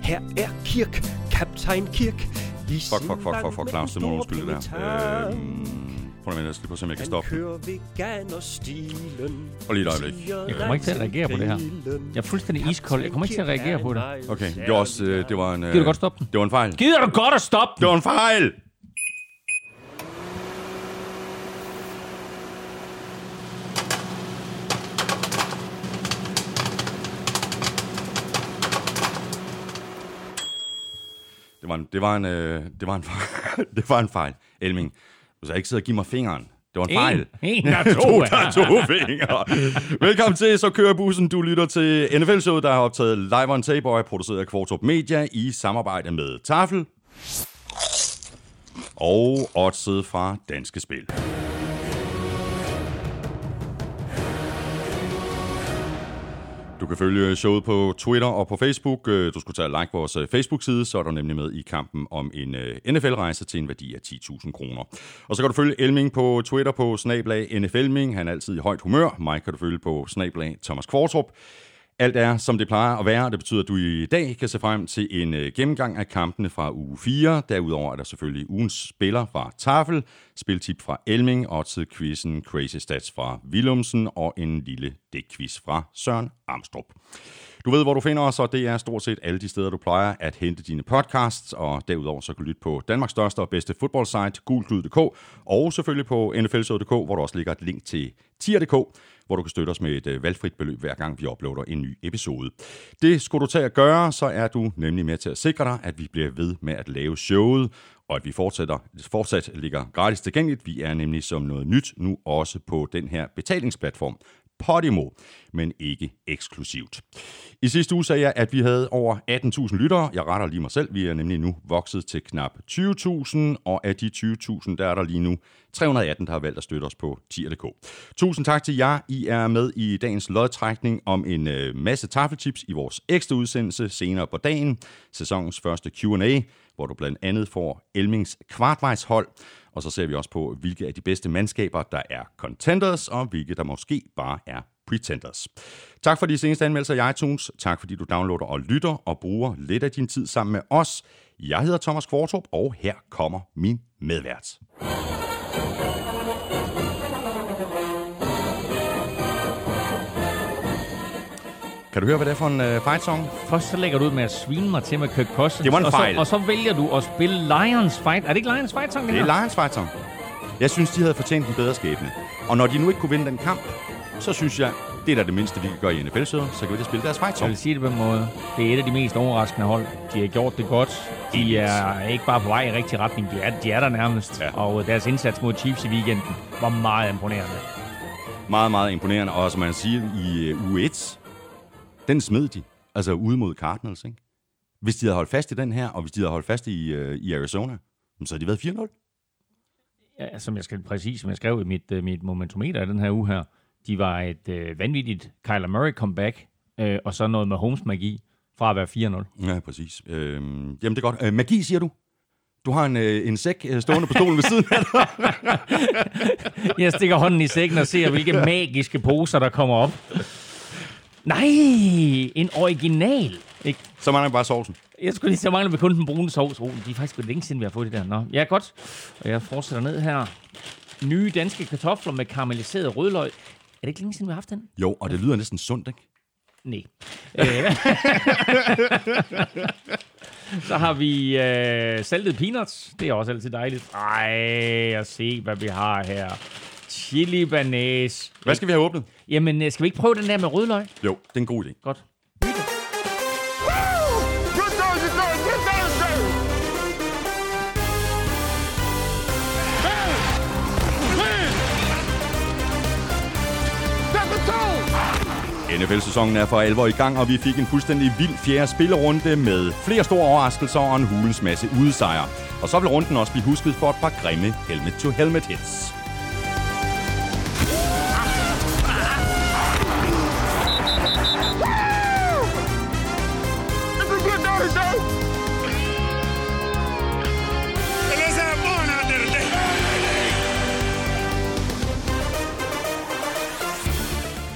Her er Kirk, kaptajn Kirk. Fuck, Claus, det må du undskylde det der. Prøv at lige på, så jeg kan stoppe. Og lige et øjeblik. Jeg kommer ikke til at reagere på det her. Jeg er fuldstændig iskold. Jeg kommer ikke til at reagere på det. Okay, det var også, det var en... Gider du godt stoppe den? Det var en fejl. Gider du godt at stoppe den? Det var en fejl! Det var en fejl. Elming, du skal ikke sidde og give mig fingeren. Det var en fejl. En der er to fingre. Velkommen til Så kører bussen. Du lytter til NFL-showet, der har optaget live on tape og er produceret af Kvartrup Media i samarbejde med Tafel og Oddset fra Danske Spil. Du kan følge showet på Twitter og på Facebook. Du skulle tage og like vores Facebook-side, så er du nemlig med i kampen om en NFL-rejse til en værdi af 10.000 kroner. Og så kan du følge Elming på Twitter på @NFLming. Han er altid i højt humør. Mig kan du følge på @Thomas Kvartrup. Alt er, som det plejer at være. Det betyder, at du i dag kan se frem til en gennemgang af kampene fra uge 4. Derudover er der selvfølgelig ugens spiller fra Tafel, spiltip fra Elming, Oddset-quizzen, Crazy Stats fra Willumsen og en lille dækquiz fra Søren Amstrup. Du ved, hvor du finder os, og det er stort set alle de steder, du plejer at hente dine podcasts, og derudover så kan du lytte på Danmarks største og bedste fodboldsite, gulklud.dk, og selvfølgelig på nflshow.dk, hvor der også ligger et link til tier.dk, hvor du kan støtte os med et valgfrit beløb, hver gang vi uploader en ny episode. Det skulle du tage at gøre, så er du nemlig med til at sikre dig, at vi bliver ved med at lave showet, og at vi fortsat ligger gratis tilgængeligt. Vi er nemlig som noget nyt nu også på den her betalingsplatform, Podimo, men ikke eksklusivt. I sidste uge sagde jeg, at vi havde over 18.000 lyttere. Jeg retter lige mig selv. Vi er nemlig nu vokset til knap 20.000, og af de 20.000, der er der lige nu 318, der har valgt at støtte os på tier.dk. Tusind tak til jer. I er med i dagens lodtrækning om en masse tafeltips i vores ekstra udsendelse senere på dagen. Sæsonens første Q&A, hvor du blandt andet får Elmings kvartvejshold. Og så ser vi også på, hvilke af de bedste mandskaber, der er contenders, og hvilke der måske bare er pretenders. Tak for de seneste anmeldelser i iTunes. Tak fordi du downloader og lytter og bruger lidt af din tid sammen med os. Jeg hedder Thomas Kvartrup, og her kommer min medvært. Kan du høre, hvad det er for en fight song? Først så lægger du ud med at svine mig til med Kirk Cousins. Det var en fejl. Og så vælger du at spille Lions Fight. Er det ikke Lions Fight song? Det er Lions Fight song. Jeg synes, de havde fortjent en bedre skæbne. Og når de nu ikke kunne vinde den kamp, så synes jeg, det er da det mindste, vi kan gøre i NFL-showet, så kan vi da spille deres fight song. Jeg vil sige det på en måde. Det er et af de mest overraskende hold. De har gjort det godt. De er ikke bare på vej i rigtig retning. De er der nærmest. Ja. Og deres indsats mod Chiefs i weekenden var meget imponerende. Meget, meget imponerende. Og som man siger i uge 1, den smed de. Altså ude mod Cardinals, ikke? Hvis de havde holdt fast i den her, og hvis de havde holdt fast i Arizona, så havde de været 4-0. Ja, som jeg skrev i mit momentometer i den her uge her. De var et vanvittigt Kyler Murray comeback, og så noget med Holmes magi fra at være 4-0. Ja, præcis. Jamen, det er godt. Magi, siger du? Du har en sæk stående på stolen ved siden af dig. Jeg stikker hånden i sækken og ser, hvilke magiske poser, der kommer op. Nej, en original. Ikke? Så mangler bare sovsen. Jeg skulle lige så mangler vi kun den brune sovs. Det er faktisk længe siden, vi har fået det der. Nå, ja, godt. Og jeg fortsætter ned her. Nye danske kartofler med karamelliseret rødløg. Er det ikke længe siden, vi har haft den? Jo, og det lyder næsten sundt, ikke? Nej. Så har vi saltede peanuts. Det er også altid dejligt. Ej, se, hvad vi har her. Chili banæs. Hvad skal vi have åbnet? Jamen, skal vi ikke prøve den der med rødløg? Jo, det er en god idé. Godt. NFL-sæsonen er for alvor i gang, og vi fik en fuldstændig vild fjerde spillerunde med flere store overraskelser og en hulens masse udesejre. Og så vil runden også blive husket for et par grimme helmet-to-helmet hits.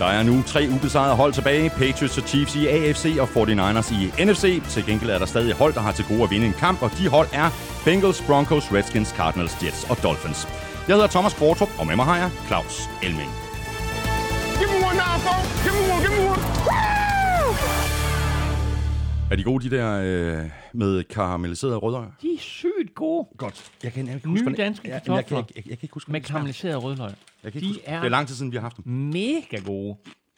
Der er nu 3 ubesejrede hold tilbage. Patriots og Chiefs i AFC og 49ers i NFC. Til gengæld er der stadig hold, der har til gode at vinde en kamp, og de hold er Bengals, Broncos, Redskins, Cardinals, Jets og Dolphins. Jeg hedder Thomas Kvartrup, og med mig har jeg Claus Elming. Give me one now, folks. Give me one. Woo! Er de gode, de der med karamelliserede rødløg? De er sygt gode. Godt. Jeg kan ikke Nye huske, danske kartofler jeg kan ikke huske, med karamelliseret rødløg. Det er lang tid siden, vi har haft dem. Mega gode.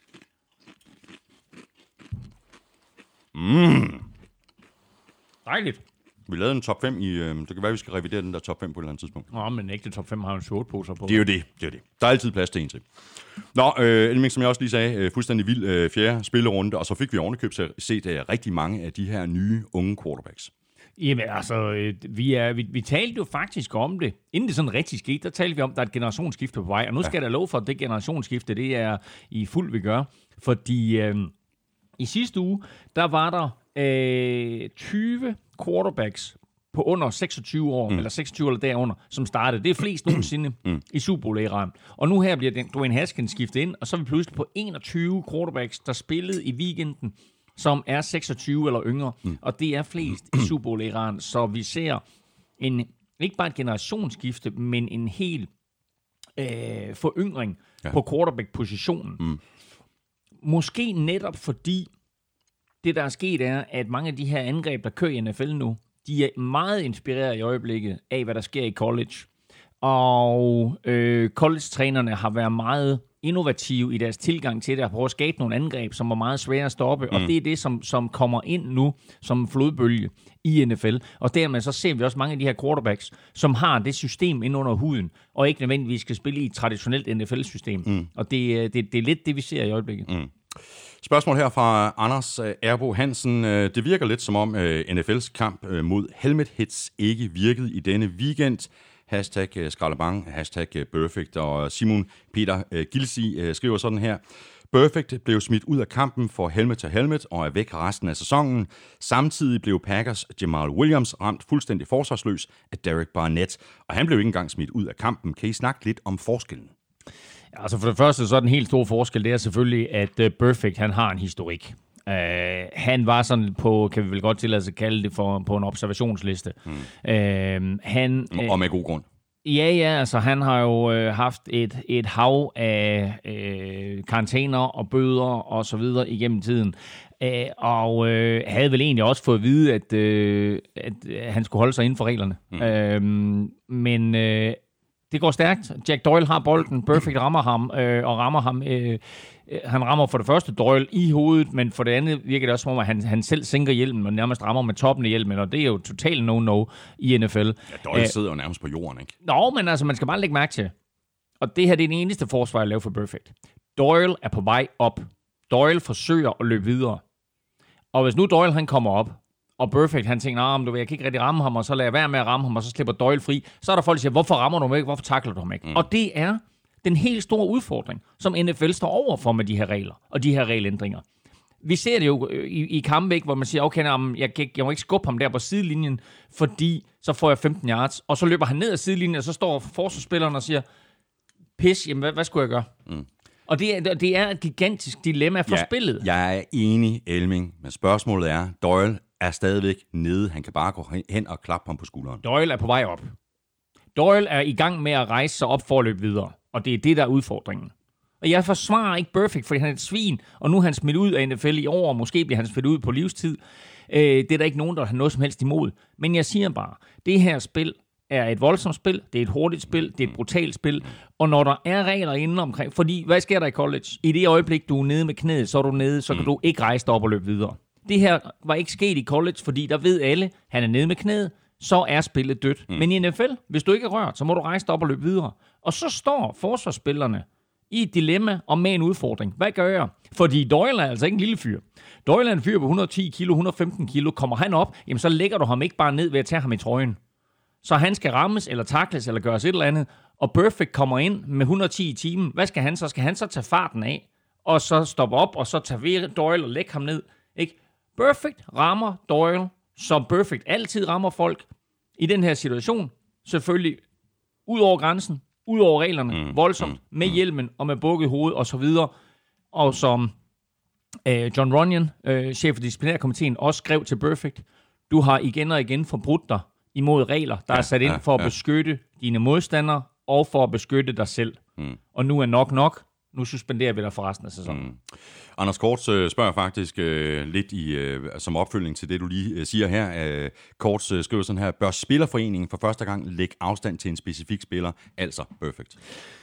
Dejligt. Vi lavede en top 5 i... det kan være, vi skal revidere den der top 5 på et eller andet tidspunkt. Nå, men ægte top 5 har jo en shortposer på. Det er jo det. Der er altid plads til en til. Nå, Elming, som jeg også lige sagde, fuldstændig vild fjerde spillerunde, og så fik vi ovenikøbet set rigtig mange af de her nye unge quarterbacks. Jamen altså, vi talte jo faktisk om det. Inden det sådan rigtig skete, der talte vi om, at der er et generationsskifte på vej. Og nu skal der lov for, at det generationsskifte, det er i fuld vi gør. Fordi i sidste uge, der var der 20 quarterbacks på under 26 år, eller 26 eller derunder, som startede. Det er flest nogensinde i Super Bowl-æraen. Og nu her bliver Dwayne Haskins skiftet ind, og så er vi pludselig på 21 quarterbacks, der spillede i weekenden, som er 26 eller yngre. Og det er flest i Super Bowl-æraen. Så vi ser ikke bare et generationsskifte, men en hel foryngring på quarterback-positionen. Måske netop fordi det, der er sket, er, at mange af de her angreb, der kører i NFL nu, de er meget inspireret i øjeblikket af, hvad der sker i college. Og college-trænerne har været meget innovative i deres tilgang til det, og prøve at skabe nogle angreb, som var meget svære at stoppe. Og det er det, som kommer ind nu som flodbølge i NFL. Og dermed så ser vi også mange af de her quarterbacks, som har det system ind under huden, og ikke nødvendigvis skal spille i et traditionelt NFL-system. Og det er lidt det, vi ser i øjeblikket. Spørgsmål her fra Anders Erbo Hansen. Det virker lidt som om NFL's kamp mod helmet hits ikke virkede i denne weekend. Hashtag Skraldebang, hashtag Perfect. Og Simon Peter Gilsi skriver sådan her. Perfect blev smidt ud af kampen for helmet til helmet og er væk resten af sæsonen. Samtidig blev Packers Jamal Williams ramt fuldstændig forsvarsløs af Derek Barnett. Og han blev ikke engang smidt ud af kampen. Kan I snakke lidt om forskellen? Altså for det første, så er den helt store forskel, det er selvfølgelig, at Perfect, han har en historik. Han var sådan på, kan vi vel godt tillade sig at kalde det, på en observationsliste. Og med god grund. Ja, altså han har jo haft et hav af karantæner og bøder og så videre igennem tiden. Og havde vel egentlig også fået at vide, at han skulle holde sig inden for reglerne. Men det går stærkt. Jack Doyle har bolden. Perfect rammer ham, og rammer ham. Han rammer for det første Doyle i hovedet, men for det andet virker det også som om, at han selv sænker hjelmen og nærmest rammer med toppen af hjelmen, og det er jo totalt no-no i NFL. Ja, Doyle sidder jo nærmest på jorden, ikke? Nå, men altså, man skal bare lægge mærke til. Og det her, det er den eneste forsvar, jeg laver for Perfect. Doyle er på vej op. Doyle forsøger at løbe videre. Og hvis nu Doyle, han kommer op, og Perfect, han tænker, jeg kan ikke rigtig ramme ham, og så lader jeg være med at ramme ham, og så slipper Doyle fri. Så er der folk, der siger, hvorfor rammer du ham ikke? Hvorfor takler du ham ikke? Og det er den helt store udfordring, som NFL står overfor med de her regler, og de her regelændringer. Vi ser det jo i kampe, hvor man siger, okay, jeg må ikke skubbe ham der på sidelinjen, fordi så får jeg 15 yards, og så løber han ned ad sidelinjen, og så står forsvarsspilleren og siger, pis, jamen hvad skulle jeg gøre? Og det er et gigantisk dilemma for spillet. Jeg er enig, Elming, men spørgsmålet er, Doyle er stadigvæk nede. Han kan bare gå hen og klappe ham på skulderen. Doyle er på vej op. Doyle er i gang med at rejse sig op for at løbe videre. Og det er det, der er udfordringen. Og jeg forsvarer ikke Perfect, fordi han er et svin, og nu er han smidt ud af NFL i år, og måske bliver han smidt ud på livstid. Det er der ikke nogen, der har noget som helst imod. Men jeg siger bare, det her spil er et voldsomt spil, det er et hurtigt spil, det er et brutalt spil, og når der er regler inde omkring, fordi hvad sker der i college? I det øjeblik, du er nede med knæet, så er du nede, så kan du ikke rejse dig op og løbe videre. Det her var ikke sket i college, fordi der ved alle, han er nede med knæet, så er spillet dødt. Men i NFL, hvis du ikke er rørt, så må du rejse dig op og løbe videre. Og så står forsvarsspillerne i et dilemma og med en udfordring. Hvad gør jeg? Fordi Doyle er altså ikke en lille fyr. Doyle er en fyr på 110 kilo, 115 kilo. Kommer han op, jamen så lægger du ham ikke bare ned ved at tage ham i trøjen. Så han skal rammes, eller takles, eller gøres et eller andet. Og Perfect kommer ind med 110 i timen. Hvad skal han så? Skal han så tage farten af, og så stoppe op, og så tage Doyle og lægge ham ned? Ikke? Perfect rammer Doyle, som Perfect altid rammer folk i den her situation. Selvfølgelig ud over grænsen, ud over reglerne, voldsomt, med hjelmen og med bukket hoved og så videre. og som John Runyon, chef for disciplinærkomiteen, også skrev til Perfect, du har igen og igen forbrudt dig imod regler, der er sat ind for at beskytte dine modstandere og for at beskytte dig selv. Og nu er nok. Nu suspenderer vi dig for resten af sæsonen. Anders Korts spørger faktisk lidt som opfølgning til det, du lige siger her. Korts skriver sådan her: bør spillerforeningen for første gang lægge afstand til en specifik spiller, altså Perfect?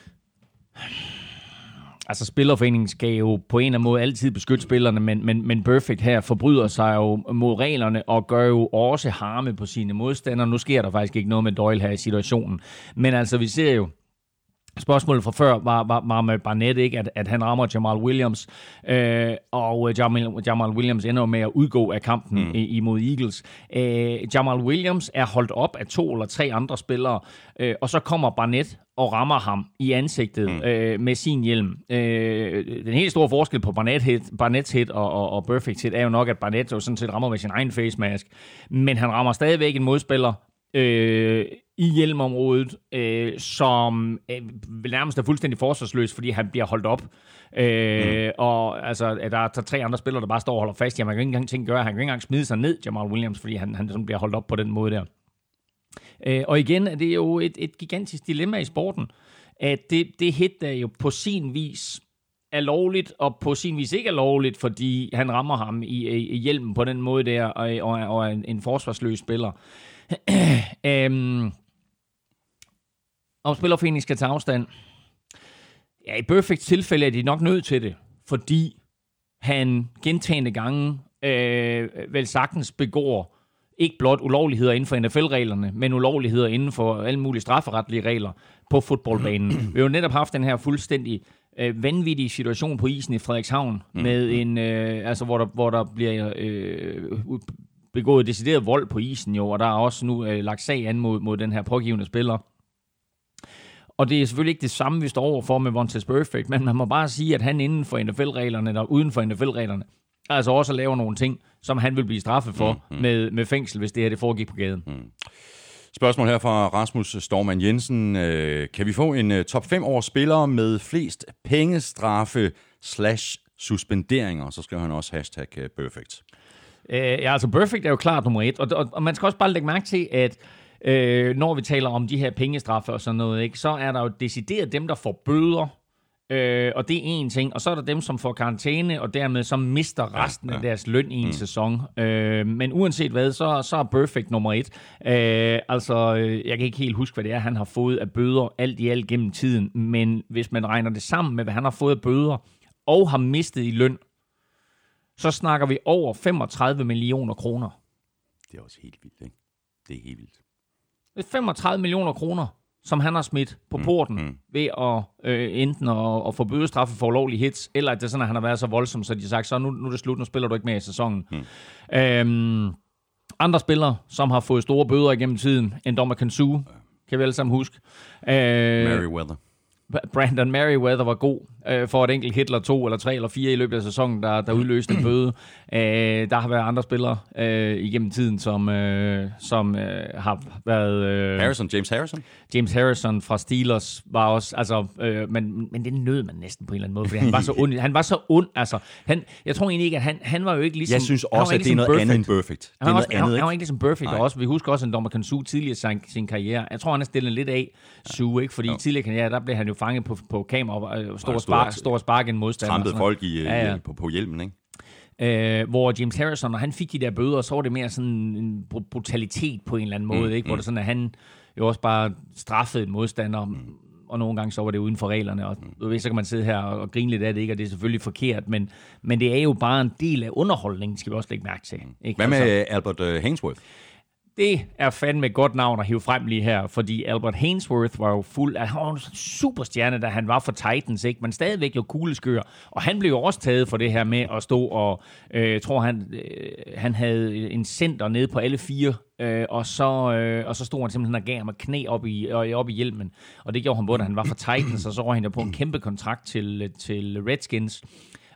Altså, spillerforeningen skal jo på en eller anden måde altid beskytte spillerne, men Perfect her forbryder sig jo mod reglerne og gør jo også harme på sine modstandere. Nu sker der faktisk ikke noget med Doyle her i situationen. Men altså, vi ser jo, spørgsmålet fra før var med Barnett, ikke? At han rammer Jamal Williams, og Jamal Williams ender med at udgå af kampen imod Eagles. Jamal Williams er holdt op af 2 eller 3 andre spillere, og så kommer Barnett og rammer ham i ansigtet med sin hjelm. Den helt store forskel på Barnetts hit og Perfects hit er jo nok, at Barnett jo sådan set rammer med sin egen face mask, men han rammer stadigvæk en modspiller i hjelmområdet, som nærmest er fuldstændig forsvarsløs, fordi han bliver holdt op. Og altså, der er 3 andre spillere, der bare står og holder fast. Jamen, man kan ikke engang ting gøre. Han kan ikke engang smide sig ned, Jamal Williams, fordi han sådan bliver holdt op på den måde der. Og igen er det jo et gigantisk dilemma i sporten, at det hit der jo på sin vis er lovligt, og på sin vis ikke er lovligt, fordi han rammer ham i hjelmen på den måde der, og er en forsvarsløs spiller. Om spillerforeningen skal tage afstand. Ja, i Perfects tilfælde er de nok nødt til det, fordi han gentagne gange vel sagtens begår ikke blot ulovligheder inden for NFL-reglerne, men ulovligheder inden for alle mulige strafferetlige regler på fodboldbanen. Vi har jo netop haft den her fuldstændig vanvittige situation på isen i Frederikshavn, med en, altså hvor der bliver begået decideret vold på isen jo, og der er også nu lagt sag an mod den her pågivende spiller. Og det er selvfølgelig ikke det samme, vi står overfor med Vontaze Burfict, men man må bare sige, at han inden for NFL-reglerne, eller uden for NFL-reglerne, altså også laver nogle ting, som han vil blive straffet for med fængsel, hvis det her det foregik på gaden. Spørgsmål her fra Rasmus Stormann Jensen. Kan vi få en top 5 over spillere med flest pengestraffe / suspenderinger? Så skriver han også hashtag Perfect. Ja, altså Perfect er jo klart nummer 1, og man skal også bare lægge mærke til, at når vi taler om de her pengestraffe og sådan noget, ikke, så er der jo decideret dem, der får bøder, og det er en ting, og så er der dem, som får karantæne, og dermed så mister resten af deres løn i en sæson. Men uanset hvad, så er Perfect nummer 1. Altså, jeg kan ikke helt huske, hvad det er, han har fået af bøder alt i alt gennem tiden, men hvis man regner det sammen med, hvad han har fået af bøder, og har mistet i løn, så snakker vi over 35 millioner kroner. Det er også helt vildt, ikke? Det er helt vildt. Det er 35 millioner kroner, som han har smidt på porten ved at enten at få bødestraffe for ulovlige hits, eller at det er sådan, at han har været så voldsom, så de har sagt, så nu er det slut, nu spiller du ikke mere i sæsonen. Andre spillere, som har fået store bøder igennem tiden, Ndamukong Suh, kan vi alle sammen huske. Merriweather. Brandon Merriweather var god for et enkelt hit eller 2 eller 3 eller 4 i løbet af sæsonen, der udløste en bøde. Der har været andre spillere igennem tiden, som har været... James Harrison fra Steelers var også... Altså, men det nød man næsten på en eller anden måde, fordi han var så ond. Han var så ond. Altså, jeg tror egentlig ikke, at han var jo ikke ligesom... Jeg synes også, at det er noget andet end Perfect. Han var ikke ligesom Perfect også. Vi husker også, at Ndamukong Suh tidligere sin karriere. Jeg tror, han er stillet lidt af Suh, ikke? Fordi tidligere karriere, der blev han jo fanget på kamera og stor spark en modstander. Trampede folk på hjelmen, ikke? Hvor James Harrison, når han fik de der bøder, så var det mere sådan en brutalitet på en eller anden måde, ikke? Hvor det sådan, at han jo også bare straffede en modstander, og nogle gange så var det uden for reglerne, og så kan man sidde her og grine lidt af det, ikke? Og det er selvfølgelig forkert, men det er jo bare en del af underholdningen, skal vi også lægge mærke til. Ikke? Hvad med Albert Haynesworth? Det er fandme et godt navn at hive frem lige her, fordi Albert Haynesworth var jo han var en superstjerne, da han var for Titans, ikke? Men stadigvæk jo kugleskør, og han blev jo også taget for det her med at stå og, tror han havde en center nede på alle 4, og så stod han simpelthen og gav med knæ op i hjelmen, og det gjorde han både, da han var for Titans, og så røg han jo på en kæmpe kontrakt til Redskins.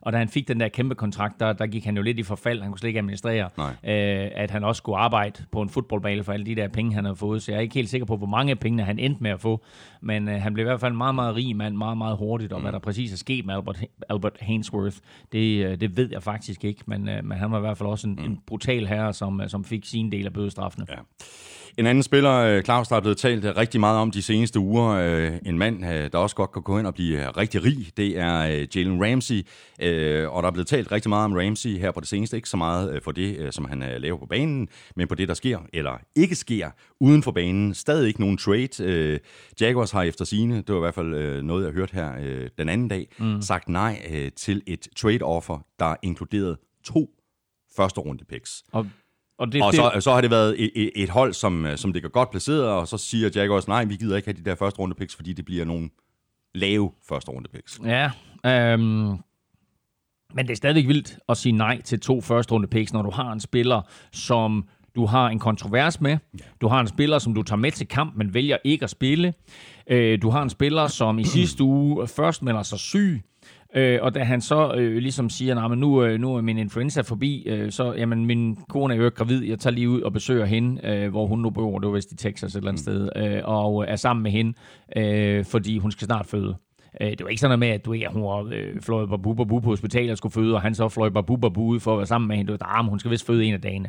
Og da han fik den der kæmpe kontrakt, der gik han jo lidt i forfald. Han kunne slet ikke administrere, at han også skulle arbejde på en fodboldbane for alle de der penge, han havde fået. Så jeg er ikke helt sikker på, hvor mange af pengene han endte med at få. Men han blev i hvert fald en meget, meget rig mand, meget, meget hurtigt. Og hvad der præcis er sket med Albert Haynesworth, det ved jeg faktisk ikke. Men han var i hvert fald også en brutal herre, som fik sin del af bødestraffene. Ja. En anden spiller, Claus, der er blevet talt rigtig meget om de seneste uger, en mand, der også godt kan gå hen og blive rigtig rig, det er Jalen Ramsey, og der er blevet talt rigtig meget om Ramsey her på det seneste, ikke så meget for det, som han laver på banen, men på det, der sker eller ikke sker uden for banen. Stadig ikke nogen trade. Jaguars har efter sigende, det var i hvert fald noget, jeg hørte her den anden dag, sagt nej til et trade-offer, der inkluderede 2 første runde picks. Og så har det været et hold, som ligger godt placeret, og så siger Jaguars, nej, vi gider ikke have de der første runde picks, fordi det bliver nogle lave første runde picks. Ja, men det er stadig vildt at sige nej til 2 første runde picks, når du har en spiller, som du har en kontrovers med. Du har en spiller, som du tager med til kamp, men vælger ikke at spille. Du har en spiller, som i sidste uge først melder sig syg, og da han så ligesom siger, men nu er min influenza forbi, så jamen, min kone er jo gravid, jeg tager lige ud og besøger hende, hvor hun nu bor, det var vist i Texas et eller andet sted, og er sammen med hende, fordi hun skal snart føde. Det var ikke sådan noget med, at hun var fløjet babu på hospitalet og skulle føde, og han så fløj babu ud for at være sammen med hende. Det var, hun skal vist føde en af dagene.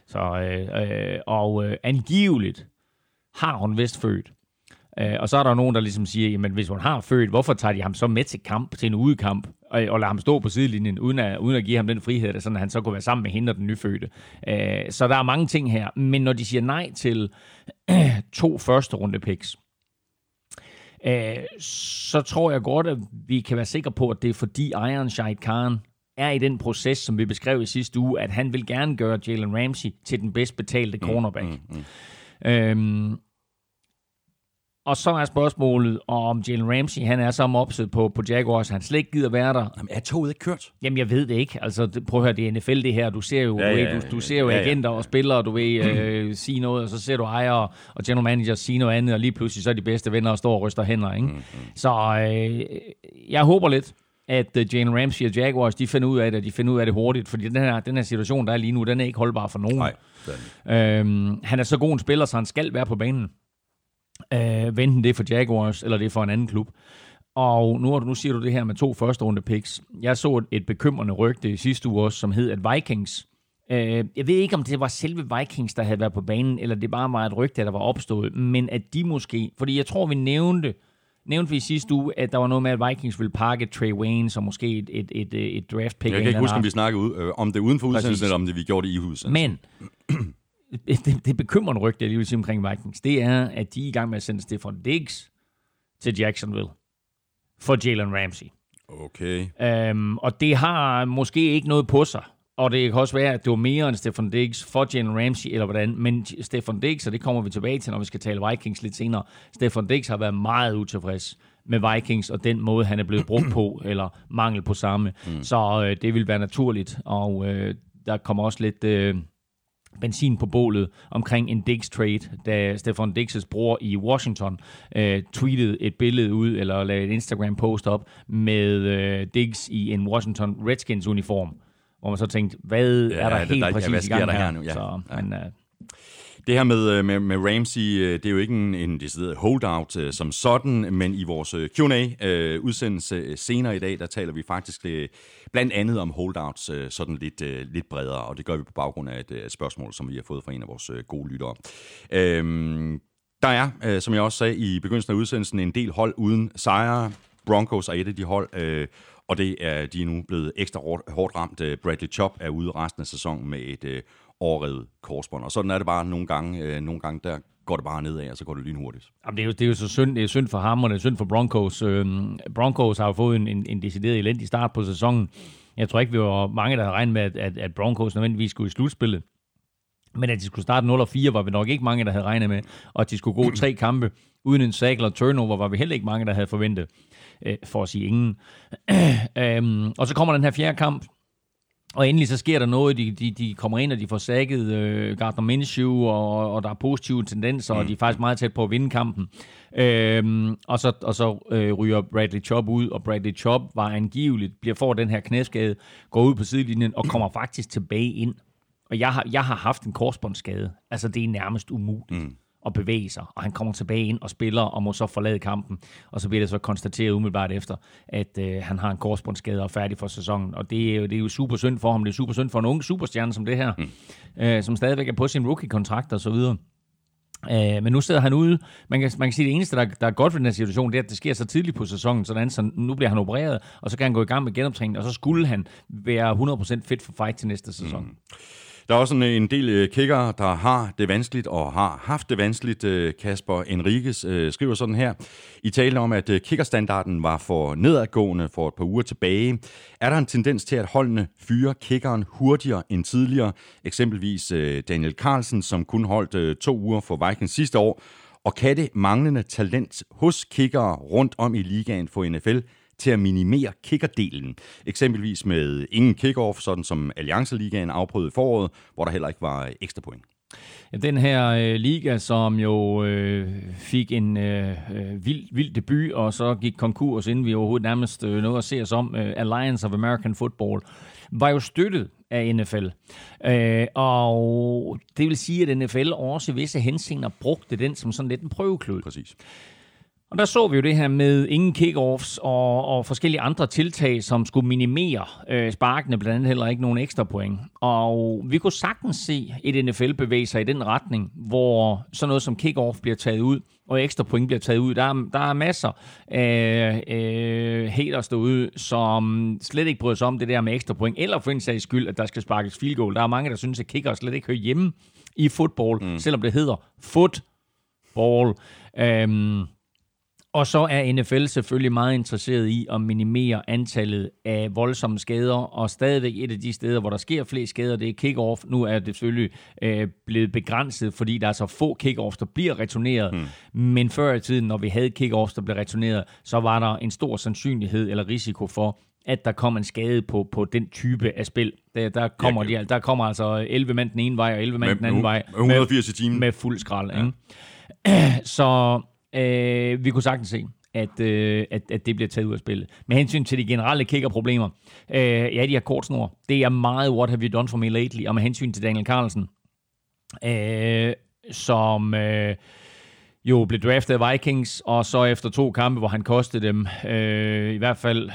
Så, angiveligt har hun vist født. Og så er der nogen, der ligesom siger, jamen hvis hun har født, hvorfor tager de ham så med til kamp, til en udekamp, og lader ham stå på sidelinjen, uden at give ham den frihed, sådan at han så kunne være sammen med hende og den nyfødte. Så der er mange ting her. Men når de siger nej til 2 første runde picks, så tror jeg godt, at vi kan være sikre på, at det er fordi Iron Shahid Khan er i den proces, som vi beskrev i sidste uge, at han vil gerne gøre Jalen Ramsey til den bedst betalte cornerback. Og så er spørgsmålet, om Jalen Ramsey, han er så opsat på Jaguars, han slet ikke gider være der. Jamen, er toget ikke kørt? Jamen, jeg ved det ikke. Altså, prøv at høre, det er NFL det her. Du ser jo, du ser jo agenter og spillere, du ved, sige noget, og så ser du ejere og general manager sige noget andet, og lige pludselig så er de bedste venner og står og ryster hænder, ikke? Så jeg håber lidt, at Jalen Ramsey og Jaguars, de finder ud af det, og de finder ud af det hurtigt, fordi den her situation, der er lige nu, den er ikke holdbar for nogen. Nej, han er så god en spiller, så han skal være på banen. Enten det er for Jaguars, eller det er for en anden klub. Og nu siger du det her med 2 første runde picks. Jeg så et bekymrende rygte i sidste uge også, som hed, at Vikings... jeg ved ikke, om det var selve Vikings, der havde været på banen, eller det bare var et rygte, der var opstået, men at de måske... Fordi jeg tror, vi nævnte vi i sidste uge, at der var noget med, at Vikings ville pakke Trey Wayne, som måske et draft pick. Jeg kan ikke huske, om vi snakkede om det uden for udsendelsen, eller om det vi gjorde det i udsendelsen. Men... Det bekymrende rygte, jeg lige vil sige omkring Vikings, det er, at de er i gang med at sende Stefon Diggs til Jacksonville for Jalen Ramsey. Okay. Og det har måske ikke noget på sig. Og det kan også være, at det var mere end Stefon Diggs for Jalen Ramsey, eller hvordan. Men Stefon Diggs, og det kommer vi tilbage til, når vi skal tale Vikings lidt senere. Stefon Diggs har været meget utilfreds med Vikings, og den måde, han er blevet brugt på, eller mangel på samme. Så det vil være naturligt. Og der kommer også lidt... benzin på bålet omkring en Diggs trade, da Stefon Diggs' bror i Washington tweetede et billede ud, eller lagde et Instagram-post op med Diggs i en Washington Redskins uniform, hvor man så tænkte, hvad er der helt præcis i gang her? Nu? Ja. Så, men, det her med Ramsey, det er jo ikke en decideret holdout som sådan, men i vores Q&A-udsendelse senere i dag, der taler vi faktisk blandt andet om holdouts sådan lidt bredere, og det gør vi på baggrund af et spørgsmål, som vi har fået fra en af vores gode lyttere. Der er, som jeg også sagde i begyndelsen af udsendelsen, en del hold uden sejre. Broncos er et af de hold, og de er nu blevet ekstra hårdt ramt. Bradley Chubb er ude resten af sæsonen med et overrevet korsbånd. Og sådan er det bare nogle gange der går det bare nedad, og så går det lynhurtigt. Jamen, det er jo så synd. Det er synd for ham, og det er synd for Broncos. Broncos har jo fået en decideret elendig start på sæsonen. Jeg tror ikke, vi var mange, der havde regnet med, at Broncos nødvendigvis skulle i slutspillet. Men at de skulle starte 0-4, var vi nok ikke mange, der havde regnet med. Og at de skulle gå 3 kampe uden en sack eller turnover, var vi heller ikke mange, der havde forventet. For at sige ingen. Og så kommer den her 4. kamp. Og endelig så sker der noget, de kommer ind, og de får sækket Gardner Minshew, og der er positive tendenser, og de er faktisk meget tæt på at vinde kampen. Og så ryger Bradley Chubb ud, og Bradley Chubb var angiveligt, får den her knæskade, går ud på sidelinjen og kommer faktisk tilbage ind. Og jeg har haft en korsbåndsskade. Altså, det er nærmest umuligt at bevæge sig. Og han kommer tilbage ind og spiller, og må så forlade kampen. Og så bliver det så konstateret umiddelbart efter, at han har en korsbåndsskade og er færdig for sæsonen. Og det er jo super synd for ham. Det er super synd for en ung superstjerne som det her, som stadigvæk er på sin rookie-kontrakt og så videre. Men nu sidder han ude. Man kan sige, at det eneste, der er godt ved den her situation, det er, at det sker så tidligt på sæsonen, så nu bliver han opereret, og så kan han gå i gang med genoptræning, og så skulle han være 100% fit for fight til næste sæson. Der er også en del kickere, der har det vanskeligt og har haft det vanskeligt. Kasper Enriquez skriver sådan her. I talte om, at kickerstandarden var for nedadgående for et par uger tilbage. Er der en tendens til, at holdene fyrer kickeren hurtigere end tidligere? Eksempelvis Daniel Carlsen, som kun holdt 2 uger for Vikings sidste år. Og kan det manglende talent hos kickere rundt om i ligaen for NFL til at minimere kickerdelen, eksempelvis med ingen kickoff, sådan som Alliance-ligaen afprøvede i foråret, hvor der heller ikke var ekstra point. Ja, den her liga, som jo fik en vild debut, og så gik konkurs, inden vi overhovedet nærmest nåede at se os om, Alliance of American Football, var jo støttet af NFL. Og det vil sige, at NFL også i visse henseender brugte den som sådan lidt en prøveklud. Præcis. Og der så vi jo det her med ingen kickoffs og forskellige andre tiltag, som skulle minimere sparkene, blandt andet heller ikke nogen ekstra point. Og vi kunne sagtens se et NFL bevæge sig i den retning, hvor sådan noget som kickoff bliver taget ud, og ekstra point bliver taget ud. Der er masser af haters derude, som slet ikke bryder sig om det der med ekstra point, eller for en sags skyld, at der skal sparkes field goal. Der er mange, der synes, at kicker slet ikke hører hjemme i football, selvom det hedder football. Og så er NFL selvfølgelig meget interesseret i at minimere antallet af voldsomme skader, og stadigvæk et af de steder, hvor der sker flest skader, det er kickoff. Nu er det selvfølgelig blevet begrænset, fordi der er så få kickoffs, der bliver returneret. Men før i tiden, når vi havde kickoffs, der blev returneret, så var der en stor sandsynlighed eller risiko for, at der kom en skade på den type af spil. Der kommer altså 11 mand den ene vej, og 11 mand den anden vej. 180 i timen. Med fuld skrald. Ja. Så vi kunne sagtens se, at det bliver taget ud af spillet. Med hensyn til de generelle kickerproblemer, de her kortsnor, det er meget what have you done for me lately, og med hensyn til Daniel Carlsen, som jo blev draftet af Vikings, og så efter 2 kampe, hvor han kostede dem i hvert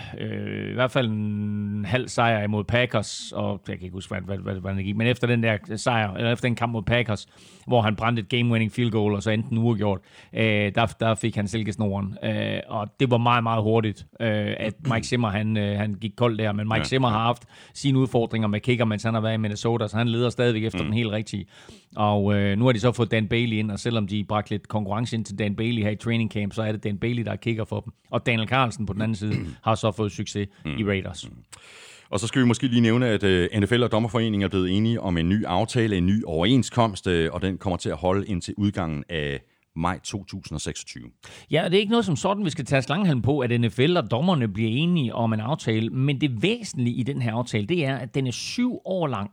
fald en halv sejr imod Packers, og jeg kan ikke huske, hvad det gik, men efter den der sejr, eller efter den kamp mod Packers, hvor han brændte et game-winning field goal, og så enten uafgjort, der fik han silkesnoren, og det var meget, meget hurtigt, at Mike Zimmer, han gik kold der, men Mike Zimmer har haft sine udfordringer med kicker, mens han har været i Minnesota, så han leder stadigvæk efter den helt rigtige, og nu har de så fået Dan Bailey ind, og selvom de bragte lidt konkurrence ind til Dan Bailey her i training camp, så er det Dan Bailey, der kigger for dem. Og Daniel Carlsen på den anden side har så fået succes i Raiders. Og så skal vi måske lige nævne, at NFL og Dommerforeningen er blevet enige om en ny aftale, en ny overenskomst, og den kommer til at holde indtil udgangen af maj 2026. Ja, det er ikke noget som sådan, vi skal tage slanghalm på, at NFL og dommerne bliver enige om en aftale, men det væsentlige i den her aftale, det er, at den er 7 år lang.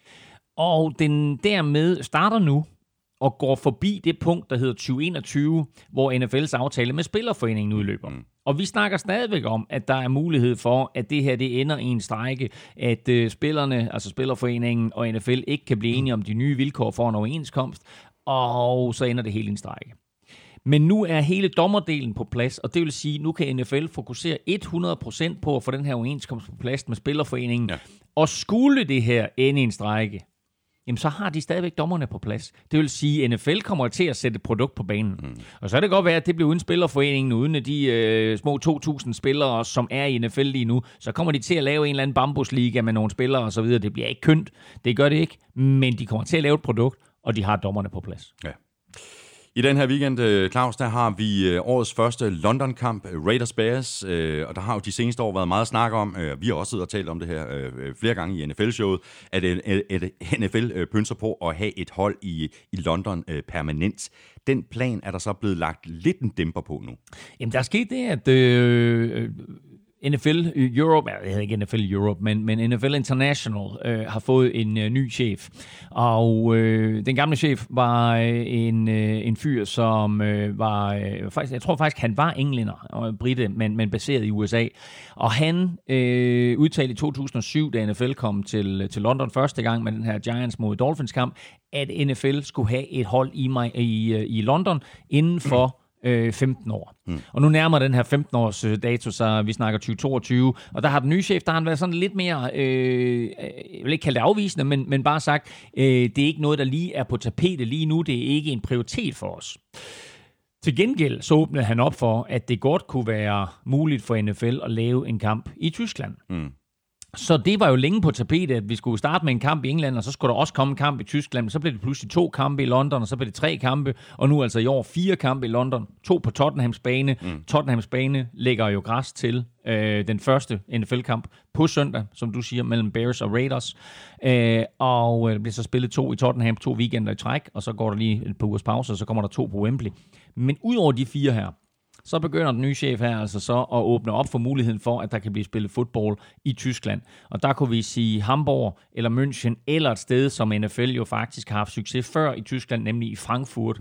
Og den dermed starter nu, og går forbi det punkt, der hedder 2021, hvor NFL's aftale med Spillerforeningen udløber. Og vi snakker stadigvæk om, at der er mulighed for, at det her det ender i en strejke, at spillerne, altså Spillerforeningen og NFL, ikke kan blive enige om de nye vilkår for en overenskomst, og så ender det hele i en strejke. Men nu er hele dommerdelen på plads, og det vil sige, at nu kan NFL fokusere 100% på at få den her overenskomst på plads med Spillerforeningen, og skulle det her ende i en strejke, jamen så har de stadigvæk dommerne på plads. Det vil sige, at NFL kommer til at sætte et produkt på banen. Og så er det godt være, at det bliver uden Spillerforeningen, uden af de små 2.000 spillere, som er i NFL lige nu. Så kommer de til at lave en eller anden bambusliga med nogle spillere og så videre. Det bliver ikke kønt. Det gør det ikke. Men de kommer til at lave et produkt, og de har dommerne på plads. Ja. I den her weekend, Claus, der har vi årets første London-kamp, Raiders-Bears, og der har jo de seneste år været meget snak om, vi har også siddet og talt om det her flere gange i NFL-showet, at NFL pynser på at have et hold i London permanent. Den plan er der så blevet lagt lidt en dæmper på nu. Jamen, der er sket det, at NFL Europe, jeg hedder ikke NFL Europe, men NFL International har fået en ny chef. Og den gamle chef var en fyr, som var, faktisk, jeg tror faktisk, han var englænder og brite, men baseret i USA. Og han udtalte i 2007, da NFL kom til London første gang med den her Giants mod Dolphins kamp, at NFL skulle have et hold i London inden for 15 år. Og nu nærmer den her 15-års dato, så vi snakker 2022, og der har den nye chef, der har han været sådan lidt mere, jeg vil ikke kalde det afvisende, men bare sagt, det er ikke noget, der lige er på tapetet lige nu, det er ikke en prioritet for os. Til gengæld så åbnede han op for, at det godt kunne være muligt for NFL at lave en kamp i Tyskland. Så det var jo længe på tapetet, at vi skulle starte med en kamp i England, og så skulle der også komme en kamp i Tyskland. Så blev det pludselig 2 kampe i London, og så blev det 3 kampe, og nu altså i år 4 kampe i London, 2 på Tottenhams bane. Tottenhams bane lægger jo græs til den første NFL-kamp på søndag, som du siger, mellem Bears og Raiders. Og der bliver så spillet 2 i Tottenham, 2 weekender i træk, og så går der lige et par ugers pause, og så kommer der 2 på Wembley. Men ud over de 4 her, så begynder den nye chef her altså så at åbne op for muligheden for, at der kan blive spillet fodbold i Tyskland. Og der kunne vi sige Hamburg eller München, eller et sted, som NFL jo faktisk har haft succes før i Tyskland, nemlig i Frankfurt.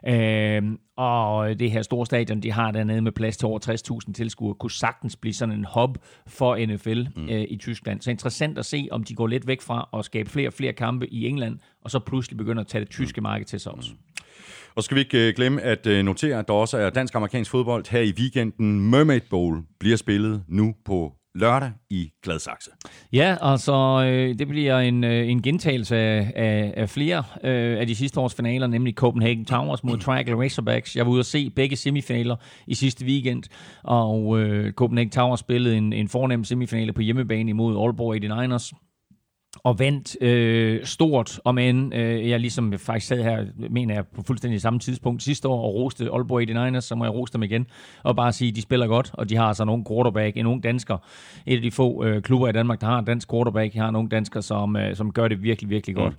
Og det her store stadion, de har dernede med plads til over 60.000 tilskuere, kunne sagtens blive sådan en hub for NFL i Tyskland. Så interessant at se, om de går lidt væk fra at skabe flere og flere kampe i England, og så pludselig begynder at tage det tyske marked til sig også. Og skal vi ikke glemme at notere, at der også er dansk-amerikansk fodbold her i weekenden. Mermaid Bowl bliver spillet nu på lørdag i Gladsaxe. Ja, altså det bliver en gentagelse af flere af de sidste års finaler, nemlig Copenhagen Towers mod Triangle Razorbacks. Jeg var ude at se begge semifinaler i sidste weekend, og Copenhagen Towers spillede en fornem semifinale på hjemmebane imod Aalborg 89ers. Og vandt stort, om end jeg ligesom faktisk sad her, mener jeg, på fuldstændig samme tidspunkt sidste år, og roste Aalborg 89ers, så må jeg rose dem igen, og bare sige, at de spiller godt, og de har altså nogle quarterback, en ung dansker. Et af de få klubber i Danmark, der har en dansk quarterback, de har nogle danskere, som gør det virkelig, virkelig godt.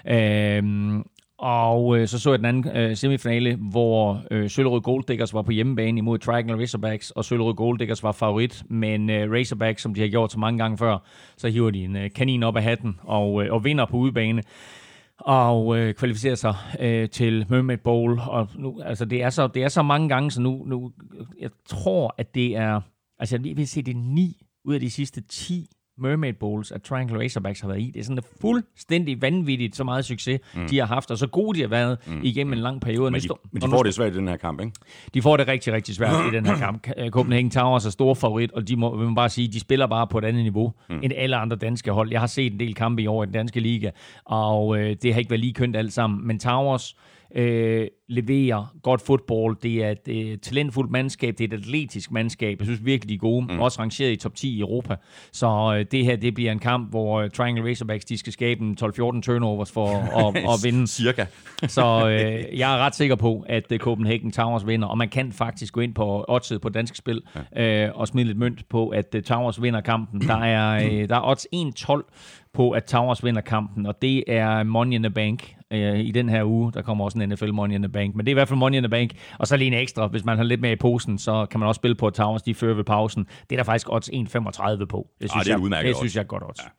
Og så jeg den anden semifinale, hvor Søllerød Gold Diggers var på hjemmebane imod Triangle Razorbacks, og Søllerød Gold Diggers var favorit, men Razorbacks, som de har gjort så mange gange før, så hiver de en kanin op af hatten og vinder på udebane og kvalificerer sig til Mermaid Bowl. Og nu, altså det er så mange gange, så nu jeg tror, at det er, altså jeg vil se, det er 9 ud af de sidste 10 Mermaid Bowls, at Triangle Razorbacks har været i. Det er sådan fuldstændig vanvittigt, så meget succes, de har haft, og så gode de har været igennem en lang periode. Men de får det svært i den her kamp, ikke? De får det rigtig, rigtig svært i den her kamp. Copenhagen Towers er stor favorit, og vil man bare sige, de spiller bare på et andet niveau end alle andre danske hold. Jeg har set en del kampe i år i den danske liga, og det har ikke været lige kønt alt sammen, men Towers leverer godt fodbold. Det er et talentfuldt mandskab, det er et atletisk mandskab. Jeg synes virkelig, de er gode. Også rangeret i top 10 i Europa. Så det her, det bliver en kamp, hvor Triangle Razorbacks, de skal skabe 12-14 turnovers for at vinde. Cirka. Så jeg er ret sikker på, at Copenhagen Towers vinder, og man kan faktisk gå ind på oddset på dansk spil og smide lidt mønt på, at Towers vinder kampen. Der er odds 1-12 på, at Towers vinder kampen, og det er Money in the Bank i den her uge. Der kommer også en NFL Money in the Bank, men det er i hvert fald Money in the Bank, og så lige en ekstra. Hvis man har lidt mere i posen, så kan man også spille på, at Towers de fører ved pausen. Det er der faktisk odds 1,35 på. Det synes jeg er godt odds. Ja.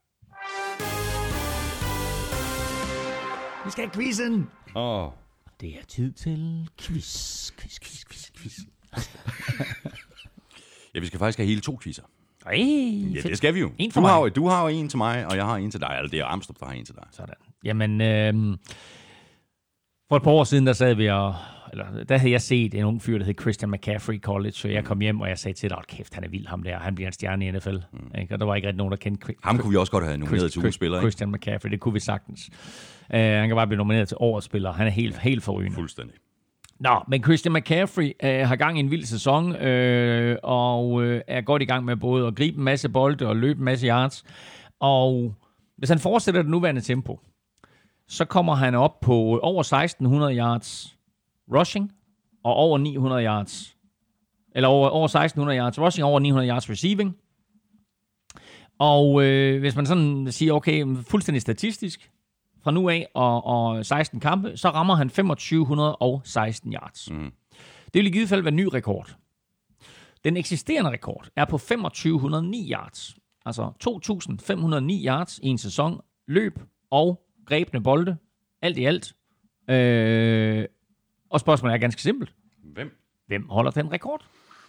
Vi skal have quizzen! Det er tid til quiz. Ja, vi skal faktisk have hele 2 quizzer. Ja, det skal vi jo. Du har jo en til mig, og jeg har en til dig. Eller det er Amstrup, der har en til dig. Sådan. Jamen, for et par år siden, der havde jeg set en ung fyr, der hed Christian McCaffrey College, så jeg kom hjem, og jeg sagde til dig, kæft, han er vild, ham der. Han bliver en stjerne i NFL. Og der var ikke rigtig nogen, der kendte ham kunne vi også godt have nomineret til ugens spiller. Christian McCaffrey, det kunne vi sagtz. Han kan bare blive nomineret til årets spiller. Han er helt forrygende. Fuldstændig. Nå, men Christian McCaffrey har gang i en vild sæson, og er godt i gang med både at gribe en masse bolde og løbe en masse yards. Og hvis han fortsætter det nuværende tempo, så kommer han op på over 1600 yards rushing og over 900 yards. Eller over 1600 yards rushing og over 900 yards receiving. Og hvis man sådan siger, okay, fuldstændig statistisk, fra nu af og 16 kampe, så rammer han 2516 yards. Det vil i givet fald være ny rekord. Den eksisterende rekord er på 2509 yards. Altså 2.509 yards i en sæson. Løb og grebne bolde. Alt i alt. Og spørgsmålet er ganske simpelt. Hvem holder den rekord?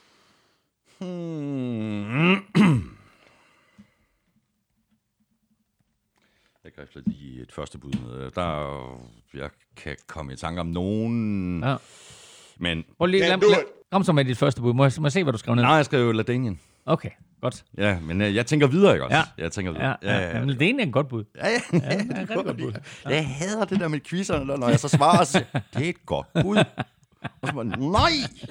Jeg greb lige et første bud med. Jeg kan komme i tanke om nogen. Ja. Men... Kom så med dit første bud. Må jeg se, hvad du skrev ned? Nej, jeg skrev Ladanien. Okay, godt. Ja, men jeg tænker videre, ikke også? Ja. Jeg tænker videre. Ja. Men Ladanien er et godt bud. Ja, det er et godt bud. Jeg hader det der med quizzerne, når jeg så svarer, så det er et godt bud. Og så bare, nej!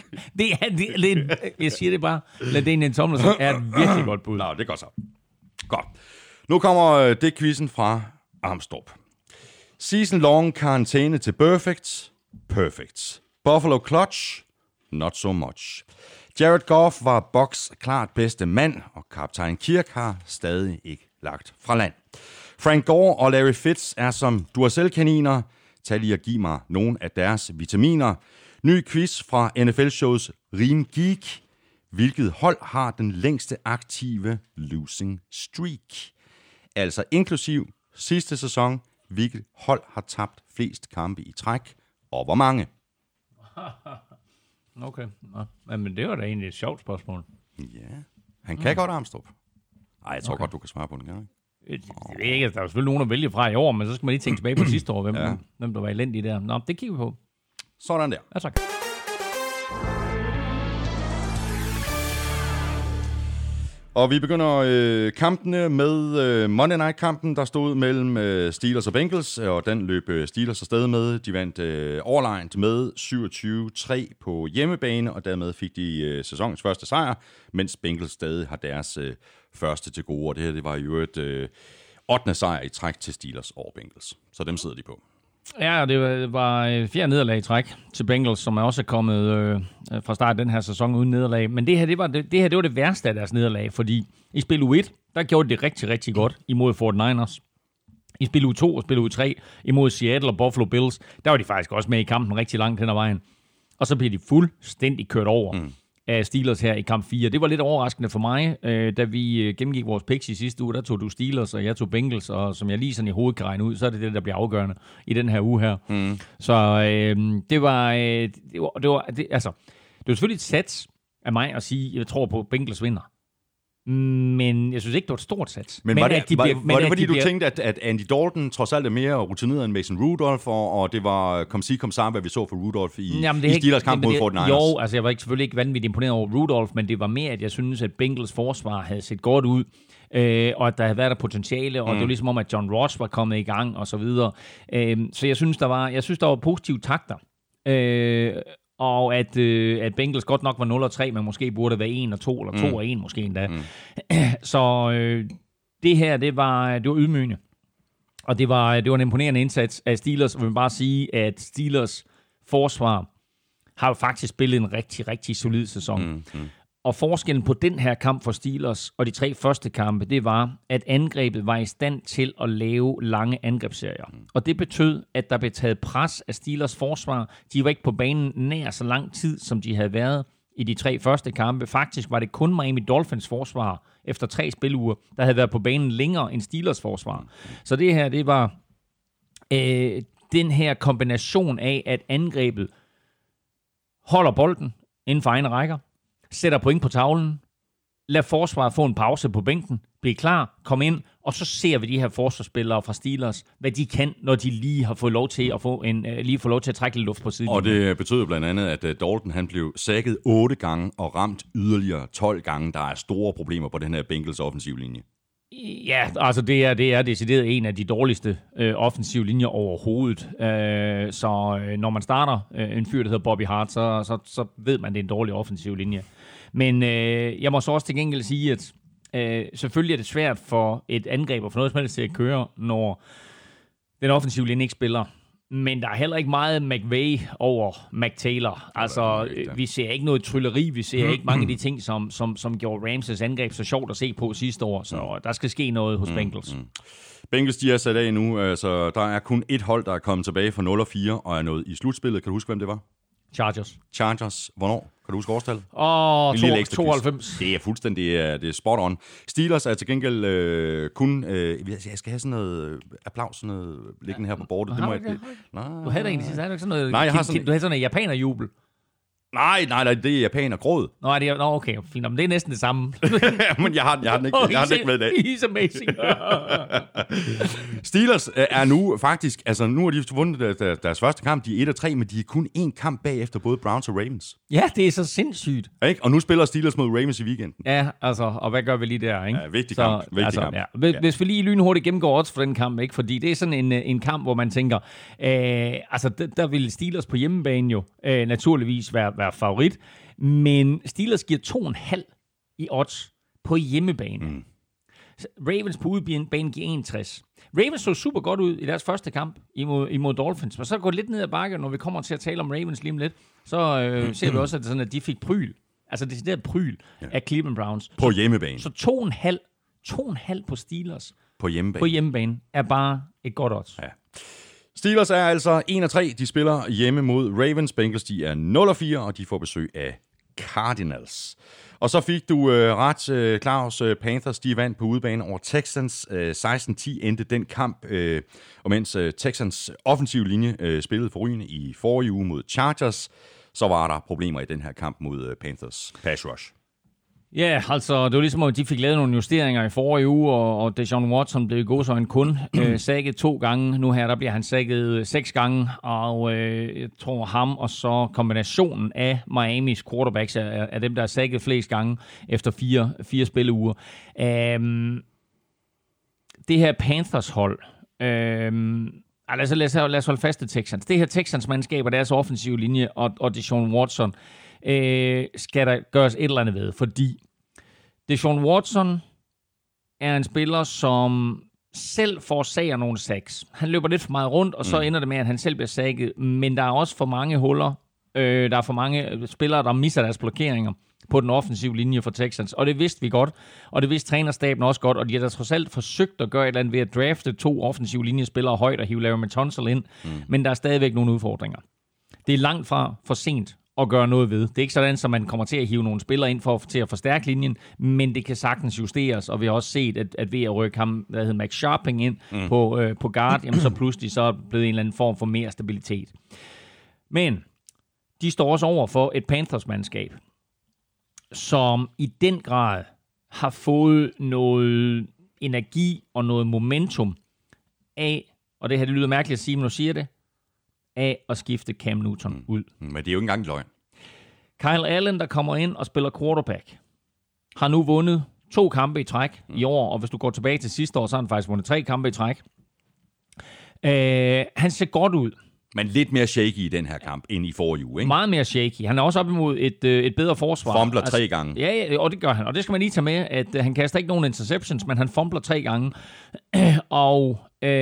Jeg siger det bare. Ladanien Tomlinson er et virkelig godt bud. Nå, det er godt så. Godt. Nu kommer det quizzen fra Armstrong. Season long karantæne til Perfect. Buffalo Clutch, not so much. Jared Goff var Bucks klart bedste mand, og kaptajn Kirk har stadig ikke lagt fra land. Frank Gore og Larry Fitz er som Duracell-kaniner. Tag lige og giv mig nogle af deres vitaminer. Ny quiz fra NFL-shows Rim Geek. Hvilket hold har den længste aktive losing streak? Altså inklusiv sidste sæson. Hvilket hold har tabt flest kampe i træk, og hvor mange? Okay. Men det var da egentlig et sjovt spørgsmål. Ja, han kan godt Armstrong. Ej, jeg tror godt, du kan svare på den, kan Det er ikke, der er selvfølgelig nogen, der vælger fra i år, men så skal man lige tænke tilbage på sidste år, hvem der var elendig der. Nå, det kigger vi på. Sådan der. Ja, tak. Og vi begynder kampene med Monday Night-kampen, der stod mellem Steelers og Bengals, og den løb Steelers afsted med. De vandt overlegent med 27-3 på hjemmebane, og dermed fik de sæsonens første sejr, mens Bengals stadig har deres første til gode. Og det her det var jo et 8. sejr i træk til Steelers over Bengals. Så dem sidder de på. Ja, det var 4 nederlag i træk til Bengals, som er også kommet fra start den her sæson uden nederlag. Men det her, det var det værste af deres nederlag, fordi i spil U1, der gjorde de det rigtig, rigtig godt imod 49ers. I spil U2 og spil U3 imod Seattle og Buffalo Bills, der var de faktisk også med i kampen rigtig langt hen ad vejen. Og så bliver de fuldstændig kørt over af Steelers her i kamp 4. Det var lidt overraskende for mig, da vi gennemgik vores picks i sidste uge. Der tog du Steelers, og jeg tog Bengals, og som jeg lige sådan i hovedet kan regne ud, så er det det, der bliver afgørende i den her uge her. Så det var selvfølgelig et sats af mig at sige, jeg tror på, Bengals vinder. Men jeg synes ikke, det var et stort sats. Men var det fordi, du tænkte, at Andy Dalton trods alt er mere rutineret end Mason Rudolph, og det var kom sar, hvad vi så for Rudolph i Steelers kamp mod 49ers? Jo, altså jeg var selvfølgelig ikke vanvittigt imponeret over Rudolph, men det var mere, at jeg synes, at Bengals forsvar havde set godt ud, og at der havde været der potentiale, og det var ligesom om, at John Ross var kommet i gang, og så videre. Så jeg synes, der var positive takter. Og at Bengals godt nok var 0-3, men måske burde være 1-2 eller 2-1 måske endda. Så det her, det var ydmygende. Og det var en imponerende indsats af Steelers. Og vi vil bare sige, at Steelers forsvar har jo faktisk spillet en rigtig, rigtig solid sæson. Og forskellen på den her kamp for Steelers og de 3 første kampe, det var, at angrebet var i stand til at lave lange angrebsserier. Og det betød, at der blev taget pres af Steelers forsvar. De var ikke på banen nær så lang tid, som de havde været i de 3 første kampe. Faktisk var det kun Miami Dolphins forsvar efter 3 spiluger, der havde været på banen længere end Steelers forsvar. Så det her, det var den her kombination af, at angrebet holder bolden inden for egne rækker, sætter point på tavlen, lad forsvaret få en pause på bænken, blive klar, kom ind, og så ser vi de her forsvarsspillere fra Steelers, hvad de kan, når de lige har fået lov til at få lov til at trække lidt luft på siden. Og det betød blandt andet, at Dalton han blev sækket 8 gange og ramt yderligere 12 gange. Der er store problemer på den her Bengals offensiv linje. Ja, altså det er decideret en af de dårligste offensive linjer overhovedet. Så når man starter en fyr, der hedder Bobby Hart, så ved man, det er en dårlig offensiv linje. Men jeg må så også til gengæld sige, at selvfølgelig er det svært for et angreb og for noget som helst til at køre, når den offensive linje ikke spiller. Men der er heller ikke meget McVay over McTaylor. Altså, vi ser ikke noget trylleri. Vi ser ikke mange af de ting, som gjorde Ramses angreb så sjovt at se på sidste år. Så der skal ske noget hos Bengals. Bengals, de er sat af nu. Altså, der er kun et hold, der er kommet tilbage fra 0-4 og er nået i slutspillet. Kan du huske, hvem det var? Chargers. Hvornår? Kan du huske årstallet? 92. Det er fuldstændig det er spot on. Steelers er til gengæld kun... jeg skal have sådan noget applaus, sådan noget liggende her på bordet. Det må jeg... Nej. Du havde det egentlig sidst. Sådan noget, nej, jeg har sådan... Du havde sådan en japanerjubel. Nej, det er japanergråd. Okay, fint. Men det er næsten det samme. Men jeg har den ikke med i dag. He's amazing. Steelers er nu faktisk, altså nu har de vundet deres første kamp, de er 1-3, men de er kun én kamp bagefter både Browns og Ravens. Ja, det er så sindssygt. Ikke? Og nu spiller Steelers mod Ravens i weekenden. Ja, altså, og hvad gør vi lige der, ikke? Ja, vigtig kamp. Kamp. Ja. Hvis vi lige lynhurtigt gennemgår odds for den kamp, ikke? Fordi det er sådan en kamp, hvor man tænker, der vil Steelers på hjemmebane jo naturligvis være favorit, men Steelers giver 2,5 i odds på hjemmebane. Ravens på udebane giver 61. Ravens så super godt ud i deres første kamp imod Dolphins, men så går det lidt ned ad bakke, når vi kommer til at tale om Ravens lige om lidt, så ser vi også, at de fik pryl. Altså decideret pryl af Cleveland Browns. På hjemmebane. Så 2,5 på Steelers. På hjemmebane er bare et godt odds. Ja. Steelers er altså 1-3. De spiller hjemme mod Ravens. Bengals, de er 0-4, og de får besøg af Cardinals. Og så fik du ret, Claus. Panthers, de vandt på udebane over Texans. 16-10 endte den kamp, og mens Texans offensive linje spillede forrygende i forrige uge mod Chargers, så var der problemer i den her kamp mod Panthers pass rush. Ja, altså, det var ligesom, at de fik lavet nogle justeringer i forrige uge, og Deshaun Watson blev i godsøjne kun sækket 2 gange. Nu her, der bliver han sækket 6 gange, og jeg tror ham og så kombinationen af Miamis quarterbacks er dem, der er sækket flest gange efter 4 spilleuger. Det her Panthers-hold... Lad os holde fast til Texans. Det her Texans-mandskab og deres offensive linje og Deshaun Watson skal der gøres et eller andet ved, fordi Deshaun Watson er en spiller, som selv forårsager nogle sacks. Han løber lidt for meget rundt, og så ender det med, at han selv bliver sacket, men der er også for mange huller. Der er for mange spillere, der misser deres blokeringer på den offensive linje for Texans, og det vidste vi godt, og det vidste trænerstaben også godt, og de har da trods alt forsøgt at gøre et eller andet ved at drafte 2 offensive linjespillere højt og hive Laremy Tunsil ind, men der er stadigvæk nogle udfordringer. Det er langt fra for sent at gøre noget ved. Det er ikke sådan, at man kommer til at hive nogle spillere ind til at forstærke linjen, men det kan sagtens justeres, og vi har også set, at ved at rykke ham, der hedder Max Sharping ind på guard, jamen så pludselig så er blevet en eller anden form for mere stabilitet. Men de står også over for et Panthers-mandskab, som i den grad har fået noget energi og noget momentum af, og det her det lyder mærkeligt at sige, men nu siger det, af at skifte Cam Newton ud. Men det er jo ikke engang løgn. Kyle Allen, der kommer ind og spiller quarterback, har nu vundet 2 kampe i træk i år, og hvis du går tilbage til sidste år, så har han faktisk vundet 3 kampe i træk. Han ser godt ud. Men lidt mere shaky i den her kamp, end i forrige uge, ikke? Meget mere shaky. Han er også op imod et bedre forsvar. Fumbler 3 gange. Ja, og det gør han. Og det skal man lige tage med, at han kaster ikke nogen interceptions, men han fumbler 3 gange. Og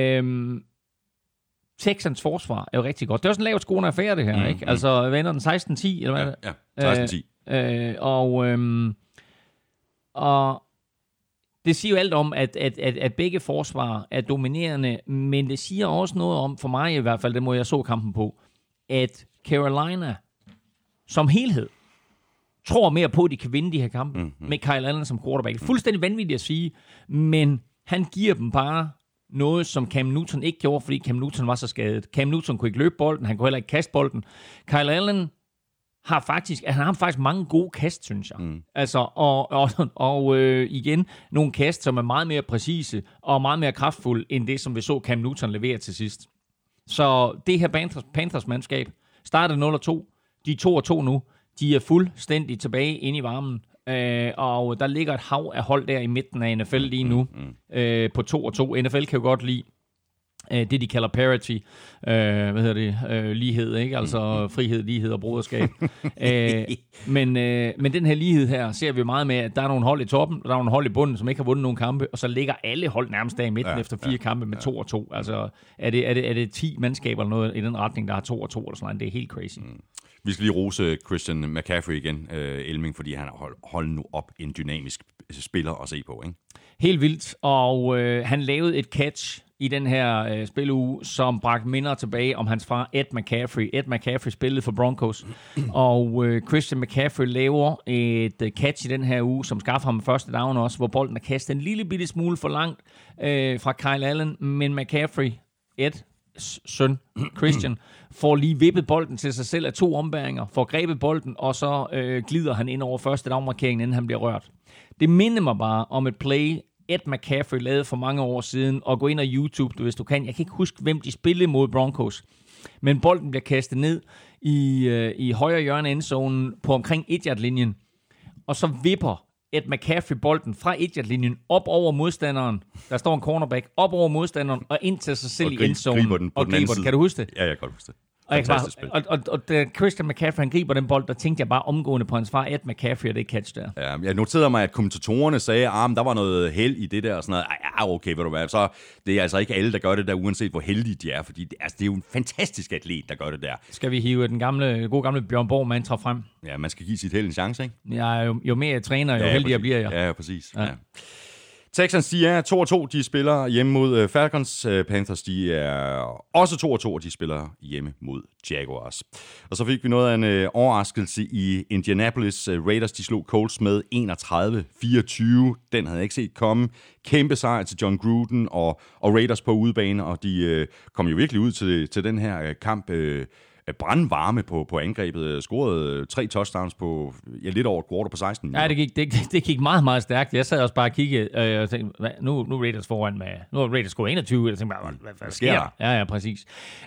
Texans forsvar er jo rigtig godt. Det er også en lavt scorende affære, det her, ikke? Altså, vender den 16-10, eller hvad? Ja, 16-10. Og det siger jo alt om, at begge forsvar er dominerende, men det siger også noget om, for mig i hvert fald, det må jeg så kampen på, at Carolina som helhed tror mere på, at de kan vinde de her kampe med Kyle Allen som quarterback. Fuldstændig vanvittigt at sige, men han giver dem bare noget, som Cam Newton ikke gjorde, fordi Cam Newton var så skadet. Cam Newton kunne ikke løbe bolden, han kunne heller ikke kaste bolden. Kyle Allen har faktisk mange gode kast, synes jeg. Altså, og igen, nogle kast, som er meget mere præcise og meget mere kraftfulde, end det, som vi så Cam Newton levere til sidst. Så det her Panthers-mandskab startede 0-2. De er 2-2 nu. De er fuldstændig tilbage inde i varmen. Og der ligger et hav af hold der i midten af NFL lige nu på 2-2. NFL kan jo godt lide det, de kalder parity, lighed, ikke? Altså frihed, lighed og broderskab. Men den her lighed her ser vi meget med, at der er nogle hold i toppen, og der er nogle hold i bunden, som ikke har vundet nogen kampe, og så ligger alle hold nærmest der i midten efter 4 kampe med 2-2. Altså, er det 10 mandskaber eller noget i den retning, der har 2-2 eller sådan noget? Det er helt crazy. Vi skal lige rose Christian McCaffrey igen, Elming, fordi han har holdt nu op en dynamisk spiller at se på, ikke? Helt vildt, og han lavede et catch i den her spilleuge, som bragte minder tilbage om hans far, Ed McCaffrey. Ed McCaffrey spillede for Broncos, og Christian McCaffrey laver et catch i den her uge, som skaffer ham første down også, hvor bolden er kastet en lille bitte smule for langt fra Kyle Allen, men McCaffrey, Eds søn, Christian, får lige vippet bolden til sig selv af 2 ombæringer, får grebet bolden, og så glider han ind over første downmarkeringen, inden han bliver rørt. Det minder mig bare om et play, Ed McCaffrey lavede for mange år siden, og gå ind og YouTube, hvis du kan. Jeg kan ikke huske, hvem de spillede mod Broncos, men bolden bliver kastet ned i højre hjørne endzonen på omkring 1-yard-linjen, og så vipper Ed McCaffrey bolden fra 1-yard-linjen op over modstanderen. Der står en cornerback op over modstanderen og ind til sig selv i endzonen. Og griber den. Kan du huske det? Ja, jeg kan godt huske det. Og da Christian McCaffrey han griber den bold, der tænkte jeg bare omgående på hans far, Ed McCaffrey, og det catch der. Ja, jeg noterede mig, at kommentatorerne sagde, at der var noget held i det der, og sådan noget. Ja, okay, ved du hvad, så det er altså ikke alle, der gør det der, uanset hvor heldige de er, fordi det er jo en fantastisk atlet, der gør det der. Skal vi hive den gode gamle Bjørn Borg mantra frem? Ja, man skal give sit held en chance, ikke? Ja, jo mere jeg træner, jo heldigere bliver jeg. Ja, præcis. Ja. Texans, de er 2-2, de spiller hjemme mod Falcons. Panthers, de er også 2-2, og de spiller hjemme mod Jaguars. Og så fik vi noget af en overraskelse i Indianapolis. Raiders, de slog Colts med 31-24. Den havde jeg ikke set komme. Kæmpe sejr til John Gruden og Raiders på udebane, og de kom jo virkelig ud til den her kamp brandvarme på angrebet, scorede 3 touchdowns på lidt over et quarter på 16 minutter. Ja, det gik meget, meget stærkt. Jeg sad også bare og kiggede og tænkte, nu er Raiders foran med, nu er Raiders gået 21, jeg tænkte bare, hvad sker der? Ja, præcis.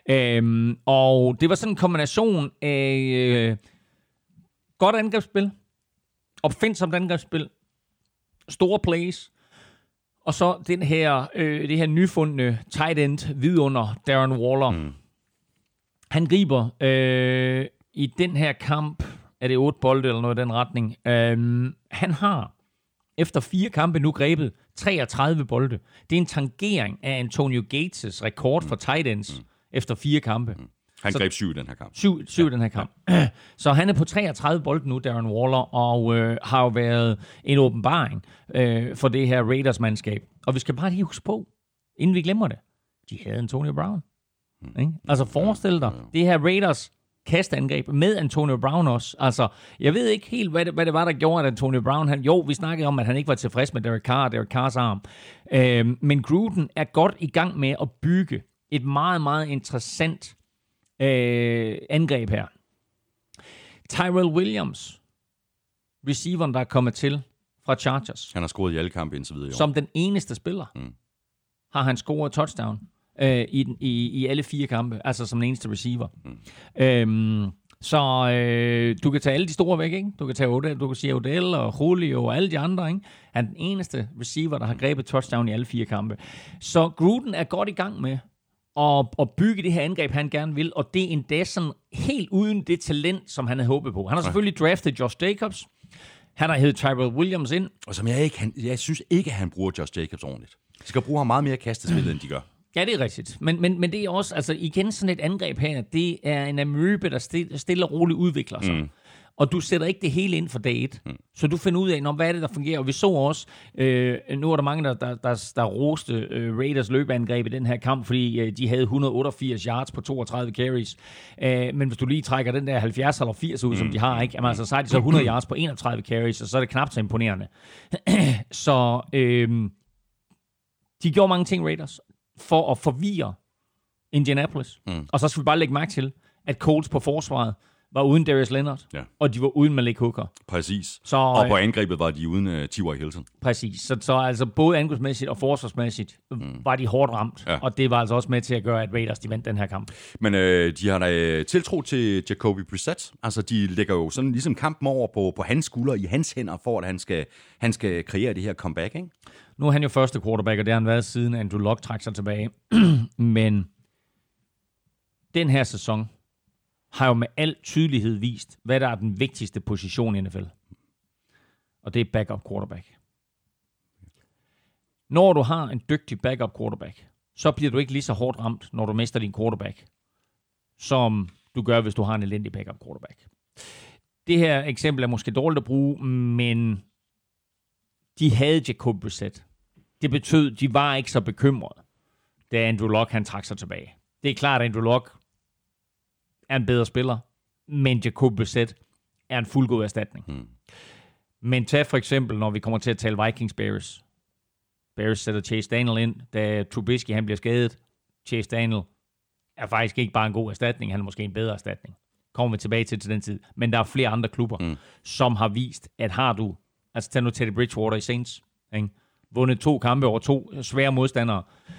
Og det var sådan en kombination af godt angrebsspil, opfindsomt angrebsspil, store plays, og så det her nyfundne tight end vidunder Darren Waller. Han griber i den her kamp, er det 8 bolde eller noget i den retning. Han har efter 4 kampe nu grebet 33 bolde. Det er en tangering af Antonio Gates' rekord for tight ends efter 4 kampe. Han greb 7 i den her kamp. 7 i den her kamp. Så han er på 33 bolde nu, Darren Waller, og har jo været en åbenbaring for det her Raiders-mandskab. Og vi skal bare lige huske på, inden vi glemmer det, de havde Antonio Brown. Altså forestil dig, det her Raiders kastangreb med Antonio Brown også. Altså, jeg ved ikke helt, hvad det var, der gjorde, at Antonio Brown, vi snakkede om, at han ikke var tilfreds med Derek Carrs arm. Men Gruden er godt i gang med at bygge et meget, meget interessant angreb her. Tyrell Williams, receiveren, der er kommet til fra Chargers. Han har scoret i alle kampe indtil videre. Som den eneste spiller har han scoret touchdown i alle 4 kampe, altså som den eneste receiver. Så du kan tage alle de store væk, ikke? Du kan tage Odell, du kan sige Odell og Julio og alle de andre, ikke? Han er den eneste receiver, der har grebet touchdown i alle 4 kampe. Så Gruden er godt i gang med at bygge det her angreb, han gerne vil, og det er endda sådan helt uden det talent, som han havde håbet på. Han har selvfølgelig draftet Josh Jacobs. Han har hævet Tyrell Williams ind. Og som jeg synes ikke, at han bruger Josh Jacobs ordentligt. De skal bruge ham meget mere kastespil, end de gør. Ja, det er rigtigt. Men det er også, altså igen sådan et angreb her, det er en amøbe, der stille og roligt udvikler sig. Og du sætter ikke det hele ind for dag 1. Så du finder ud af, hvad er det, der fungerer. Og vi så også, nu er der mange, der roste Raiders løbeangreb i den her kamp, fordi de havde 188 yards på 32 carries. Men hvis du lige trækker den der 70 eller 80 ud, som de har, ikke? Altså, så har de så 100 yards på 31 carries, og så er det knap så imponerende. Så de gjorde mange ting, Raiders, for at forvirre Indianapolis. Og så skal vi bare lægge mærke til, at Colts på forsvaret var uden Darius Leonard, og de var uden Malik Hooker. Præcis. Og på angrebet var de uden T.Y. Hilton. Præcis. Så altså både angrebsmæssigt og forsvarsmæssigt var de hårdt ramt, og det var altså også med til at gøre, at Raiders de vandt den her kamp. Men de har da tiltro til Jacoby Brissett. Altså de lægger jo sådan ligesom kampen over på hans skuldre, i hans hænder, for at han skal kreere det her comeback, ikke? Nu er han jo første quarterback, og det har han været siden Andrew Luck trak sig tilbage. Men den her sæson har jo med al tydelighed vist, hvad der er den vigtigste position i NFL. Og det er backup quarterback. Når du har en dygtig backup quarterback, så bliver du ikke lige så hårdt ramt, når du mister din quarterback, som du gør, hvis du har en elendig backup quarterback. Det her eksempel er måske dårligt at bruge, men de havde Jacoby Brissett. Det betød, de var ikke så bekymrede. da Andrew Luck han trak sig tilbage. Det er klart, at Andrew Luck er en bedre spiller, men Jacoby Brissett er en fuldgod erstatning. Men tag for eksempel, når vi kommer til at tale Vikings-Bears. Bears sætter Chase Daniel ind, da Trubisky han bliver skadet. Chase Daniel er faktisk ikke bare en god erstatning, han er måske en bedre erstatning. Kommer vi tilbage til den tid. Men der er flere andre klubber, som har vist, at har du, altså tag nu Teddy Bridgewater i Saints, ikke? Vundet 2 kampe over 2 svære modstandere,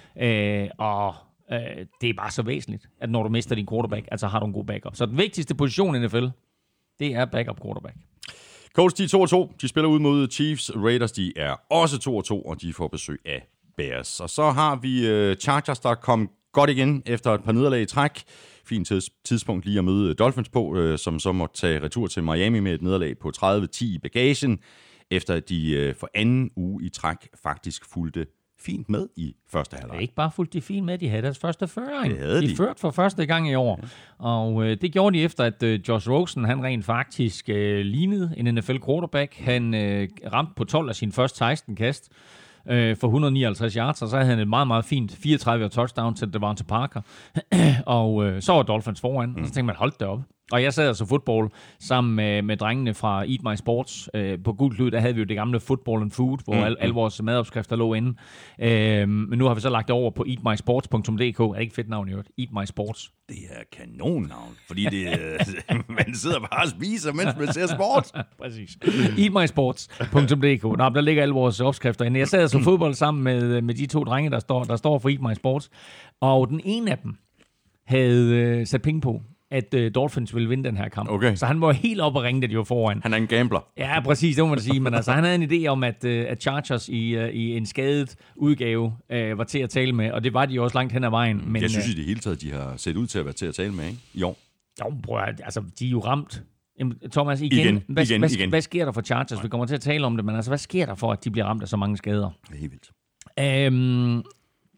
og det er bare så væsentligt, at når du mister din quarterback, altså har du en god backup. Så den vigtigste position i NFL, det er backup quarterback. Colts, de er 2-2. De spiller ud mod Chiefs. Raiders, de er også 2-2, og de får besøg af Bears. Og så har vi Chargers, der kom godt igen efter et par nederlag i træk. Fint tidspunkt lige at møde Dolphins på, som så måtte tage retur til Miami med et nederlag på 30-10 i bagagen, efter at de for anden uge i træk faktisk fulgte fint med i første halvleg. Ikke bare fulgte de fint med, de havde deres første føring. Det havde de. De førte for første gang i år. Og det gjorde de efter, at Josh Rosen, han rent faktisk lignede en NFL quarterback. Han ramte på 12 af sine første 16 kast for 159 yards, og så havde han et meget, meget fint 34 touchdown til Devonta Parker. Og så var Dolphins foran, og så tænkte man, hold da op. Og jeg sad altså fodbold sammen med drengene fra Eat My Sports. På Gult Lyd, der havde vi jo det gamle Football and Food, hvor alle vores madopskrifter lå inde. Men nu har vi så lagt det over på eatmysports.dk. Er det ikke fedt navn i øvrigt? Eat My Sports. Det er kanonnavn, fordi det, man sidder bare og spiser, mens man ser sport. Præcis. Eatmysports.dk. Nå, der ligger alle vores opskrifter inde. Jeg sad altså fodbold sammen med de 2 drenge, der står for Eat My Sports. Og den ene af dem havde sat penge på, at Dolphins ville vinde den her kamp. Okay. Så han var helt op og ringe, da de var foran. Han er en gambler. Ja, præcis, det må man sige. Men altså, han havde en idé om, at Chargers i en skadet udgave var til at tale med, og det var de jo også langt hen ad vejen. Men, jeg synes i det hele taget, de har set ud til at være til at tale med, ikke? I år. Jo, bror, altså, de er jo ramt. Thomas, igen. Hvad sker der for Chargers? Nej. Vi kommer til at tale om det, men altså, hvad sker der for, at de bliver ramt af så mange skader? Det er helt vildt.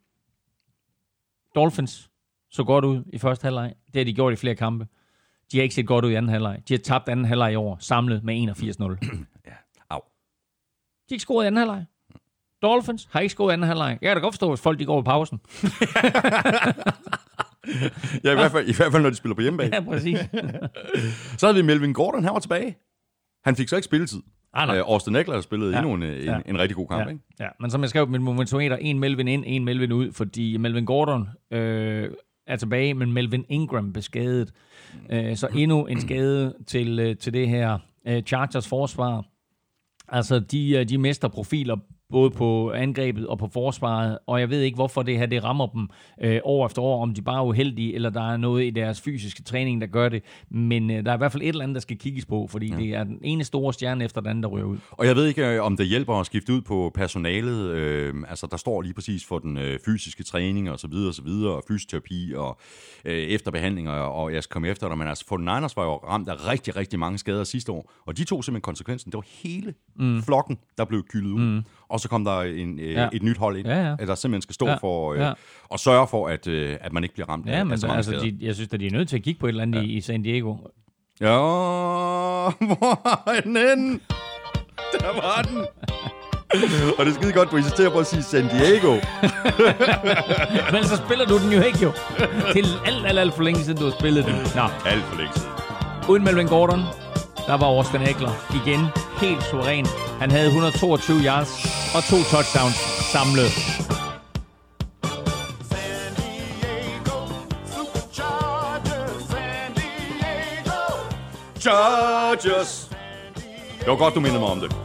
Dolphins så godt ud i første halvleg. Det har de gjort i flere kampe. De har ikke set godt ud i anden halvleg. De har tabt anden halvleg i år, samlet med 81-0. Ja, au. De har ikke scoret i anden halvleg. Dolphins har ikke scoret i anden halvleg. Jeg kan da godt forstå, hvis folk de går i pausen. Ja, i hvert fald, når de spiller på hjemmebane. Ja, præcis. Så havde vi Melvin Gordon, han var tilbage. Han fik så ikke spilletid. Austin Eckler har spillet endnu en rigtig god kamp, ikke? Ja, men som jeg skrev med momentometer, en Melvin ind, en Melvin ud, fordi Melvin Gordon er tilbage, men Melvin Ingram beskadet. Så endnu en skade til det her Chargers forsvar. Altså, de mister profiler både på angrebet og på forsvaret, og jeg ved ikke, hvorfor det her det rammer dem år efter år, om de bare er uheldige, eller der er noget i deres fysiske træning, der gør det. Men der er i hvert fald et eller andet, der skal kigges på, fordi det er den ene store stjerne efter den anden, der ryger ud. Og jeg ved ikke, om det hjælper at skifte ud på personalet. Altså, der står lige præcis for den fysiske træning og så videre, og fysioterapi og efterbehandlinger, og jeg skal komme efter dig, men altså, 49ers var jo ramt af rigtig, rigtig mange skader sidste år, og de tog simpelthen konsekvensen. Det var hele flokken, der blev kyldet ud. Og så kom der et nyt hold ind, der simpelthen skal stå for og sørge for, at man ikke bliver ramt af så mange altså, skader. jeg synes, at de er nødt til at kigge på et eller andet i San Diego. Ja, hvor er den henne? Der var den. Og det er skide godt, du insisterer på at sige San Diego. Men så spiller du den jo ikke, jo. Det er alt for længe siden, du har spillet den. Nå. Alt for længe siden. Uden Melvin Gordon, der var Austin Eckler igen helt suveræn. Han havde 122 yards og 2 touchdowns samlet. Chargers. Det var godt, du mindede mig om det.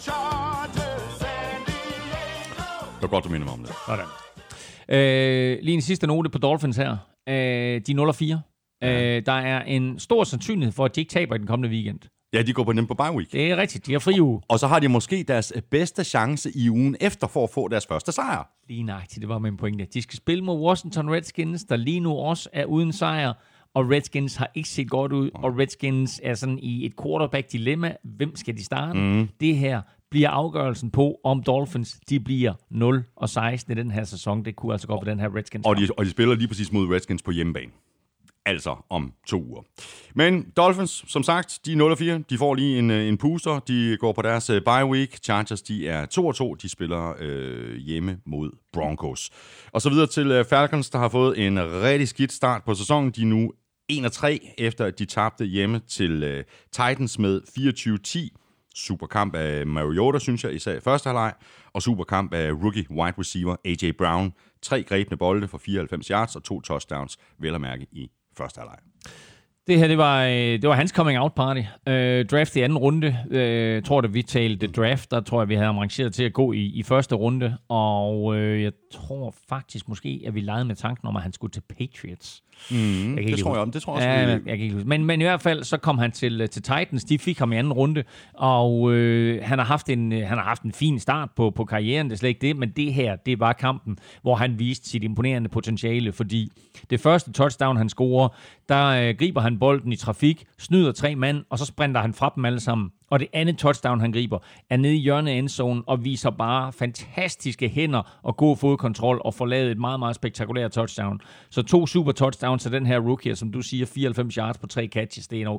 Det var godt, du mindede mig om det. Sådan. Lige en sidste note på Dolphins her. De 0-4. Der er en stor sandsynlighed for, at de ikke taber i den kommende weekend. Ja, de går på dem på bye week. Det er rigtigt, de har fri uge. Og så har de måske deres bedste chance i ugen efter for at få deres første sejr. Lige nøjagtigt, det var min pointe. De skal spille mod Washington Redskins, der lige nu også er uden sejr. Og Redskins har ikke set godt ud, og Redskins er sådan i et quarterback-dilemma. Hvem skal de starte? Det her bliver afgørelsen på, om Dolphins de bliver 0-16 i den her sæson. Det kunne altså gå på den her Redskins. Og de spiller lige præcis mod Redskins på hjemmebane. altså om 2 uger. Men Dolphins, som sagt, de er 0-4. De får lige en puster. De går på deres bye week. Chargers, de er 2-2. De spiller hjemme mod Broncos. Og så videre til Falcons, der har fået en rigtig skidt start på sæsonen. De er nu 1-3, efter at de tabte hjemme til Titans med 24-10. Superkamp af Mariota, synes jeg, især i første halvleg. Og superkamp af rookie wide receiver A.J. Brown. 3 grebne bolde for 94 yards og 2 touchdowns, vel at mærke i første halvleg. Det her, det var hans coming out party. Draft i anden runde. Tror det, vi talte draft. Der tror jeg, vi havde arrangeret til at gå i første runde. Og jeg tror faktisk måske, at vi legede med tanken om, at han skulle til Patriots. Det tror jeg også. Jeg kan ikke huske. Men i hvert fald, så kom han til Titans. De fik ham i anden runde. Og han har haft en fin start på karrieren. Det er slet ikke det. Men det her, det var kampen, hvor han viste sit imponerende potentiale. Fordi det første touchdown, han scorer, der griber han bolden i trafik, snyder 3 mand, og så sprinter han fra dem alle sammen. Og det andet touchdown, han griber, er nede i hjørnet af endzone og viser bare fantastiske hænder og god fodkontrol og får lavet et meget, meget spektakulært touchdown. Så 2 super touchdowns til den her rookie, som du siger, 94 yards på 3 catches. Det er en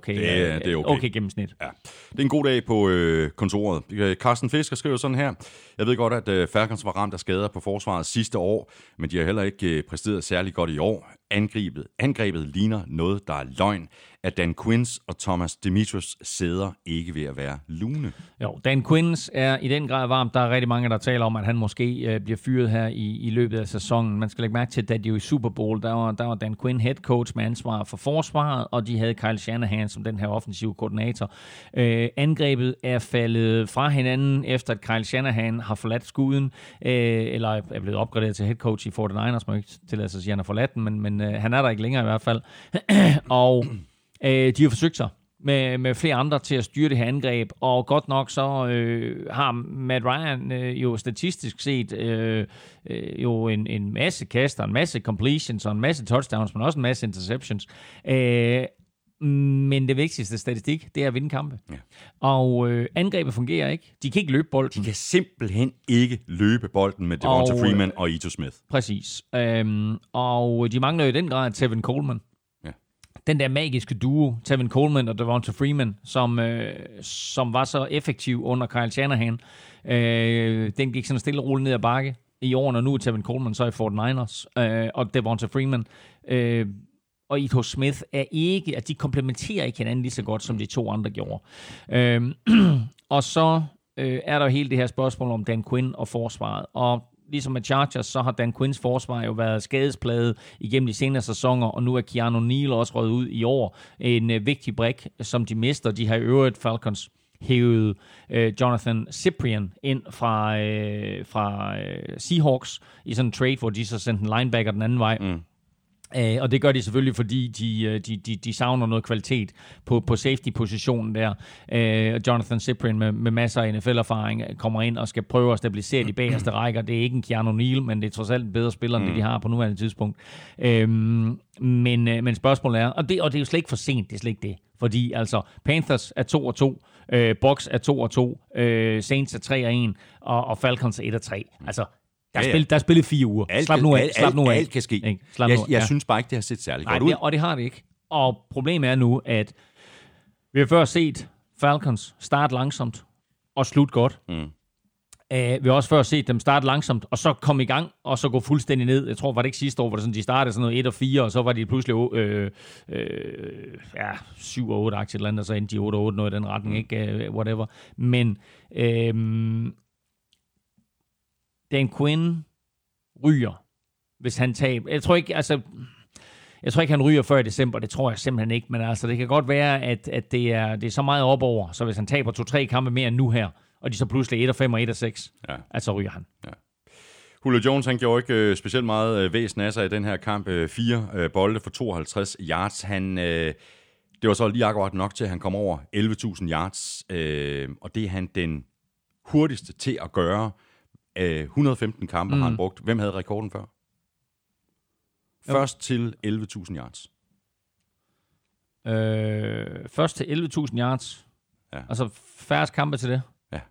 okay gennemsnit. Ja. Det er en god dag på kontoret. Carsten Fisker skriver sådan her. Jeg ved godt, at Falcons var ramt af skader på forsvaret sidste år, men de har heller ikke præsteret særlig godt i år. Angrebet ligner noget, der er løgn, at Dan Quinns og Thomas Demetrius sæder ikke ved at være lune. Jo, Dan Quinns er i den grad varmt. Der er rigtig mange, der taler om, at han måske bliver fyret her i løbet af sæsonen. Man skal lægge mærke til, at da de jo i Super Bowl, der var Dan Quinn head coach med ansvar for forsvaret, og de havde Kyle Shanahan som den her offensive koordinator. Angrebet er faldet fra hinanden, efter at Kyle Shanahan har forladt skuden, eller er blevet opgraderet til head coach i 49ers. Man ikke tillade sig at sige, at han har forladt den, men han er der ikke længere i hvert fald. Og de har forsøgt sig med flere andre til at styre det her angreb, og godt nok så har Matt Ryan jo statistisk set jo en masse kaster, en masse completions og en masse touchdowns, men også en masse interceptions. Men det vigtigste statistik, det er at vinde kampe. Ja. Og angrebet fungerer ikke. De kan ikke løbe bolden. De kan simpelthen ikke løbe bolden med Devonta Freeman og Ito Smith. Præcis. Og de mangler jo i den grad Tevin Coleman. Ja. Den der magiske duo, Tevin Coleman og Devonta Freeman, som var så effektiv under Kyle Shanahan. Den gik sådan stille og roligt ned ad bakke i årene, og nu er Tevin Coleman så i 49ers. Og Devonta Freeman og Ito Smith er ikke, at de komplementerer ikke hinanden lige så godt, som de 2 andre gjorde. Og så er der jo hele det her spørgsmål om Dan Quinn og forsvaret. Og ligesom med Chargers, så har Dan Quinns forsvar jo været skadesplaget igennem de senere sæsoner, og nu er Keanu Neal også røget ud i år. En vigtig brik, som de mister. De har i øvrigt Falcons hævet Jonathan Cyprien ind fra Seahawks i sådan en trade, hvor de så sendte en linebacker den anden vej. Og det gør de selvfølgelig, fordi de savner noget kvalitet på safety-positionen der. Jonathan Cyprien med masser af NFL-erfaring kommer ind og skal prøve at stabilisere de bagerste rækker. Det er ikke en Keanu Neal, men det er trods alt en bedre spiller, end det de har på nuværende tidspunkt. Men spørgsmålet er, og det er jo slet ikke for sent, det er slet ikke det. Fordi altså, Panthers er 2-2, Bucks er 2-2, Saints er 3-1, og Falcons er 1-3. Altså, der er spillet 4 uger. Slap nu af. Alt kan ske. Jeg synes bare ikke, det har set særlig godt ud. Og det har det ikke. Og problemet er nu, at vi har før set Falcons starte langsomt og slutte godt. Vi har også før set dem starte langsomt, og så komme i gang, og så gå fuldstændig ned. Jeg tror, var det ikke sidste år, hvor det sådan, de startede sådan noget 1-4, og så var de pludselig 7-8-aktigt eller andet, og så endte de 8-8, noget i den retning, ikke? Whatever. Men Dan Quinn ryger, hvis han taber. Jeg tror ikke, han ryger før i december. Det tror jeg simpelthen ikke. Men altså, det kan godt være, at det er så meget op over. Så hvis han taber 2-3 kampe mere end nu her, og de så pludselig 1-5 og 1-6, altså ryger han. Ja. Julio Jones, han gjorde ikke specielt meget væsen af sig i den her kamp. 4 bolde for 52 yards. Det var så lige akkurat nok til, at han kom over 11.000 yards. Og det er han den hurtigste til at gøre. 115 kampe har han brugt. Hvem havde rekorden før? Først til 11.000 yards. Først til 11.000 yards? Ja. Altså færrest kampe til det? Ja.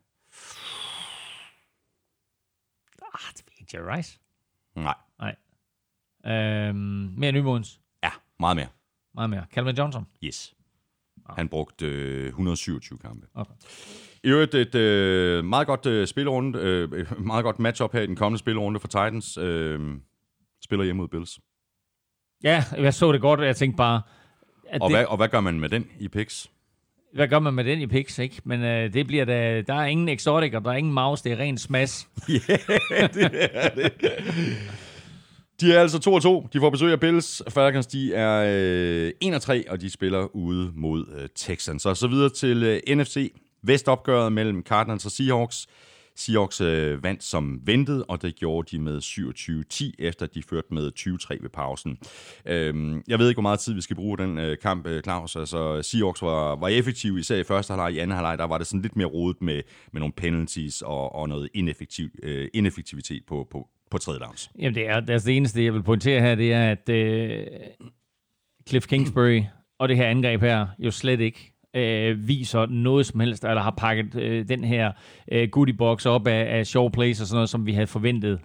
Det er ikke Jerry Rice. Nej. Mere Nymåns? Ja, meget mere. Meget mere. Calvin Johnson? Yes. Han brugte 127 kampe. Okay. I øvrigt et meget godt spillerunde, meget godt matchup her i den kommende spillerunde for Titans. Spiller hjemme mod Bills. Ja, jeg så det godt, og jeg tænkte bare... Og hvad gør man med den i picks? Hvad gør man med den i picks, ikke? Men det bliver da... Der er ingen exotic, og der er ingen mouse, det er ren smash. Ja, det er det. De er altså 2-2. De får besøg af Bills. Falcons, de er 1-3, og de spiller ude mod Texans. Og så videre til NFC. Vestopgøret mellem Cardinals og Seahawks. Seahawks vandt som ventet, og det gjorde de med 27-10, efter de førte med 20-3 ved pausen. Jeg ved ikke, hvor meget tid vi skal bruge den kamp, Claus. Altså, Seahawks var effektiv, især i første halvleg. I anden halvleg, der var det sådan lidt mere rodet med nogle penalties og noget ineffektivitet på tredje downs. Jamen, det er det eneste, jeg vil pointere her, det er, at Cliff Kingsbury og det her angreb her jo slet ikke viser noget som helst, eller har pakket den her goodie box op af show plays og sådan noget, som vi havde forventet.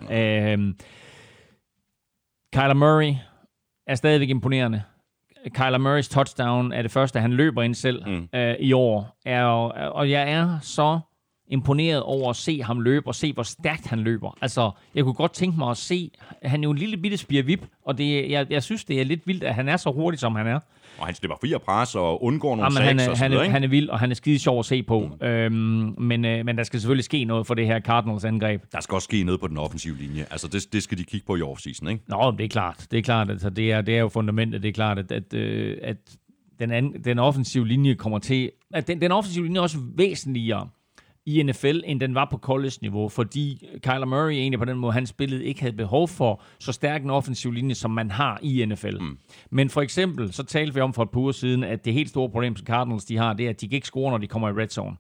Kyler Murray er stadigvæk imponerende. Kyler Murrays touchdown er det første, han løber ind selv i år. Og jeg er så imponeret over at se ham løbe, og se, hvor stærkt han løber. Altså, jeg kunne godt tænke mig at se, han er jo en lille bitte spirvip, og jeg synes, det er lidt vildt, at han er så hurtig, som han er. Og han slipper fri at presse og undgår nogle sacks og sådan noget, ikke? Han er vild, og han er skide sjov at se på. Men der skal selvfølgelig ske noget for det her Cardinals angreb. Der skal også ske noget på den offensive linje. Altså, det skal de kigge på i offseason, ikke? Nå, det er klart. Det er klart. Altså, det er jo fundamentet. Det er klart, at den offensive linje kommer til... At den offensive linje er også væsentligere i NFL, end den var på college-niveau, fordi Kyler Murray egentlig på den måde, han spillede, ikke havde behov for så stærk en offensiv linje, som man har i NFL. Men for eksempel, så talte vi om for et par uger siden, at det helt store problem, som Cardinals de har, det er, at de kan ikke score, når de kommer i red zone.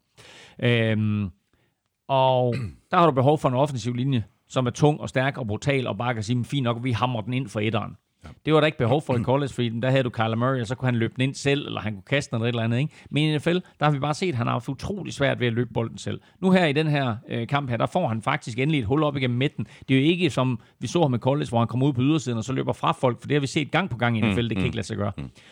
Og der har du behov for en offensiv linje, som er tung og stærk og brutal, og bare kan sige, fint nok, vi hamrer den ind for etteren. Ja. Det var der ikke behov for i college, fordi der havde du Kyler Murray, og så kunne han løbe den ind selv, eller han kunne kaste den eller et eller andet. Ikke? Men i NFL, der har vi bare set, at han har haft utrolig svært ved at løbe bolden selv. Nu her i den her kamp her, der får han faktisk endelig et hul op igennem midten. Det er jo ikke som vi så ham i college, hvor han kommer ud på ydersiden, og så løber fra folk, for det har vi set gang på gang i NFL, det kan ikke lade sig gøre.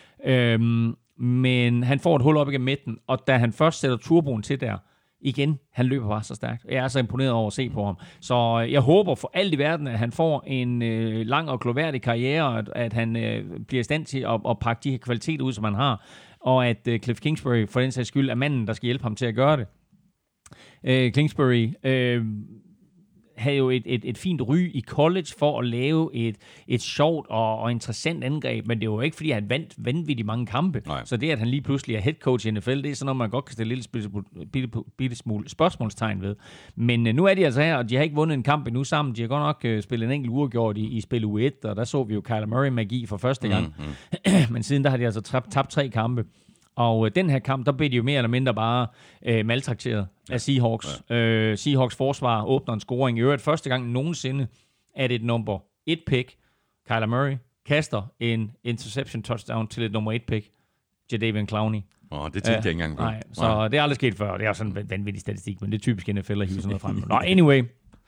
Men han får et hul op igennem midten, og da han først sætter turboen til der, igen, han løber bare så stærkt. Jeg er så imponeret over at se på ham. Så jeg håber for alt i verden, at han får en lang og gloværdig karriere, at han bliver i stand til at pakke de her kvaliteter ud, som han har, og at Cliff Kingsbury for den sags skyld er manden, der skal hjælpe ham til at gøre det. Kingsbury havde jo et fint ry i college for at lave et sjovt og interessant angreb, men det var jo ikke, fordi han vandt vanvittigt mange kampe. Nej. Så det, at han lige pludselig er head coach i NFL, det er sådan noget, man godt kan stille bitte smule spørgsmålstegn ved. Men nu er de altså her, og de har ikke vundet en kamp endnu sammen. De har godt nok spillet en enkelt uafgjort i spil uge 1, og der så vi jo Kyler Murray-magi for første gang. Men siden der har de altså tabt 3 kampe. Og den her kamp, der blev de jo mere eller mindre bare maltrakteret af Seahawks. Ja. Seahawks forsvar åbner en scoring. I øvrigt første gang nogensinde, at et nummer 1 pick, Kyler Murray, kaster en interception touchdown til et nummer 1 pick, Jadeveon Clowney. Det tænkte jeg ikke engang på. Nej, så det er aldrig sket før. Det er sådan en vanvittig statistik, men det er typisk NFL at hive sådan noget frem. Nå, anyway.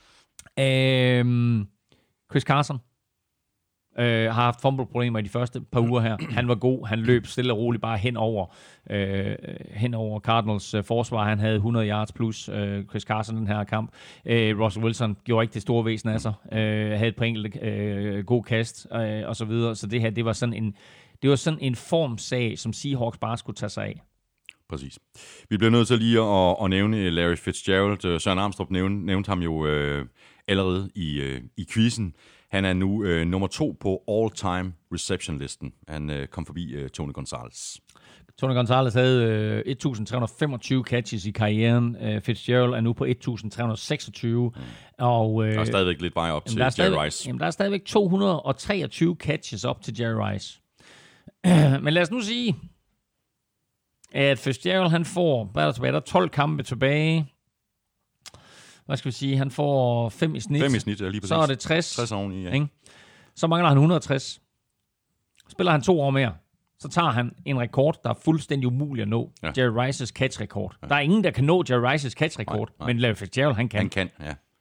Chris Carson har haft fumble-problemer i de første par uger her. Han var god. Han løb stille og roligt bare hen over Cardinals forsvar. Han havde 100 yards plus Chris Carson den her kamp. Russell Wilson gjorde ikke det store væsen af sig. Havde et par enkelte god kast og så videre. Så det her, det var sådan en formsag, som Seahawks bare skulle tage sig af. Præcis. Vi bliver nødt til lige at nævne Larry Fitzgerald. Søren Armstrong nævnte ham jo allerede i quizzen. Han er nu nummer 2 på all-time reception-listen. Han kom forbi Tony Gonzalez. Tony Gonzalez havde 1.325 catches i karrieren. Fitzgerald er nu på 1.326. Og, der er stadigvæk lidt vej op til Jerry Rice. Jamen, der er stadigvæk 223 catches op til Jerry Rice. Men lad os nu sige, at Fitzgerald han får, hvad er der tilbage? Der er 12 kampe tilbage. Hvad skal vi sige? Han får 5 i snit. 5 i snit, ja, lige præcis. Så er det 60. 60 oveni, ja. Ikke? Så mangler han 160. Spiller han 2 år mere, så tager han en rekord, der er fuldstændig umulig at nå. Ja. Jerry Rice's catch-rekord. Ja. Der er ingen, der kan nå Jerry Rice's catch-rekord, men Larry Fitzgerald, han kan. Han kan, ja.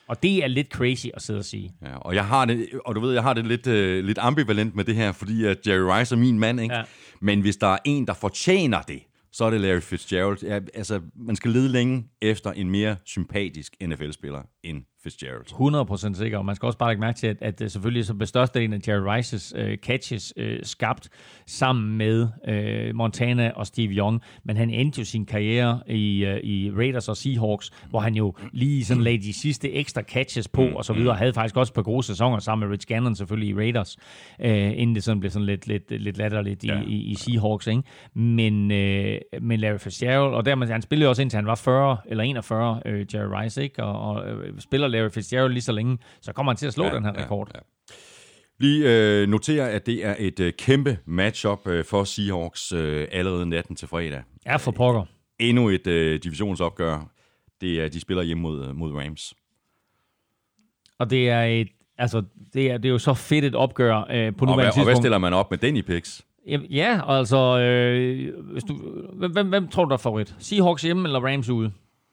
Og det er lidt crazy at sidde og sige. Ja, og jeg har det lidt ambivalent med det her, fordi at Jerry Rice er min mand, ikke? Ja. Men hvis der er en, der fortjener det, så er det Larry Fitzgerald. Ja, altså, man skal lede længe efter en mere sympatisk NFL-spiller end Fitzgerald. 100% sikker, og man skal også bare lægge mærke til, at selvfølgelig så blev størstedelen af Jerry Rices catches skabt sammen med Montana og Steve Young, men han endte jo sin karriere i Raiders og Seahawks, hvor han jo lige sådan lagde de sidste ekstra catches på, og så videre, havde faktisk også et par gode sæsoner sammen med Rich Gannon selvfølgelig i Raiders, inden det sådan blev sådan lidt latterligt i Seahawks, ikke? Men Larry Fitzgerald, og der han spillede også indtil han var 40 eller 41, Jerry Rice, ikke? Og spiller Larry Fitzgerald lige så længe, så kommer han til at slå den her rekord. Ja. Vi noterer, at det er et kæmpe matchup for Seahawks allerede natten til fredag. Ja, for pokker. Endnu et divisionsopgør. De spiller hjemme mod Rams. Og det er det er jo så fedt et opgør på nuværende tidspunkt. Og hvad stiller man op med den i picks? Ja, altså hvem tror du der er favorit? Seahawks hjemme eller Rams ude?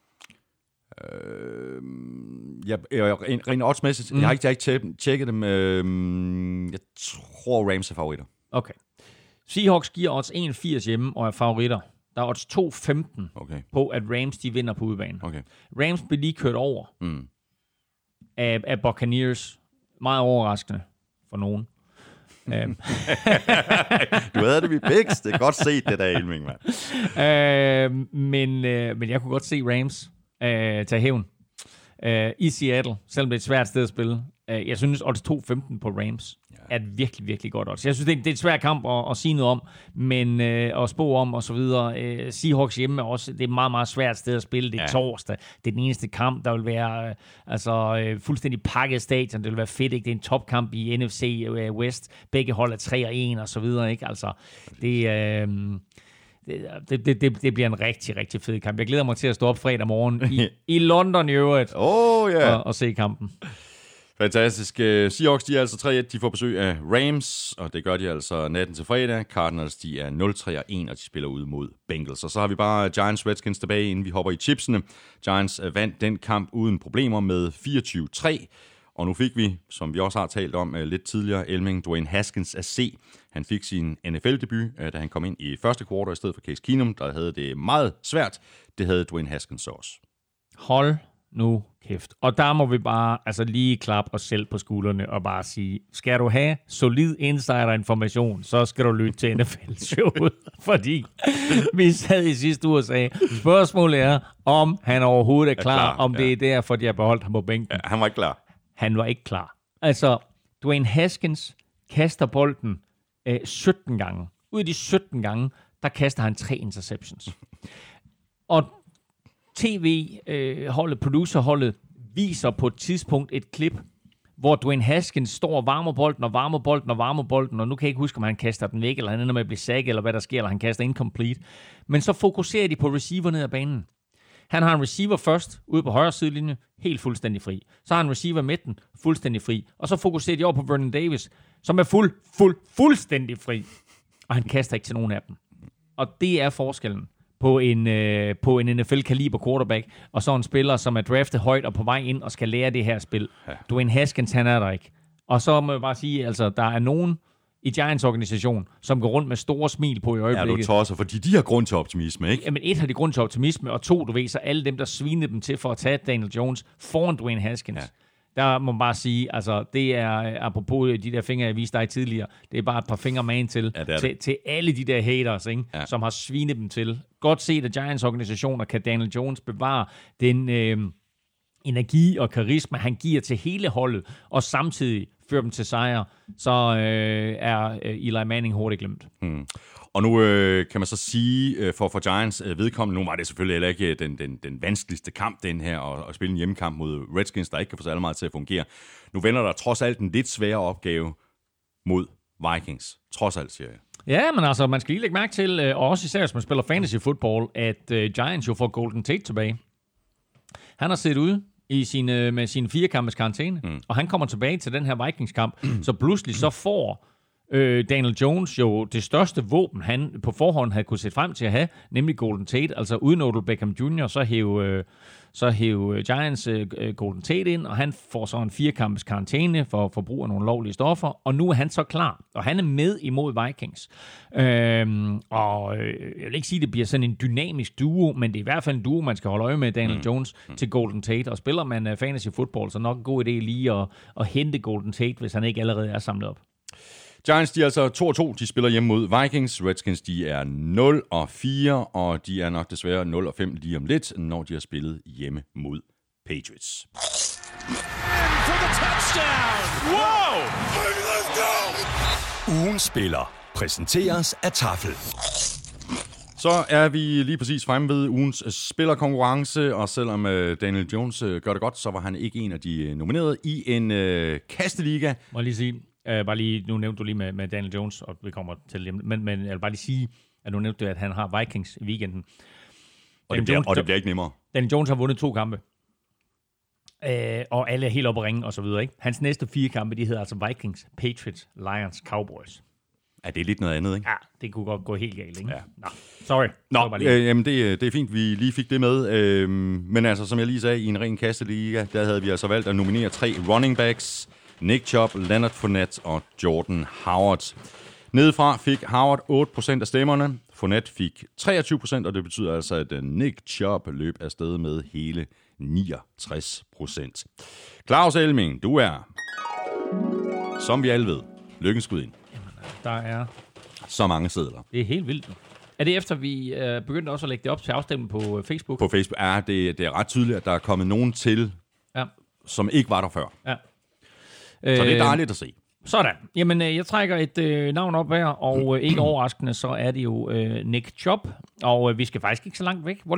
Rent oddsmæssigt. Jeg har ikke tjekket dem. Jeg tror, Rams er favoritter. Okay. Seahawks giver odds 81 hjemme og er favoritter. Der er odds 2,15 på, at Rams de vinder på udebane. Okay. Rams bliver lige kørt over af Buccaneers. Meget overraskende for nogen. Du havde det ved picks. Det er godt set, det der, Elming, mand. Men jeg kunne godt se Rams tage hævn i Seattle, selvom det er et svært sted at spille. Jeg synes, odds 2,15 på Rams er et virkelig, virkelig godt odds. Jeg synes, det er et svært kamp at sige noget om, men at spå om og så videre. Seahawks hjemme er også, det er et meget, meget svært sted at spille. Det er torsdag. Det er den eneste kamp, der vil være fuldstændig pakket stadion. Det vil være fedt, ikke? Det er en topkamp i NFC West. Begge hold er 3-1 og så videre, ikke? Altså, det bliver en rigtig, rigtig fed kamp. Jeg glæder mig til at stå op fredag morgen i London i øvrigt og se kampen. Fantastisk. Seahawks, de er altså 3-1. De får besøg af Rams, og det gør de altså natten til fredag. Cardinals, de er 0-3-1, og de spiller ud mod Bengals. Og så har vi bare Giants Redskins tilbage, inden vi hopper i chipsene. Giants vandt den kamp uden problemer med 24-3. Og nu fik vi, som vi også har talt om lidt tidligere, Elming Dwayne Haskins at se. Han fik sin NFL-debut, da han kom ind i første kvartal i stedet for Case Keenum, der havde det meget svært. Det havde Dwayne Haskins også. Hold nu kæft. Og der må vi bare lige klappe os selv på skuldrene og bare sige, skal du have solid insider-information, så skal du lytte til NFL-showet. Fordi vi sad i sidste uge og sagde, spørgsmålet er, om han overhovedet er klar, om det er derfor, de har beholdt ham på bænken. Ja, han var ikke klar. Han var ikke klar. Altså, Dwayne Haskins kaster bolden 17 gange. Ud af de 17 gange, der kaster han 3 interceptions. Og TV-holdet, producerholdet, viser på et tidspunkt et klip, hvor Dwayne Haskins står og varmer bolden, og nu kan jeg ikke huske, om han kaster den væk, eller han ender med at blive sacket, eller hvad der sker, eller han kaster incomplete. Men så fokuserer de på receiver ned ad banen. Han har en receiver først, ude på højre sidelinje, helt fuldstændig fri. Så har han en receiver midten, fuldstændig fri. Og så fokuserer de over på Vernon Davis, som er fuldstændig fri. Og han kaster ikke til nogen af dem. Og det er forskellen på en NFL-kaliber quarterback, og så en spiller, som er draftet højt og på vej ind og skal lære det her spil. Ja. Dwayne Haskins, han er der ikke. Og så må jeg bare sige, altså, der er nogen i Giants organisation, som går rundt med store smil på i øjeblikket. Ja, du tosser, fordi de har grund til optimisme, ikke? Jamen, 1 har de grund til optimisme, og 2, du ved, så alle dem, der svinede dem til for at tage Daniel Jones foran Dwayne Haskins. Ja. Der må man bare sige, altså, det er, apropos de der fingre, jeg viste dig tidligere, det er bare et par fingre man til alle de der haters, ikke? Ja. Som har svinet dem til. Godt set, at Giants organisationer kan Daniel Jones bevare den energi og karisma, han giver til hele holdet, og samtidig fører dem til sejre, så er Eli Manning hurtigt glemt. Og nu kan man så sige, for Giants vedkommende, nu var det selvfølgelig heller ikke den vanskeligste kamp, den her, at spille en hjemmekamp mod Redskins, der ikke kan få særlig meget til at fungere. Nu vender der trods alt en lidt sværere opgave mod Vikings. Trods alt, siger jeg. Ja, men altså, man skal lige lægge mærke til, og også især, hvis man spiller fantasy football, at Giants jo får Golden Tate tilbage. Han har set ude med sine 4 kampes karantæne, og han kommer tilbage til den her Vikings-kamp, så pludselig så får Daniel Jones jo det største våben, han på forhånd havde kunne se frem til at have, nemlig Golden Tate. Altså uden Odell Beckham Jr., så hæv Giants Golden Tate ind, og han får så en 4-kampes karantæne for brug af nogle lovlige stoffer, og nu er han så klar, og han er med imod Vikings. Og jeg vil ikke sige, at det bliver sådan en dynamisk duo, men det er i hvert fald en duo, man skal holde øje med, Daniel Jones til Golden Tate, og spiller man fantasy football, så nok en god idé lige at hente Golden Tate, hvis han ikke allerede er samlet op. Giants, de er altså 2-2. De spiller hjemme mod Vikings. Redskins, de er 0-4, og de er nok desværre 0-5 lige om lidt, når de har spillet hjemme mod Patriots. Ugens spiller præsenteres af Tafel. Så er vi lige præcis fremme ved ugens spillerkonkurrence, og selvom Daniel Jones gør det godt, så var han ikke en af de nominerede i en kasteliga. Må jeg lige sige... nu nævnte du lige med Daniel Jones, og vi kommer til det, men jeg vil bare lige sige, at du nævnte, at han har Vikings i weekenden. Og det bliver ikke nemmere. Daniel Jones har vundet 2 kampe, og alle er helt oppe at ringe og så videre. Ikke? Hans næste 4 kampe, de hedder altså Vikings, Patriots, Lions, Cowboys. Ja, det er lidt noget andet, ikke? Ja, det kunne godt gå helt galt, ikke? Ja. Nå, sorry. Jamen det er fint, vi lige fik det med. Men altså, som jeg lige sagde, i en ren kasteliga, der havde vi altså valgt at nominere 3 running backs. Nick Chubb, Leonard Fournette og Jordan Howard. Nedefra fik Howard 8% af stemmerne. Fournette fik 23%, og det betyder altså, at Nick Chubb løb afsted med hele 69%. Claus Elming, du er, som vi alle ved, lykkens gud ind. Der er så mange sedler. Det er helt vildt. Er det efter, vi begyndte også at lægge det op til afstemning på Facebook? På Facebook det er ret tydeligt, at der er kommet nogen til, som ikke var der før. Ja. Så det er dejligt at se. Sådan. Jamen, jeg trækker et navn op her, og ikke overraskende, så er det jo Nick Chubb. Og vi skal faktisk ikke så langt væk.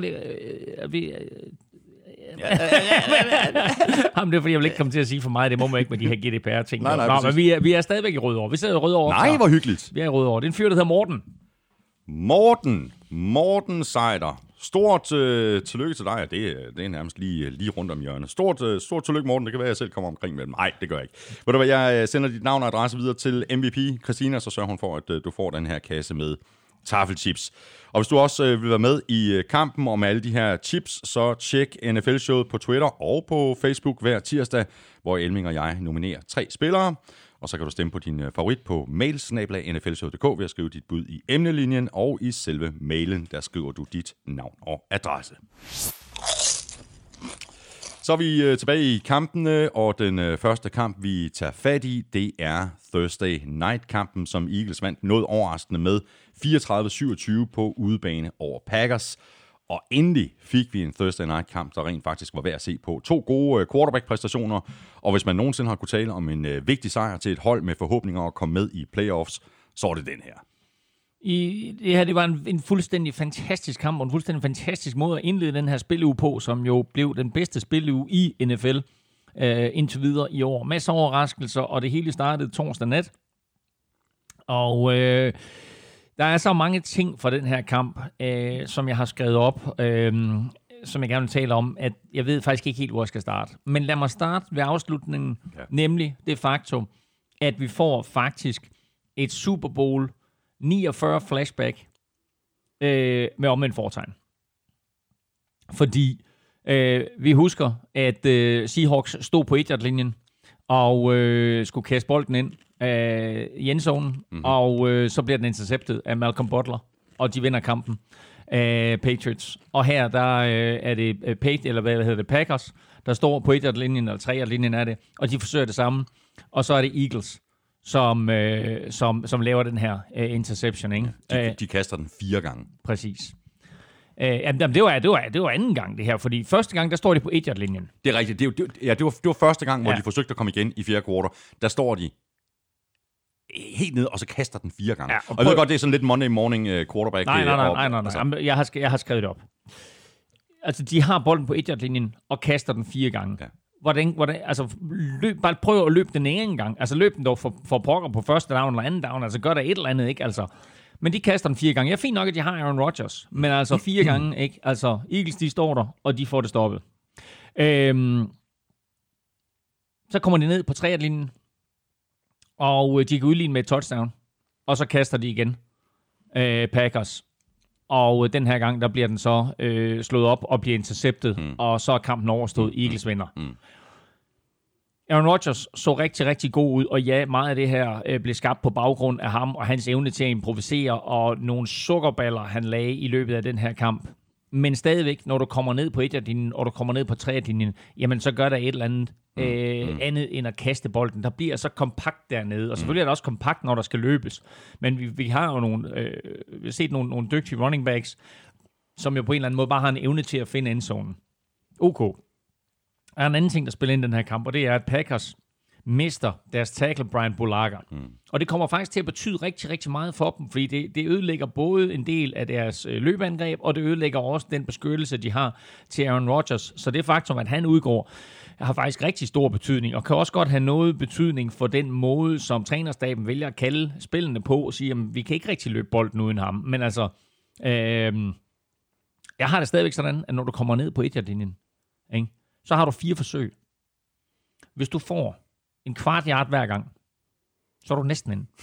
Jamen, det er fordi, jeg vil ikke komme til at sige for meget. Det må man ikke med de her GDPR-ting. Nej, men vi er stadigvæk i Rødovre. Vi sidder i Rødovre. Nej, hvor hyggeligt. Vi er i Rødovre. Det er en fyr, der hedder Morten. Morten Seider. Stort tillykke til dig, det er nærmest lige rundt om hjørnet. Stort tillykke, Morten. Det kan være, at jeg selv kommer omkring med dem. Nej, det gør jeg ikke. Ved du hvad, jeg sender dit navn og adresse videre til MVP Christina, så sørger hun for, at du får den her kasse med tafelchips. Og hvis du også vil være med i kampen om alle de her chips, så tjek NFL-showet på Twitter og på Facebook hver tirsdag, hvor Elming og jeg nominerer 3 spillere. Og så kan du stemme på din favorit på mail@nflshow.dk ved at skrive dit bud i emnelinjen, og i selve mailen, der skriver du dit navn og adresse. Så er vi tilbage i kampene, og den første kamp, vi tager fat i, det er Thursday Night-kampen, som Eagles vandt noget overraskende med 34-27 på udebane over Packers. Og endelig fik vi en Thursday Night-kamp, der rent faktisk var værd at se på. 2 gode quarterback-præstationer, og hvis man nogensinde har kunne tale om en vigtig sejr til et hold med forhåbninger om at komme med i playoffs, så er det den her. Det var en fuldstændig fantastisk kamp, og en fuldstændig fantastisk måde at indlede den her spilleuge på, som jo blev den bedste spilleuge i NFL indtil videre i år. Masser af overraskelser, og det hele startede torsdag nat. Og der er så mange ting fra den her kamp, som jeg har skrevet op, som jeg gerne vil tale om, at jeg ved faktisk ikke helt, hvor jeg skal starte. Men lad mig starte ved afslutningen, nemlig det faktum, at vi får faktisk et Super Bowl 49 flashback med omvendt fortegn. Fordi vi husker, at Seahawks stod på 1-yard-linjen og skulle kaste bolden ind i endzonen, og så bliver den interceptet af Malcolm Butler, og de vinder kampen af Patriots. Og her der er det Packers, der står på 1-yard-linjen, eller 3-yard-linjen er det, og de forsøger det samme. Og så er det Eagles, som laver den her interception, ikke? De kaster den 4 gange. Præcis. Det var anden gang det her, fordi første gang, der står de på 1-yard-linjen. Det er rigtigt. Det var første gang, hvor de forsøgte at komme igen i 4. kvartal. Der står de helt ned, og så kaster den 4 gange. Ja, og jeg ved godt, det er sådan lidt Monday morning quarterback. Nej. Altså. Jeg har skrevet det op. Altså, de har bolden på 1-yard-linjen og kaster den 4 gange. Ja. Hvordan, altså, bare prøv at løbe den en gang. Altså, løb den dog for pokker på første down eller anden down. Altså, gør der et eller andet, ikke? Altså, men de kaster den 4 gange. Jeg er fint nok, at de har Aaron Rodgers, men altså 4 gange, ikke? Altså, Eagles, de står der, og de får det stoppet. Så kommer de ned på 3-yard-linjen, og de kan udligne med et touchdown. og så kaster de igen, Packers. Og den her gang, der bliver den så slået op og bliver interceptet, og så er kampen overstået. Eagles vinder. Aaron Rodgers så rigtig, rigtig god ud, og ja, meget af det her blev skabt på baggrund af ham og hans evne til at improvisere, og nogle sukkerballer, han lagde i løbet af den her kamp. Men stadigvæk, når du kommer ned på 1-linjen, og du kommer ned på 3-linjen, jamen så gør der et eller andet andet end at kaste bolden. Der bliver så kompakt dernede, og selvfølgelig er det også kompakt, når der skal løbes. Men vi har jo vi har set nogle dygtige running backs, som jo på en eller anden måde bare har en evne til at finde endzonen. OK. Der er en anden ting, der spiller ind i den her kamp, og det er, at Packers mister deres tackle Brian Bulaga. Og det kommer faktisk til at betyde rigtig, rigtig meget for dem, fordi det ødelægger både en del af deres løbeangreb, og det ødelægger også den beskyttelse, de har til Aaron Rodgers. Så det faktum, at han udgår, har faktisk rigtig stor betydning, og kan også godt have noget betydning for den måde, som trænerstaben vælger at kalde spillene på, og sige, at vi kan ikke rigtig løbe bolden uden ham. Men altså, jeg har det stadigvæk sådan, at når du kommer ned på 1-linjen, ikke, så har du 4 forsøg. Hvis du får en kvart yard hver gang, så er du næsten inde.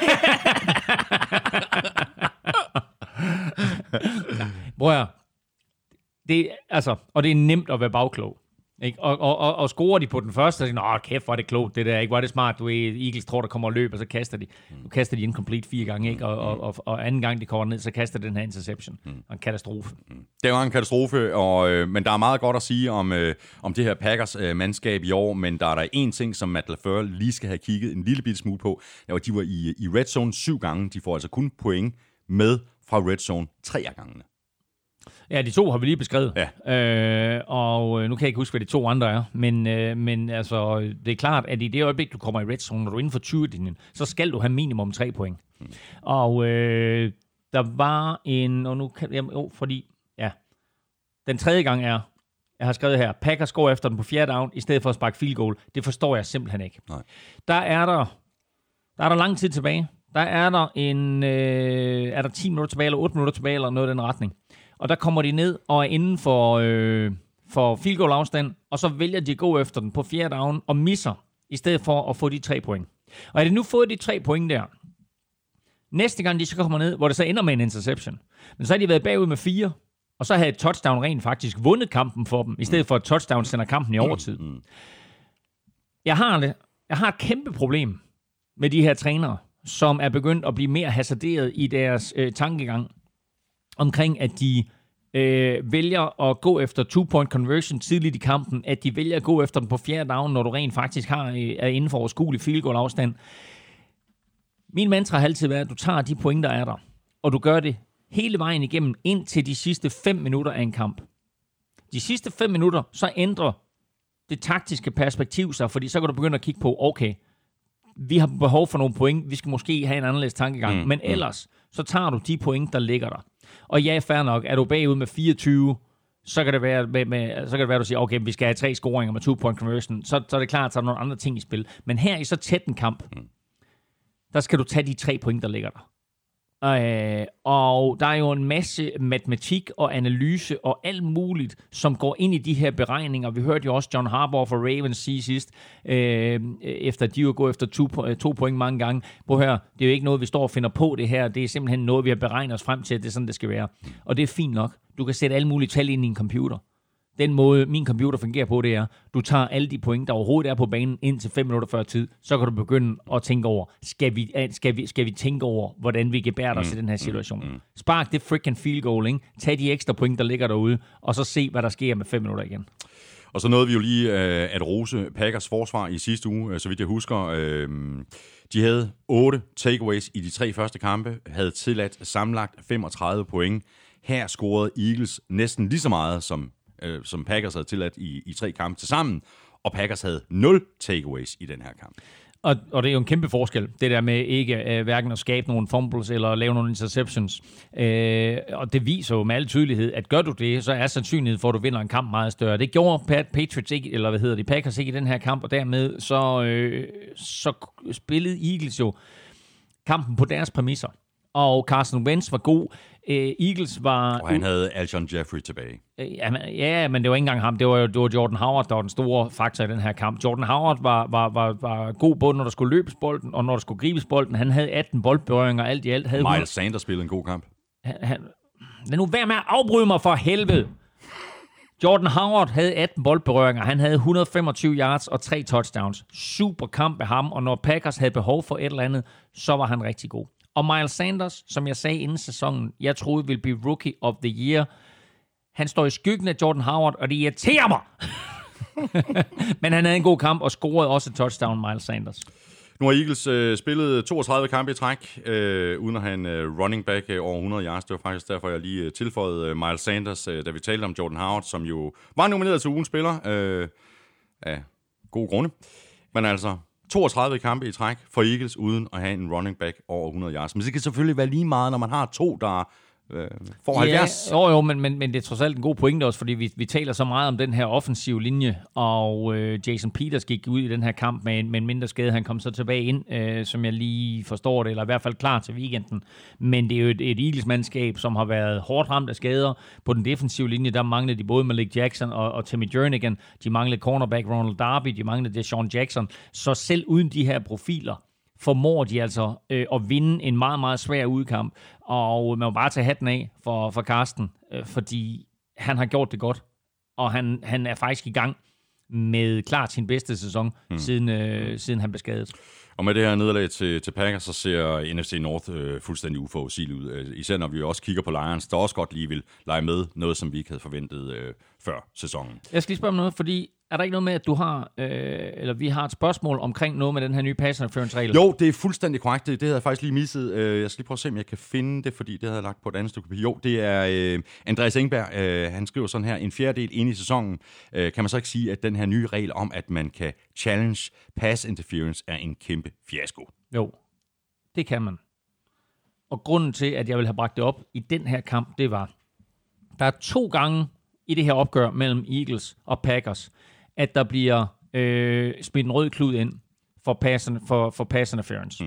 Og det er nemt at være bagklog. Ikke? Og scorer de på den første, så siger de, kæft, hvor er det klogt, det der, ikke? Hvor er det smart, Eagles tror, der kommer og løb, og så kaster de. Nu kaster de incomplete 4 gange, ikke? Og anden gang, de kommer ned, så kaster den her interception. Og en katastrofe. Det var en katastrofe, men der er meget godt at sige om det her Packers mandskab i år, men der er der en ting, som Matt LaFleur lige skal have kigget en lille bitte smule på. De var i red zone 7 gange. De får altså kun point med fra red zone 3 af gangene. Ja, de 2 har vi lige beskrevet. Ja. Og nu kan jeg ikke huske, hvad de 2 andre er. Men altså, det er klart, at i det øjeblik, du kommer i red zone, når du er inden for 20-linjen, så skal du have minimum 3 point. Og der var en... Og nu kan den tredje gang er... Jeg har skrevet her, Packers går efter den på 4. down, i stedet for at sparke field goal. Det forstår jeg simpelthen ikke. Nej. Der er der lang tid tilbage. Der er der 10 minutter tilbage, eller 8 minutter tilbage, eller noget i den retning. Og der kommer de ned og er inden for field goal afstand, og så vælger de at gå efter den på 4. down og misser, i stedet for at få de 3 point. Og er de nu fået de 3 point der, næste gang de så kommer ned, hvor det så ender med en interception, men så har de været bagud med 4, og så havde et touchdown rent faktisk vundet kampen for dem, i stedet for at touchdown sender kampen i overtid. Jeg har et kæmpe problem med de her trænere, som er begyndt at blive mere hasarderet i deres tankegang, omkring, at de vælger at gå efter 2-point conversion tidligt i kampen, at de vælger at gå efter den på 4. down, når du rent faktisk er inden for overskuelig field goal afstand. Min mantra har altid været, at du tager de point, der er der, og du gør det hele vejen igennem ind til de sidste 5 minutter af en kamp. De sidste 5 minutter, så ændrer det taktiske perspektiv sig, fordi så kan du begynde at kigge på, okay, vi har behov for nogle point, vi skal måske have en anderledes tankegang, men ellers, så tager du de point, der ligger der. Og ja, fair nok, er du bagud med 24, så kan det være, at du siger, okay, vi skal have 3 scoringer med 2-point conversion, så er det klart, at der er nogle andre ting i spil. Men her i så tæt en kamp, der skal du tage de 3 point, der ligger der. Og der er jo en masse matematik og analyse og alt muligt, som går ind i de her beregninger. Vi hørte jo også John Harbaugh fra Ravens sige sidst, efter de jo går efter 2 point mange gange. Prøv at høre, det er jo ikke noget, vi står og finder på det her. Det er simpelthen noget, vi har beregnet os frem til, at det er sådan, det skal være. Og det er fint nok. Du kan sætte alle mulige tal ind i en computer. Den måde, min computer fungerer på, det er, du tager alle de point, der overhovedet er på banen, ind til 5 minutter før tid. Så kan du begynde at tænke over, skal vi tænke over, hvordan vi gebærer os i den her situation. Spark det freaking field goal, ikke? Tag de ekstra point, der ligger derude, og så se, hvad der sker med 5 minutter igen. Og så nåede vi jo lige at rose Packers forsvar i sidste uge, så vidt jeg husker. De havde 8 takeaways i de 3 første kampe, havde tilladt sammenlagt 35 point. Her scorede Eagles næsten lige så meget, som Packers havde tilladt i 3 kampe til sammen, og Packers havde 0 takeaways i den her kamp. Og det er jo en kæmpe forskel, det der med ikke hverken at skabe nogle fumbles eller lave nogle interceptions. Og det viser jo med al tydelighed, at gør du det, så er sandsynligheden for, at du vinder en kamp meget større. Det gjorde Patriots ikke, eller Packers ikke i den her kamp, og dermed så spillede Eagles jo kampen på deres præmisser. og Carson Wentz var god. Eagles var... Og han havde Alshon Jeffrey tilbage. Ja, men det var ikke engang ham. Det var Jordan Howard, der var den store faktor i den her kamp. Jordan Howard var god både, når der skulle løbes bolden, og når der skulle gribes bolden. Han havde 18 boldberøringer, alt i alt. Miles Sanders spillede en god kamp. Lad nu være med at afbryde mig for helvede. Jordan Howard havde 18 boldberøringer. Han havde 125 yards og 3 touchdowns. Super kamp af ham, og når Packers havde behov for et eller andet, så var han rigtig god. Og Miles Sanders, som jeg sagde inden sæsonen, jeg troede ville blive Rookie of the Year. Han står i skyggen af Jordan Howard, og det irriterer mig. Men han havde en god kamp og scorede også et touchdown, Miles Sanders. Nu har Eagles spillet 32 kampe i træk, uden at have en running back over 100 yards. Det var faktisk derfor, jeg lige tilføjede Miles Sanders, da vi talte om Jordan Howard, som jo var nomineret til ugens spiller af gode grunde. Men altså 32 kampe i træk for Eagles, uden at have en running back over 100 yards. Men det kan selvfølgelig være lige meget, når man har to, der får 70. Jo, men det er trods alt en god pointe også, fordi vi taler så meget om den her offensive linje, og Jason Peters gik ud i den her kamp med en mindre skade. Han kom så tilbage ind, som jeg lige forstår det, eller i hvert fald klar til weekenden. Men det er jo et Eagles-mandskab, som har været hårdt ramt af skader. På den defensive linje, der manglede de både Malik Jackson og Timmy Jernigan. De manglede cornerback Ronald Darby, de manglede Deshaun Jackson. Så selv uden de her profiler, formår de altså at vinde en meget, meget svær udkamp. Og man må bare tage hatten af for Carsten, fordi han har gjort det godt. Og han er faktisk i gang med klart sin bedste sæson, siden han blev skadet. Og med det her nederlag til Packers, så ser NFC North fuldstændig uforudsigeligt ud. Især når vi også kigger på Lions, der også godt lige vil lege med noget, som vi ikke havde forventet før sæsonen. Jeg skal lige spørge om noget, fordi er der ikke noget med, at du har, eller vi har et spørgsmål omkring noget med den her nye pass interference-regel? Jo, det er fuldstændig korrekt. Det havde jeg faktisk lige misset. Jeg skal lige prøve at se, om jeg kan finde det, fordi det havde jeg lagt på et andet stykke papir. Jo, det er Andreas Engberg. Han skriver sådan her: en fjerdedel inde i sæsonen. Kan man så ikke sige, at den her nye regel om, at man kan challenge pass interference, er en kæmpe fiasko? Jo, det kan man. Og grunden til, at jeg vil have bragt det op i den her kamp, det var, der er 2 gange i det her opgør mellem Eagles og Packers, at der bliver smidt en rød klud ind for pass interference.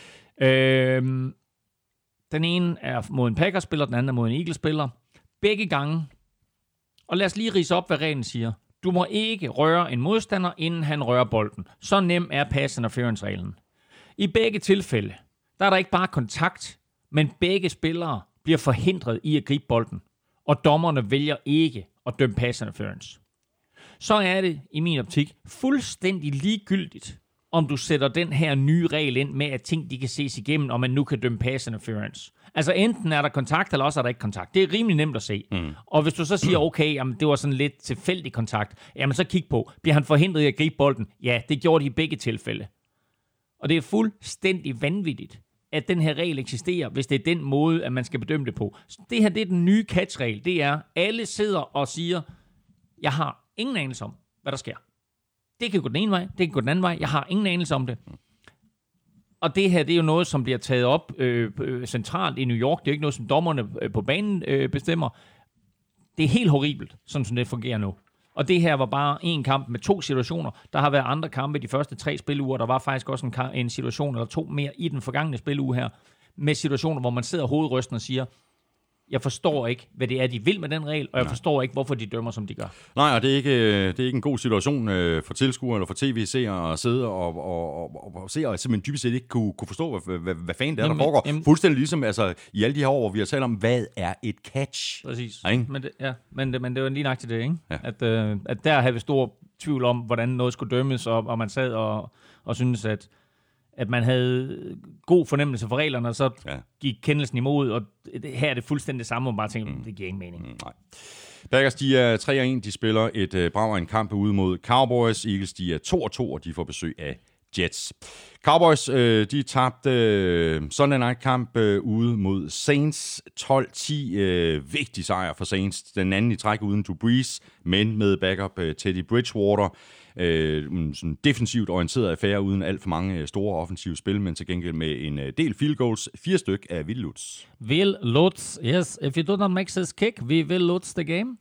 Den ene er mod en Packers-spiller, den anden er mod en Eagles-spiller. Begge gange. Og lad os lige ridse op, hvad reglen siger. Du må ikke røre en modstander, inden han rører bolden. Så nem er pass interference-reglen. I begge tilfælde, der er der ikke bare kontakt, men begge spillere bliver forhindret i at gribe bolden. Og dommerne vælger ikke at dømme pass interference. Så er det, i min optik, fuldstændig ligegyldigt, om du sætter den her nye regel ind med, at ting de kan ses igennem, og man nu kan dømme pass interference. Altså enten er der kontakt, eller også er der ikke kontakt. Det er rimelig nemt at se. Og hvis du så siger, okay, jamen, det var sådan lidt tilfældig kontakt, jamen så kig på, bliver han forhindret i at gribe bolden? Ja, det gjorde de i begge tilfælde. Og det er fuldstændig vanvittigt, at den her regel eksisterer, hvis det er den måde, at man skal bedømme det på. Så det her, det er den nye catch-regel. Det er, alle sidder og siger, jeg har ingen anelse om, hvad der sker. Det kan gå den ene vej, det kan gå den anden vej. Jeg har ingen anelse om det. Og det her, det er jo noget, som bliver taget op centralt i New York. Det er jo ikke noget, som dommerne på banen bestemmer. Det er helt horribelt, sådan som det fungerer nu. Og det her var bare en kamp med 2 situationer. Der har været andre kampe de første 3 spiluger. Der var faktisk også en situation eller 2 mere i den forgangne spiluge her, med situationer, hvor man sidder hovedrystende og siger, jeg forstår ikke, hvad det er, de vil med den regel, og jeg forstår ikke, hvorfor de dømmer, som de gør. Nej, og det er ikke en god situation for tilskuere eller for tv-seere at sidde og se, og simpelthen dybest set ikke kunne forstå, hvad fanden det er, der foregår. Fuldstændig ligesom altså, i alle de her år, hvor vi har talt om, hvad er et catch? Præcis. Men det var lige nok til det, ikke? Ja. At der havde vi stor tvivl om, hvordan noget skulle dømmes, og man sad og syntes, at man havde god fornemmelse for reglerne, og så gik kendelsen imod, og her er det fuldstændig det samme, og bare tænkte, det giver ingen mening. Nej. Packers, de er 3-1, de spiller et brav af en kamp ude mod Cowboys. Eagles, de er 2-2, og de får besøg af Jets. Cowboys, de tabte Sunday Night-kamp ude mod Saints. 12-10, vigtig sejr for Saints. Den anden i træk uden Drew Brees, men med backup Teddy Bridgewater. Sådan defensivt orienteret affære uden alt for mange store offensive spil, men til gengæld med en del field goals, 4 styk af Will Lutz. Will Lutz, yes. If you do not make this kick, we will Lutz the game.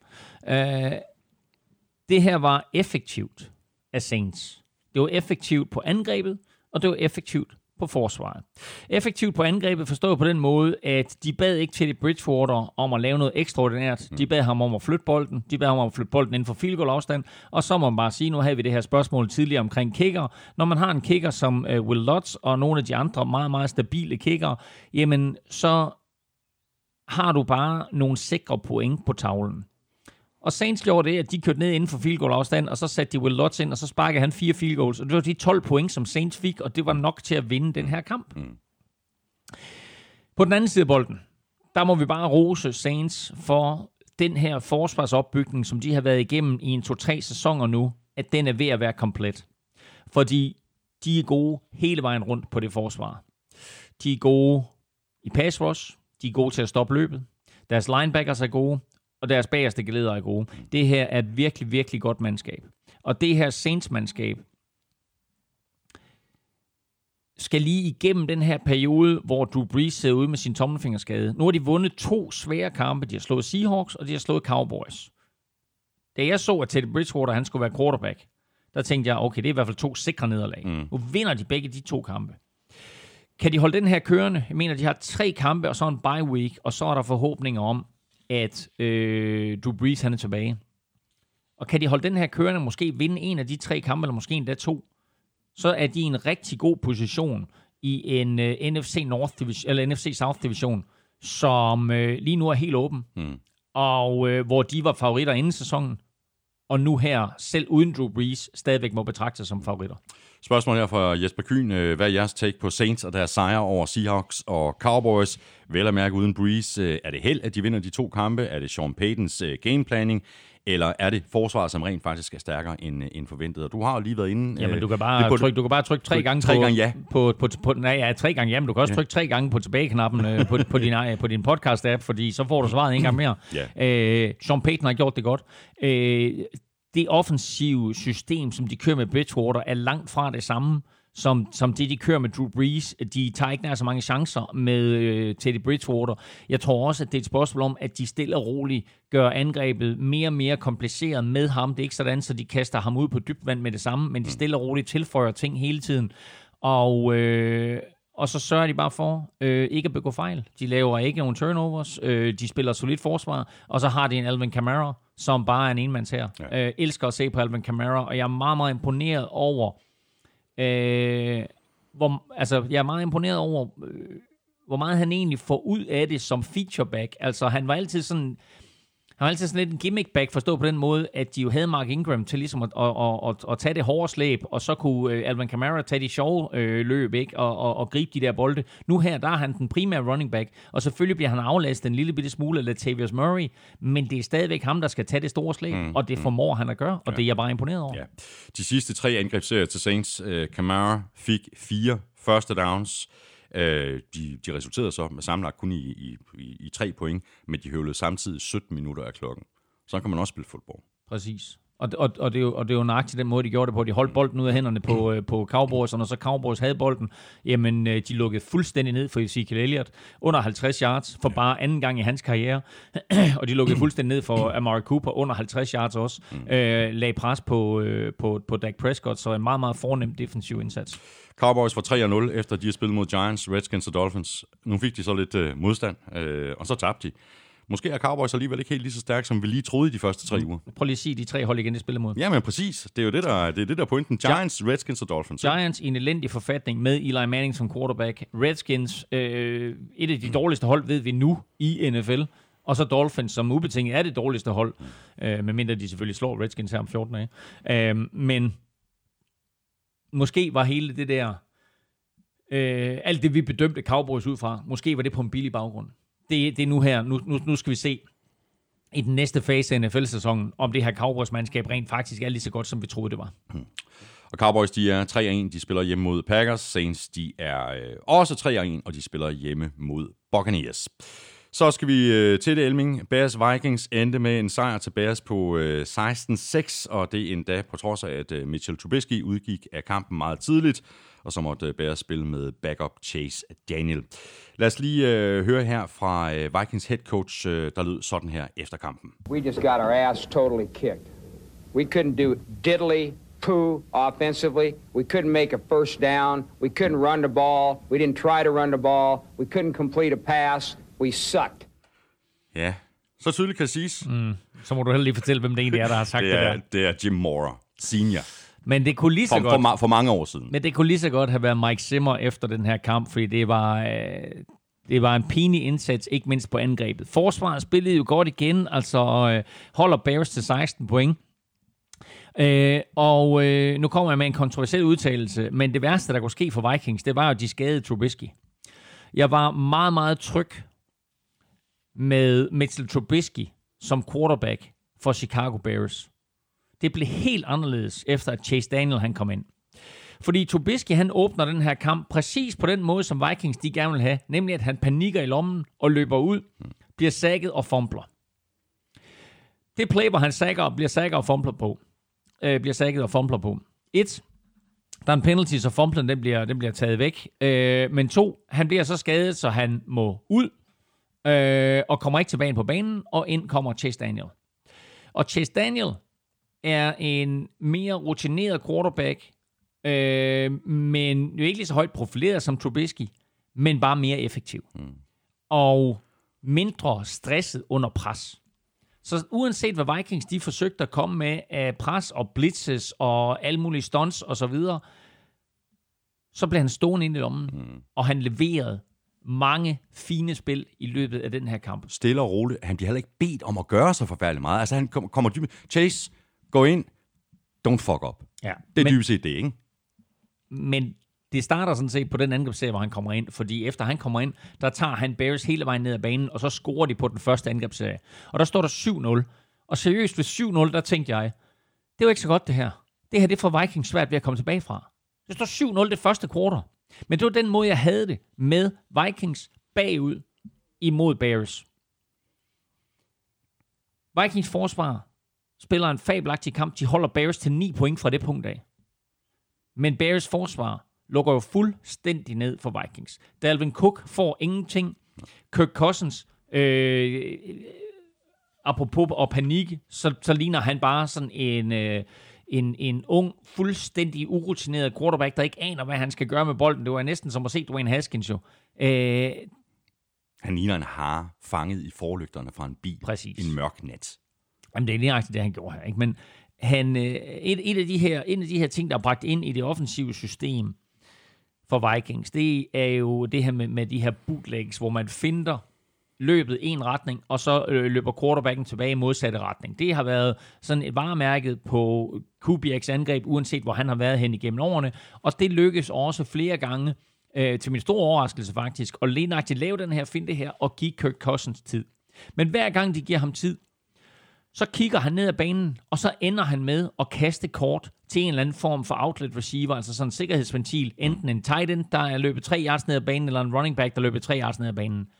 Det her var effektivt af Saints. Det var effektivt på angrebet, og det var effektivt på forsvaret. Effektivt på angrebet forstået på den måde, at de bad ikke Teddy Bridgewater om at lave noget ekstraordinært. De bad ham om at flytte bolden. De bad ham om at flytte bolden inden for field goal afstand. Og så må man bare sige, nu havde vi det her spørgsmål tidligere omkring kicker. Når man har en kicker som Will Lutz og nogle af de andre meget, meget stabile kickere, jamen så har du bare nogle sikre point på tavlen. Og Saints gjorde det, at de kørte ned inden for field goal afstand, og så satte de Will Lutz ind, og så sparkede han 4 field goals. Og det var de 12 point, som Saints fik, og det var nok til at vinde den her kamp. På den anden side af bolden, der må vi bare rose Saints for den her forsvarsopbygning, som de har været igennem i 2-3 sæsoner nu, at den er ved at være komplet. Fordi de er gode hele vejen rundt på det forsvar. De er gode i pass rush, de er gode til at stoppe løbet, deres linebackers er gode, og deres bagerste geledere er gode. Det her er et virkelig, virkelig godt mandskab. Og det her Saints-mandskab skal lige igennem den her periode, hvor Drew Brees sidder ude med sin tommelfingerskade. Nu har de vundet 2 svære kampe. De har slået Seahawks, og de har slået Cowboys. Da jeg så, at Teddy Bridgewater han skulle være quarterback, der tænkte jeg, okay, det er i hvert fald 2 sikre nederlag. Nu vinder de begge de 2 kampe. Kan de holde den her kørende? Jeg mener, de har 3 kampe, og så en bye week, og så er der forhåbninger om, at Drew Brees han er tilbage. Og kan de holde den her kørende, måske vinde en af de 3 kampe, eller måske endda 2, så er de i en rigtig god position i en NFC North Division, eller NFC South Division, som lige nu er helt åben. Og hvor de var favoritter inden sæsonen, og nu her, selv uden Drew Brees, stadigvæk må betragte sig som favoritter. Spørgsmål her fra Jesper Kyhn. Hvad er jeres take på Saints og deres sejre over Seahawks og Cowboys? Vel at mærke uden Brees. Er det held, at de vinder de 2 kampe? Er det Sean Paytons gameplanning? Eller er det forsvaret, som rent faktisk er stærkere end forventet? Og du har jo lige været inde... Jamen, du kan bare trykke 3 gange 3 gange ja. Nej, 3 gange ja, men du kan også trykke 3 gange på tilbageknappen på din podcast-app, fordi så får du svaret en gang mere. Sean Payton har gjort det godt. Det offensive system, som de kører med Bridgewater, er langt fra det samme, som det, de kører med Drew Brees. De tager ikke nær så mange chancer med Teddy Bridgewater. Jeg tror også, at det er et spørgsmål om, at de stille og roligt gør angrebet mere og mere kompliceret med ham. Det er ikke sådan, så de kaster ham ud på dybt vand med det samme, men de stille og roligt tilføjer ting hele tiden. Og så sørger de bare for ikke at begå fejl. De laver ikke nogen turnovers. De spiller solidt forsvar. Og så har de en Alvin Kamara, som bare er en enmands her. Ja. Elsker at se på Alvin Kamara, og jeg er meget, meget imponeret over, hvor meget han egentlig får ud af det som featureback. Altså, han var altid sådan lidt en gimmickback, forstået på den måde, at de jo havde Mark Ingram til ligesom at tage det hårde slæb, og så kunne Alvin Kamara tage de sjove løb, ikke? Og gribe de der bolde. Nu her, der er han den primære running back, og selvfølgelig bliver han aflastet en lille bitte smule af Latavius Murray, men det er stadigvæk ham, der skal tage det store slæb, og det formår han at gøre, og det er jeg bare imponeret over. Ja. De sidste 3 angrebsserier til Saints, Kamara fik 4 første downs. De resulterede så med sammenlagt kun i 3 point, men de høvlede samtidig 17 minutter af klokken. Så kan man også spille fodbold. Præcis. Og det er jo nøjagtigt den måde, de gjorde det på. De holdt bolden ud af hænderne på Cowboys, og når så Cowboys havde bolden, jamen de lukkede fuldstændig ned for Ezekiel Elliott under 50 yards for bare anden gang i hans karriere. Og de lukkede fuldstændig ned for Amari Cooper under 50 yards også. Lagde pres på Dak Prescott, så en meget, meget fornem defensiv indsats. Cowboys var 3-0 efter de har spillet mod Giants, Redskins og Dolphins. Nu fik de så lidt modstand, og så tabte de. Måske er Cowboys alligevel ikke helt lige så stærk, som vi lige troede i de første 3 uger. Prøv lige at sige de 3 hold igen, de spiller mod. Ja, men præcis. Det er jo det, der er pointen. Giants, Redskins og Dolphins. Giants i en elendig forfatning med Eli Manning som quarterback. Redskins, et af de dårligste hold, ved vi nu i NFL. Og så Dolphins, som ubetinget er det dårligste hold. Medmindre de selvfølgelig slår Redskins her om 14 dage. Men måske var hele det der... alt det, vi bedømte Cowboys ud fra, måske var det på en billig baggrund. Det er nu her. Nu skal vi se i den næste fase af NFL-sæsonen, om det her Cowboys-mandskab rent faktisk er lige så godt, som vi troede, det var. Og Cowboys, de er 3-1. De spiller hjemme mod Packers. Saints, de er også 3-1, og de spiller hjemme mod Buccaneers. Så skal vi til det, Elming. Bears Vikings endte med en sejr til Bears på 16-6, og det endda på trods af, at Mitchell Trubisky udgik af kampen meget tidligt, og så måtte Bears spille med backup Chase Daniel. Lad os lige høre her fra Vikings head coach, der lød sådan her efter kampen. We just got our ass totally kicked. We couldn't do diddly poo offensively. We couldn't make a first down. We couldn't run the ball. We didn't try to run the ball. We couldn't complete a pass. We sucked. Ja, så tydeligt kan siges. Så må du heller lige fortælle, hvem det egentlig er, der har sagt det der. Det er Jim Mora, senior. Men det kunne lige så godt... For mange år siden. Men det kunne lige så godt have været Mike Zimmer efter den her kamp, fordi det var en pinlig indsats, ikke mindst på angrebet. Forsvaret spillede jo godt igen, altså holder Bears til 16 point. Nu kommer jeg med en kontroversiel udtalelse, men det værste, der kunne ske for Vikings, det var jo, at de skadede Trubisky. Jeg var meget, meget tryg med Mitchell Trubisky som quarterback for Chicago Bears. Det blev helt anderledes, efter at Chase Daniel han kom ind. Fordi Trubisky han åbner den her kamp præcis på den måde, som Vikings de gerne vil have, nemlig at han panikker i lommen og løber ud, bliver sacket og fumbler. Det play, hvor han bliver sacket og fumbler på. 1. Der er en penalty, så fumblen den bliver taget væk. Men 2. Han bliver så skadet, så han må ud og kommer ikke tilbage på banen, og ind kommer Chase Daniel. Og Chase Daniel er en mere rutineret quarterback, men jo ikke lige så højt profileret som Trubisky, men bare mere effektiv. Og mindre stresset under pres. Så uanset hvad Vikings de forsøgte at komme med af pres og blitzes og alle mulige stunts og så videre, så blev han stående ind i lommen, og han leverede mange fine spil i løbet af den her kamp. Stille og roligt. Han bliver heller ikke bedt om at gøre så forfærdeligt meget. Altså han kommer dybt. Chase, gå ind. Don't fuck up. Ja, det er dybest set det, ikke? Men det starter sådan set på den angrebsserie, hvor han kommer ind, fordi efter han kommer ind, der tager han Bears hele vejen ned ad banen, og så scorer de på den første angrebsserie. Og der står der 7-0. Og seriøst ved 7-0, der tænkte jeg, det var ikke så godt det her. Det her, det får Vikings svært ved at komme tilbage fra. Det står 7-0 det første kvartal. Men det var den måde, jeg havde det med Vikings bagud imod Bears. Vikings forsvar spiller en fabelagtig kamp. De holder Bears til 9 point fra det punkt af. Men Bears forsvar lukker jo fuldstændig ned for Vikings. Dalvin Cook får ingenting. Kirk Cousins, apropos og panik, så ligner han bare sådan en ung, fuldstændig urutineret quarterback, der ikke aner, hvad han skal gøre med bolden. Det var næsten som at se Dwayne Haskins jo. Han ligner en hare fanget i forlygterne fra en bil. Præcis. En mørk nat. Jamen, det er lige det, han gjorde her, ikke? Men en af de her ting, der er bragt ind i det offensive system for Vikings, det er jo det her med de her bootlegs, hvor man finder løbet en retning, og så løber quarterbacken tilbage i modsatte retning. Det har været sådan et varemærke på Kubiaks angreb, uanset hvor han har været hen igennem årene, og det lykkes også flere gange, til min store overraskelse faktisk, at lenagtigt lave den her finte her, og give Kirk Cousins tid. Men hver gang de giver ham tid, så kigger han ned ad banen, og så ender han med at kaste kort til en eller anden form for outlet receiver, altså sådan en sikkerhedsventil, enten en tight end, der er løbet 3 yards ned ad banen, eller en running back, der løber 3 yards ned ad banen.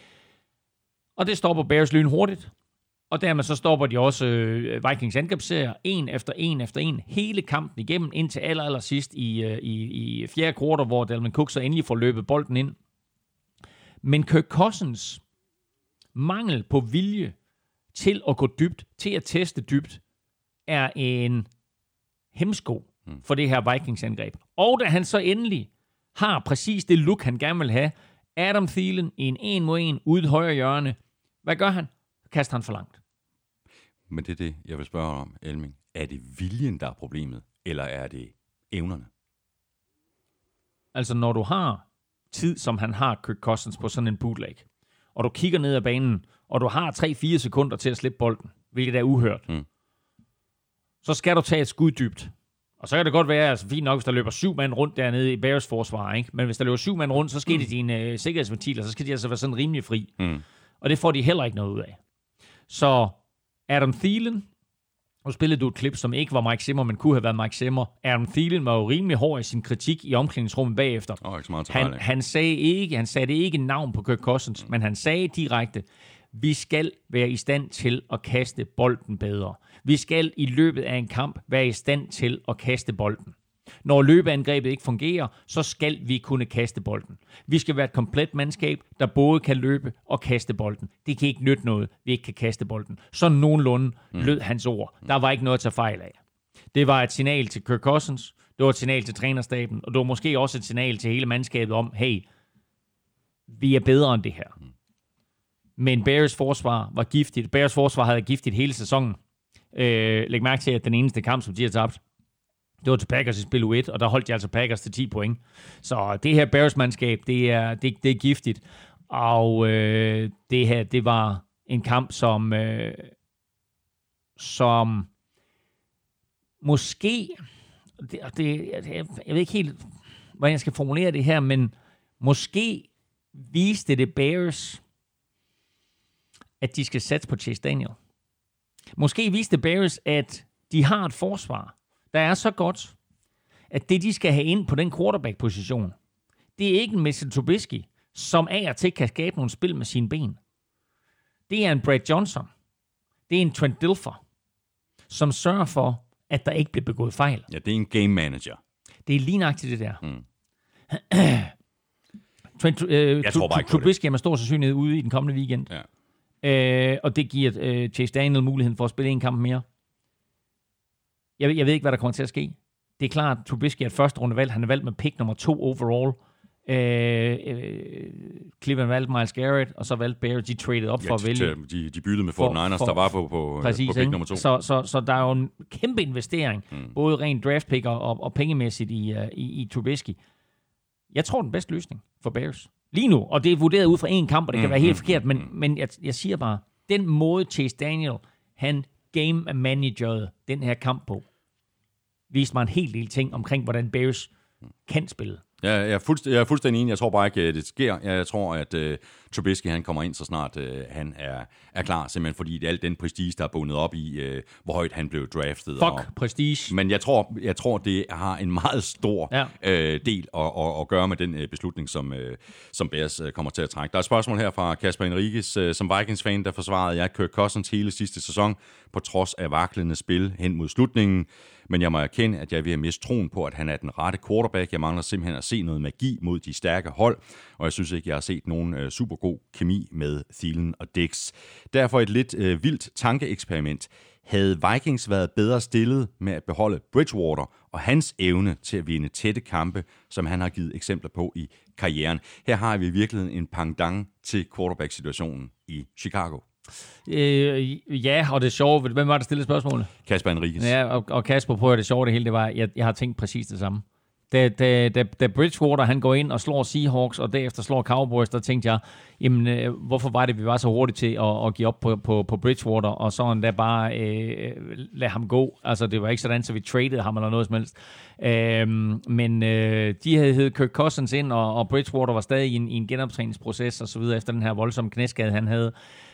Og det stopper Bears lynhurtigt, og dermed så stopper de også Vikings angrebsserier, en efter en, hele kampen igennem, indtil aller sidst i fjerde kvartal, hvor Dalvin Cook så endelig får løbet bolden ind. Men Kirk Cousins mangel på vilje til at gå dybt, til at teste dybt, er en hemsko for det her Vikings-angreb. Og da han så endelig har præcis det look, han gerne vil have, Adam Thielen i en 1-mod-1 ude i højre hjørne, hvad gør han? Kaster han for langt. Men det er det, jeg vil spørge om, Elming. Er det viljen, der er problemet, eller er det evnerne? Altså, når du har tid, som han har, Kirk Cousins, på sådan en bootleg, og du kigger ned ad banen, og du har 3-4 sekunder til at slippe bolden, hvilket er uhørt, så skal du tage et skud dybt. Og så kan det godt være, altså fint nok, hvis der løber 7 mand rundt dernede i Bears forsvar, ikke? Men hvis der løber 7 mand rundt, så skal det dine sikkerhedsventiler, så skal de altså være sådan rimelig fri. Og det får de heller ikke noget ud af. Så Adam Thielen, og spillede du et klip, som ikke var Mike Zimmer, men kunne have været Mike Zimmer. Adam Thielen var jo rimelig hård i sin kritik i omklædningsrummet bagefter. Han sagde ikke navn på Kirk Cousins, men han sagde direkte, vi skal være i stand til at kaste bolden bedre. Vi skal i løbet af en kamp være i stand til at kaste bolden. Når løbeangrebet ikke fungerer, så skal vi kunne kaste bolden. Vi skal være et komplet mandskab, der både kan løbe og kaste bolden. Det kan ikke nytte noget, vi ikke kan kaste bolden. Så nogenlunde lød hans ord. Der var ikke noget at tage fejl af. Det var et signal til Kirk Cousins, det var et signal til trænerstaben, og det var måske også et signal til hele mandskabet om, hey, vi er bedre end det her. Men Bears forsvar var giftigt. Bears forsvar havde giftigt hele sæsonen. Læg mærke til, at den eneste kamp, som de har tabt, det var til Packers i spil U1, og der holdt de altså Packers til 10 point. Så det her Bears-mandskab, det er giftigt. Og det her, det var en kamp, som måske, jeg ved ikke helt, hvordan jeg skal formulere det her, men måske viste det Bears, at de skal satse på Chase Daniel. Måske viste Bears, at de har et forsvar, der er så godt, at det, de skal have ind på den quarterback-position, det er ikke en Mitchell Trubisky, som af og til kan skabe nogle spil med sine ben. Det er en Brad Johnson. Det er en Trent Dilfer, som sørger for, at der ikke bliver begået fejl. Ja, det er en game manager. Det er lige nøjagtigt det der. Jeg tror bare ikke Trubisky er med stor sandsynlighed ude i den kommende weekend. Ja. Og det giver Chase Daniel muligheden for at spille en kamp mere. Jeg ved ikke, hvad der kommer til at ske. Det er klart, at Trubisky er et første rundevalg. Han er valgt med pick nummer 2 overall. Cleveland valgte Myles Garrett, og så valgte Bears, de traded op for at vælge. De byttede med 49ers, der var på pick nummer 2. Så der er jo en kæmpe investering, både rent draft pick og pengemæssigt i Trubisky. Jeg tror, den bedste løsning for Bears. Lige nu, og det er vurderet ud fra en kamp, og det kan være helt forkert, men jeg siger bare, den måde Chase Daniel, han game managerede den her kamp på, viste mig en hel del ting omkring, hvordan Bears kan spille. Ja, jeg er fuldstændig enig. Jeg tror bare ikke, at det sker. Jeg tror, at Trubisky han kommer ind, så snart han er klar, simpelthen fordi alt den prestige, der er bundet op i, hvor højt han blev draftet. Prestige. Men jeg tror, det har en meget stor del at gøre med den beslutning, som Bears kommer til at trække. Der er et spørgsmål her fra Kasper Enriquez, som Vikings-fan, der forsvarede jeg Kirk Cousins hele sidste sæson, på trods af vaklende spil hen mod slutningen. Men jeg må erkende, at jeg vil have mist troen på, at han er den rette quarterback. Jeg mangler simpelthen at se noget magi mod de stærke hold, og jeg synes ikke, jeg har set nogen super god kemi med Thielen og Diggs. Derfor et lidt vildt tankeeksperiment. Havde Vikings været bedre stillet med at beholde Bridgewater og hans evne til at vinde tætte kampe, som han har givet eksempler på i karrieren? Her har vi virkelig en pendant til quarterback-situationen i Chicago. Ja, og det sjove, hvem var der stillede spørgsmålet? Kasper Enriquez. Ja, og Kasper, prøver det sjove det hele, det var, jeg har tænkt præcis det samme. Da Bridgewater han går ind og slår Seahawks, og derefter slår Cowboys, der tænkte jeg, jamen, hvorfor var det, vi var så hurtigt til at give op på Bridgewater, og så endda bare lade ham gå. Altså, det var ikke sådan, så vi traded ham eller noget som helst. Men de havde heddet Kirk Cousins ind, og Bridgewater var stadig i en genoptræningsproces, og så videre, efter den her voldsomme knæskade, han havde.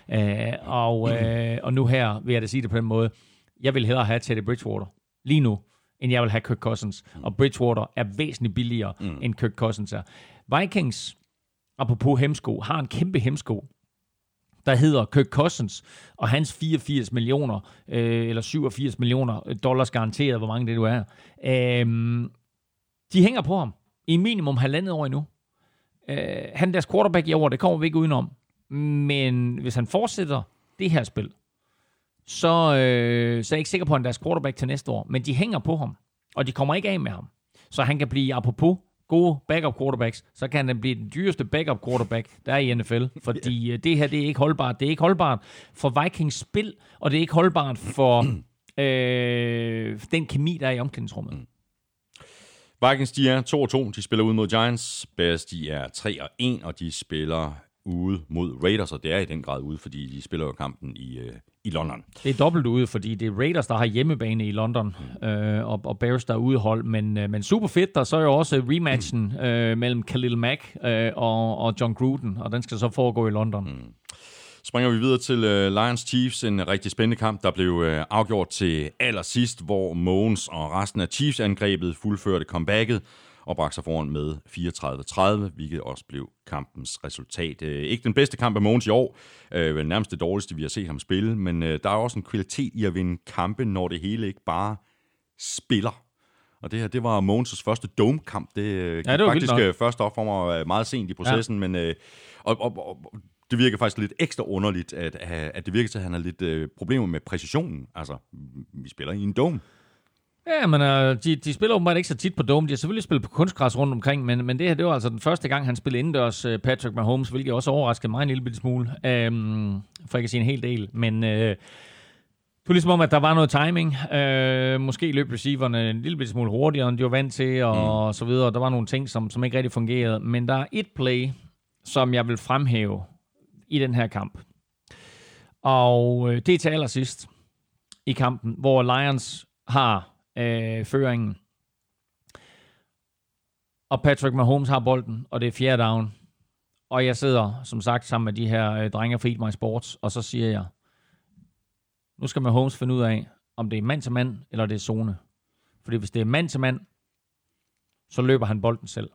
Og nu her vil jeg da sige det på den måde, jeg vil hellere have Teddy Bridgewater lige nu, end jeg vil have Kirk Cousins. Og Bridgewater er væsentligt billigere, end Kirk Cousins er. Vikings, apropos hemsko, har en kæmpe hemsko, der hedder Kirk Cousins, og hans 84 millioner, eller 87 millioner dollars garanteret, hvor mange det du er. De hænger på ham i minimum 1,5 år endnu. Han er deres quarterback i år, det kommer vi ikke udenom. Men hvis han fortsætter det her spil, så er jeg ikke sikker på, at han er deres quarterback til næste år. Men de hænger på ham, og de kommer ikke af med ham. Så han kan blive, apropos gode backup quarterbacks, så kan han blive den dyreste backup quarterback, der er i NFL. Fordi det her, det er ikke holdbart. Det er ikke holdbart for Vikings spil, og det er ikke holdbart for den kemi, der er i omklædningsrummet. Vikings, de er 2-2. De spiller ud mod Giants. Bears, de er 3-1, og de spiller ude mod Raiders, og det er i den grad ude, fordi de spiller jo kampen i London. Det er dobbelt ude, fordi det er Raiders, der har hjemmebane i London, og Bears, der er udehold, men super fedt, der så er jo også rematchen mellem Khalil Mack og John Gruden, og den skal så foregå i London. Springer vi videre til Lions Chiefs, en rigtig spændende kamp, der blev afgjort til allersidst, hvor Mahomes og resten af Chiefs-angrebet fuldførte comebacket og bragte sig foran med 34-30, hvilket også blev kampens resultat. Ikke den bedste kamp af Mahomes i år, vel nærmest det dårligste, vi har set ham spille, men der er også en kvalitet i at vinde kampe, når det hele ikke bare spiller. Og det her, det var Mahomes' første dome-kamp. Det gik faktisk først op for mig meget sent i processen, men det virker faktisk lidt ekstra underligt, at det virker til, at han har lidt problemer med præcisionen. Altså, vi spiller i en dome. Ja, men de spiller åbenbart ikke så tit på Dome. De har selvfølgelig spillet på kunstgræs rundt omkring, men det her, det var altså den første gang, han spillede indendørs, Patrick Mahomes, hvilket også overraskede mig en lille smule, for ikke at sige en hel del. Men det var ligesom om, at der var noget timing. Måske løb receiverne en lille smule hurtigere, end de var vant til, og så videre. Der var nogle ting, som ikke rigtig fungerede. Men der er et play, som jeg vil fremhæve i den her kamp. Og det er til allersidst i kampen, hvor Lions har føringen. Og Patrick Mahomes har bolden, og det er 4. down. Og jeg sidder, som sagt, sammen med de her drenge fra Eat My Sports, og så siger jeg, nu skal Mahomes finde ud af, om det er mand til mand, eller det er zone. Fordi hvis det er mand til mand, så løber han bolden selv.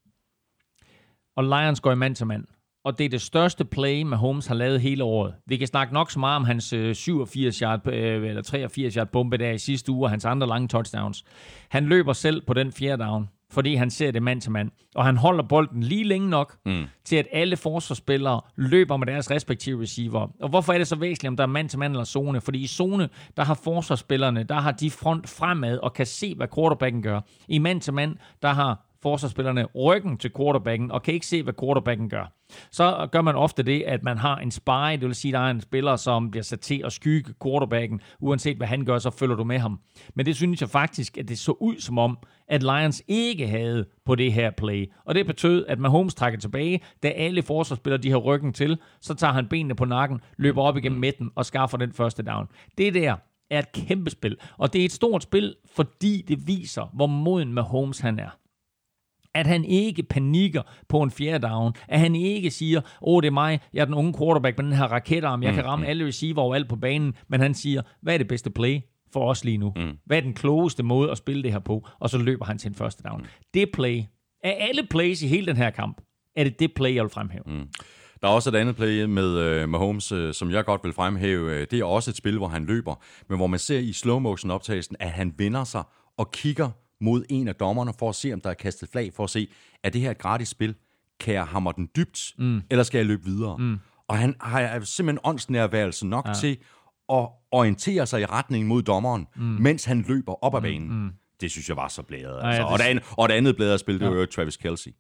Og Lions går i mand til mand. Og det er det største play, Mahomes har lavet hele året. Vi kan snakke nok så meget om hans 87-yard eller 83-yard bombe der i sidste uge, og hans andre lange touchdowns. Han løber selv på den 4. down, fordi han ser det mand til mand. Og han holder bolden lige længe nok, til at alle forsvarsspillere løber med deres respektive receiver. Og hvorfor er det så væsentligt, om der er mand til mand eller zone? Fordi i zone, der har forsvarsspillerne, der har de front fremad og kan se, hvad quarterbacken gør. I mand til mand, der har forsvarsspillerne ryggen til quarterbacken og kan ikke se, hvad quarterbacken gør. Så gør man ofte det, at man har en spy, det vil sige, at der er en spiller, som bliver sat til at skygge quarterbacken. Uanset hvad han gør, så følger du med ham. Men det synes jeg faktisk, at det så ud som om, at Lions ikke havde på det her play. Og det betød, at Mahomes trækker tilbage, da alle forsvarsspillere de har ryggen til, så tager han benene på nakken, løber op igennem midten og skaffer den første down. Det der er et kæmpe spil. Og det er et stort spil, fordi det viser, hvor moden Mahomes han er. At han ikke panikker på en 4. down. At han ikke siger, det er mig, jeg er den unge quarterback med den her raketarm, jeg kan ramme alle receiver overalt på banen. Men han siger, hvad er det bedste play for os lige nu? Hvad er den klogeste måde at spille det her på? Og så løber han til en første down. Det play, af alle plays i hele den her kamp, er det play, jeg vil fremhæve. Der er også et andet play med Mahomes, som jeg godt vil fremhæve. Det er også et spil, hvor han løber, men hvor man ser i slow-motion-optagelsen, at han vender sig og kigger mod en af dommerne, for at se, om der er kastet flag, for at se, er det her et gratis spil? Kan jeg hamre den dybt, eller skal jeg løbe videre? Og han har simpelthen åndsnærværelse nok til at orientere sig i retning mod dommeren, mens han løber op ad banen. Det synes jeg var så blæret. Altså. Og det andet blæret spil, det var jo Travis Kelce.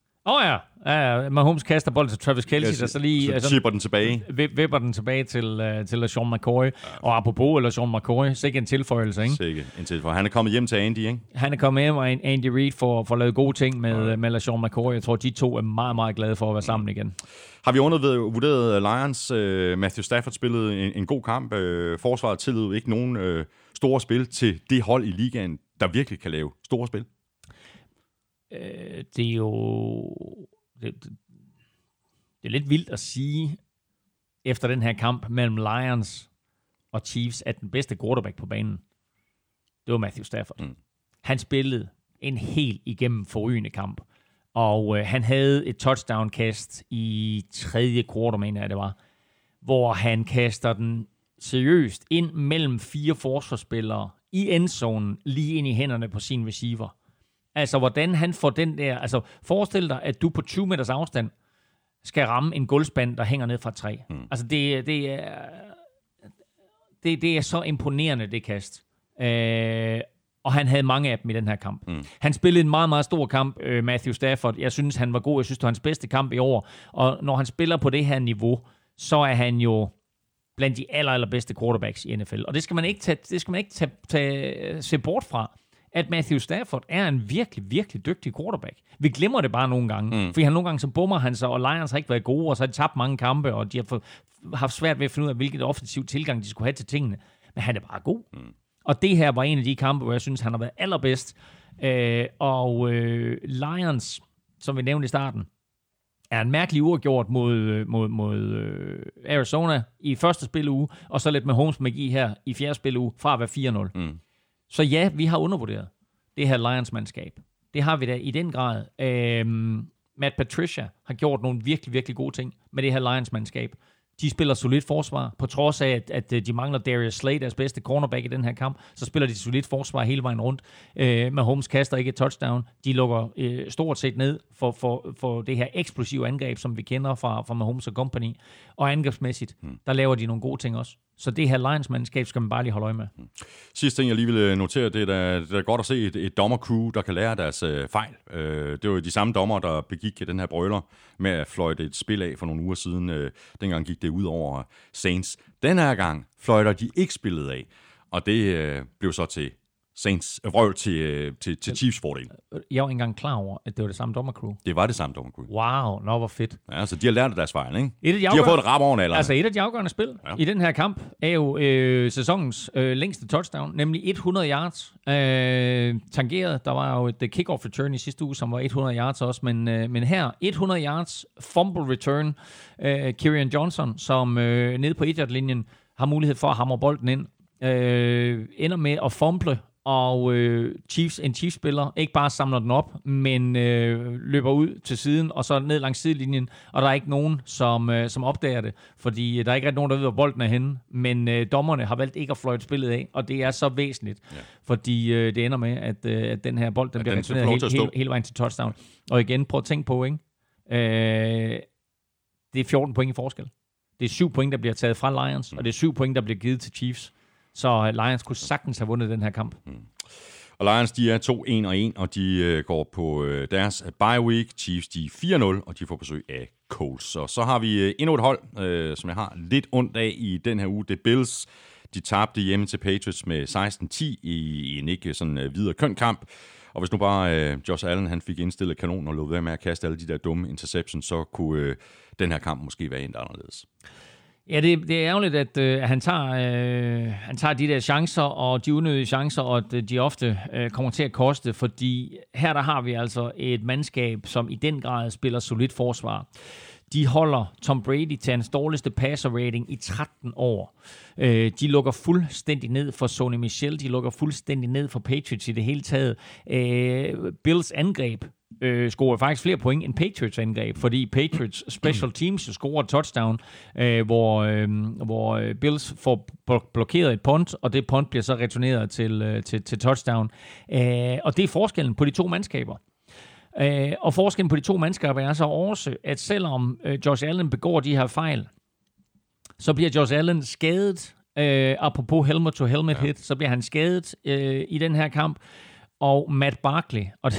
Mahomes kaster bolden til Travis Kelce, der så lige chipper den tilbage. Vipper den tilbage til Sean McCoy. Ja. Og apropos Sean McCoy, sikke en tilføjelse, ikke? Sikke en tilføjelse. Han er kommet hjem til Andy, ikke? Han er kommet hjem, og Andy Reid får lavet gode ting med Sean McCoy. Jeg tror, de to er meget, meget glade for at være sammen igen. Har vi undervurderet Lions? Matthew Stafford spillede en god kamp. Forsvaret tillod ikke nogen store spil til det hold i ligaen, der virkelig kan lave store spil. Det er jo det er lidt vildt at sige efter den her kamp mellem Lions og Chiefs, at den bedste quarterback på banen, det var Matthew Stafford. Han spillede en helt igennem forrygende kamp, og han havde et touchdown-kast i 3. kvartal, mener jeg det var, hvor han kaster den seriøst ind mellem 4 forsvarsspillere i endzonen, lige ind i hænderne på sin receiver. Altså, hvordan han får den der... Altså, forestil dig, at du på 20 meters afstand skal ramme en gulvspand, der hænger ned fra 3. Altså, det er så imponerende, det kast. Og han havde mange af dem i den her kamp. Han spillede en meget, meget stor kamp, Matthew Stafford. Jeg synes, han var god. Jeg synes, det var hans bedste kamp i år. Og når han spiller på det her niveau, så er han jo blandt de allerbedste quarterbacks i NFL. Og det skal man ikke se bort fra, at Matthew Stafford er en virkelig, virkelig dygtig quarterback. Vi glemmer det bare nogle gange, fordi nogle gange så bummer han sig, og Lions har ikke været gode, og så har de tabt mange kampe, og de har haft svært ved at finde ud af, hvilket offensiv tilgang de skulle have til tingene. Men han er bare god. Og det her var en af de kampe, hvor jeg synes, han har været allerbedst. Lions, som vi nævnte i starten, er en mærkelig uafgjort mod Arizona i første spiluge, og så lidt med Mahomes magi her i fjerde spiluge, fra at være 4-0. Så ja, vi har undervurderet det her Lions-mandskab. Det har vi da i den grad. Matt Patricia har gjort nogle virkelig, virkelig gode ting med det her Lions-mandskab. De spiller solidt forsvar, på trods af, at de mangler Darius Slay, deres bedste cornerback i den her kamp, så spiller de solidt forsvar hele vejen rundt. Mahomes kaster ikke et touchdown. De lukker stort set ned for det her eksplosive angreb, som vi kender fra Mahomes og company. Og angrebsmæssigt, der laver de nogle gode ting også. Så det her Lions-mandskab skal man bare lige holde øje med. Sidste ting, jeg lige vil notere, det er godt at se et dommercrew, der kan lære deres fejl. Det var jo de samme dommer, der begik den her brøler med at fløjte et spil af for nogle uger siden. Dengang gik det ud over Saints. Den her gang fløjter de ikke spillet af, og det blev så til Saints vrøvl til Chiefs fordel. Jeg var ikke engang klar over, at det var det samme dommercrew. Det var det samme dommercrew. Wow, hvor fedt. Ja, så de har lært deres fejl, ikke? De har fået et rap over alderen. Altså et af de afgørende spil i den her kamp er jo sæsonens længste touchdown, nemlig 100 yards tangeret. Der var jo et kick-off return i sidste uge, som var 100 yards også, men her 100 yards fumble return. Kerryon Johnson, som nede på 1-yard-linjen har mulighed for at hamre bolden ind, ender med at fumble, og en Chiefs-spiller ikke bare samler den op, men løber ud til siden, og så ned langs sidelinjen, og der er ikke nogen, som opdager det, fordi der er ikke rigtig nogen, der ved, hvor bolden er henne, men dommerne har valgt ikke at fløjte spillet af, og det er så væsentligt, fordi det ender med, at den her bold den bliver returneret hele vejen til touchdown. Og igen, prøv at tænke på, ikke? Det er 14 point i forskel. Det er 7 point, der bliver taget fra Lions, og det er 7 point, der bliver givet til Chiefs. Så Lions kunne sagtens have vundet den her kamp. Og Lions, de er 2-1-1, og de går på deres bye week. Chiefs, de er 4-0, og de får besøg af Colts. Og så har vi endnu et hold, som jeg har lidt ondt af i den her uge. Det er Bills. De tabte hjemme til Patriots med 16-10 i en ikke sådan videre køn kamp. Og hvis nu bare Josh Allen han fik indstillet kanon og lod være med at kaste alle de der dumme interceptions, så kunne den her kamp måske være endt anderledes. Ja, det er ærgerligt, at han tager de der chancer og de unødige chancer, og at de ofte kommer til at koste, fordi her der har vi altså et mandskab, som i den grad spiller solidt forsvar. De holder Tom Brady til hans dårligste passer rating i 13 år. De lukker fuldstændig ned for Sony Michel, de lukker fuldstændig ned for Patriots i det hele taget. Bills angreb scorer faktisk flere point end Patriots angreb, fordi Patriots special teams scorer et touchdown, hvor Bills får blokeret et punt, og det punt bliver så returneret til touchdown. Og det er forskellen på de to mandskaber. Og forskellen på de to mandskaber er så også, at selvom Josh Allen begår de her fejl, så bliver Josh Allen skadet. Apropos helmet-to-helmet hit, så bliver han skadet i den her kamp. Og Matt Barkley, og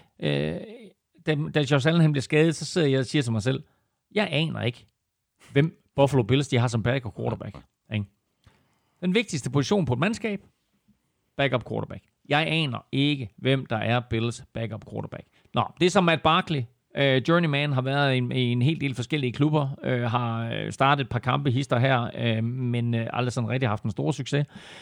da Josh Allen bliver skadet, så sidder jeg og siger til mig selv, jeg aner ikke, hvem Buffalo Bills de har som backup quarterback. Ikke? Den vigtigste position på et mandskab, backup quarterback. Jeg aner ikke, hvem der er Bills backup quarterback. Nå, det er som Matt Barkley. Journeyman har været i en hel del forskellige klubber, har startet et par kampe hister her, men aldrig sådan rigtig haft en stor succes.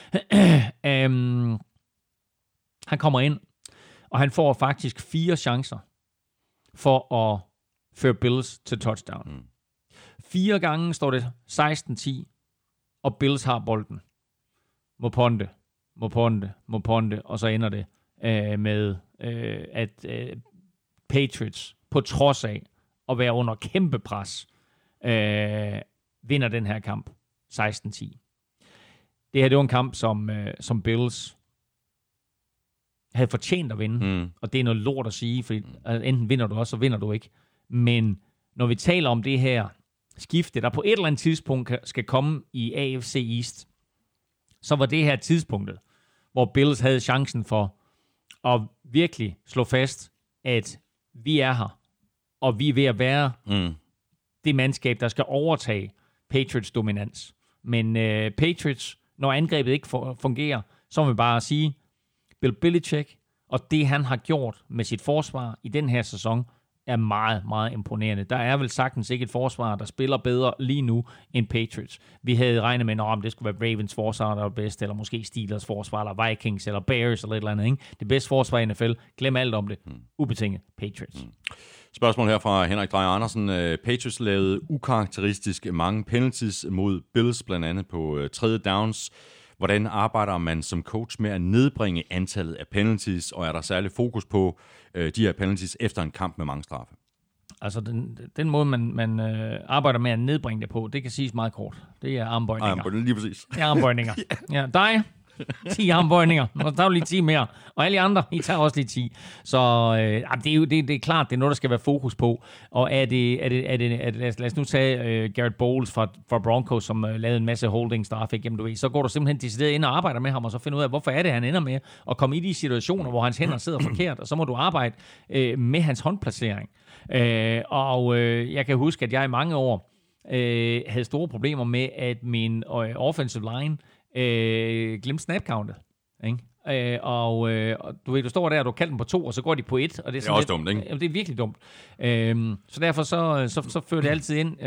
Han kommer ind, og han får faktisk 4 chancer for at føre Bills til touchdown. 4 gange står det 16-10, og Bills har bolden. Må ponde, og så ender det med, at Patriots, på trods af at være under kæmpe pres, vinder den her kamp 16-10. Det her, det var en kamp, som Bills havde fortjent at vinde, og det er noget lort at sige, fordi enten vinder du også, så vinder du ikke. Men når vi taler om det her skifte, der på et eller andet tidspunkt skal komme i AFC East, så var det her tidspunktet, hvor Bills havde chancen for at virkelig slå fast, at vi er her, og vi er ved at være det mandskab, der skal overtage Patriots dominans. Men Patriots, når angrebet ikke fungerer, så må vi bare sige, Bill Belichick og det, han har gjort med sit forsvar i den her sæson, er meget, meget imponerende. Der er vel sagtens ikke et forsvar, der spiller bedre lige nu end Patriots. Vi havde regnet med, om det skulle være Ravens forsvar, der var bedst, eller måske Steelers forsvar, eller Vikings, eller Bears, eller et eller andet. Ikke? Det bedste forsvar i NFL. Glem alt om det. Ubetinget Patriots. Spørgsmål her fra Henrik Dreyer Andersen. Patriots lavede ukarakteristisk mange penalties mod Bills, blandt andet på 3. downs. Hvordan arbejder man som coach med at nedbringe antallet af penalties, og er der særlig fokus på de her penalties efter en kamp med mange straffe? Altså den måde, man arbejder med at nedbringe det på, det kan siges meget kort. Det er armbøjninger. Lige præcis. Det er armbøjninger. Ja, dig, 10 armbøjninger, og så tager du lige 10 mere. Og alle andre, I tager også lige 10. Så det er klart, det er noget, der skal være fokus på. Og er det lad os nu tage Garrett Bowles fra Broncos, som lavede en masse holdings, der fik gennem, du ved. Så går du simpelthen decideret ind og arbejder med ham, og så finder ud af, hvorfor er det, han ender med at komme i de situationer, hvor hans hænder sidder forkert, og så må du arbejde med hans håndplacering. Jeg kan huske, at jeg i mange år havde store problemer med, at min offensive line glemte snap-countet. Ikke? Og du ved, du står der, og du kalder dem på 2, og så går de på 1. Og det er også dumt, ikke? Det er virkelig dumt. Så derfor så fører det altid ind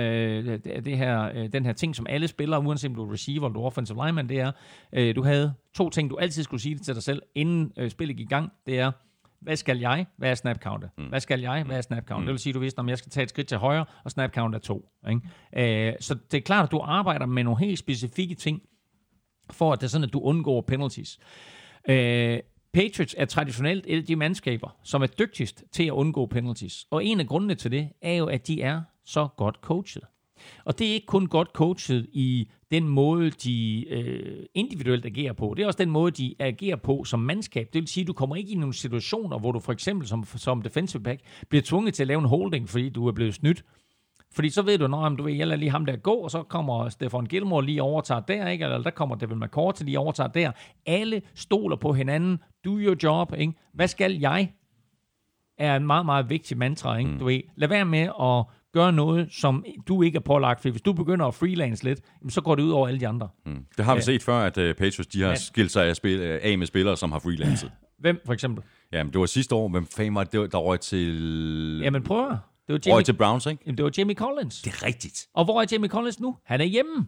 den her ting, som alle spillere, uanset om du er receiver eller du er offensive lineman, det er, du havde 2 ting, du altid skulle sige til dig selv, inden spillet gik i gang. Det er, hvad skal jeg? Hvad er snap-countet? Hvad skal jeg? Hvad er snap-countet? Det vil sige, at du vidste, om jeg skal tage et skridt til højre, og snap-count er 2. Ikke? Så det er klart, at du arbejder med nogle helt specifikke ting, for at det er sådan, at du undgår penalties. Patriots er traditionelt et af de mandskaber, som er dygtigst til at undgå penalties. Og en af grundene til det, er jo, at de er så godt coachet. Og det er ikke kun godt coachet i den måde, de individuelt agerer på. Det er også den måde, de agerer på som mandskab. Det vil sige, at du kommer ikke i nogle situationer, hvor du for eksempel som defensive back bliver tvunget til at lave en holding, fordi du er blevet snydt. Fordi så ved du, når du ved, jeg lader lige ham der gå, og så kommer Stephon Gilmore lige overtager der, ikke? Eller der kommer Devin McCourty lige overtager der. Alle stoler på hinanden. Do your job, ikke? Hvad skal jeg? Er en meget, meget vigtig mantra, ikke? Du ved, lad være med at gøre noget, som du ikke er pålagt. For hvis du begynder at freelance lidt, så går det ud over alle de andre. Det har vi set før, at Patriots de har skilt sig af med spillere, som har freelancet. Hvem for eksempel? Jamen, det var sidste år. Hvem fanden var det, der røg til... Jamen, prøv at... Røg til Browns, ikke? Jamen, det var Jamie Collins. Det er rigtigt. Og hvor er Jamie Collins nu? Han er hjemme.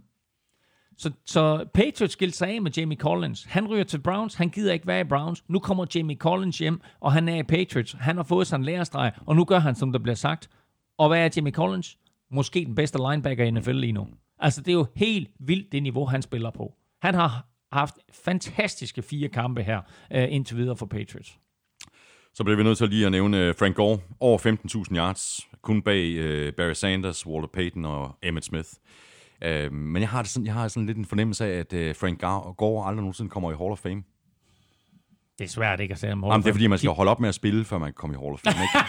Så Patriots skilte sig af med Jamie Collins. Han ryger til Browns. Han gider ikke være i Browns. Nu kommer Jamie Collins hjem, og han er i Patriots. Han har fået sig en lærestreg, og nu gør han, som der bliver sagt. Og hvad er Jamie Collins? Måske den bedste linebacker i NFL lige nu. Altså, det er jo helt vildt det niveau, han spiller på. Han har haft fantastiske 4 kampe her indtil videre for Patriots. Så bliver vi nødt til lige at nævne Frank Gore. Over 15.000 yards. Kun bag Barry Sanders, Walter Payton og Emmitt Smith. Men jeg har sådan lidt en fornemmelse af, at Frank Gore aldrig nogensinde kommer i Hall of Fame. Det er svært ikke at sige om Hall of Fame. Det er fordi, man skal holde op med at spille, før man kommer i Hall of Fame, ikke?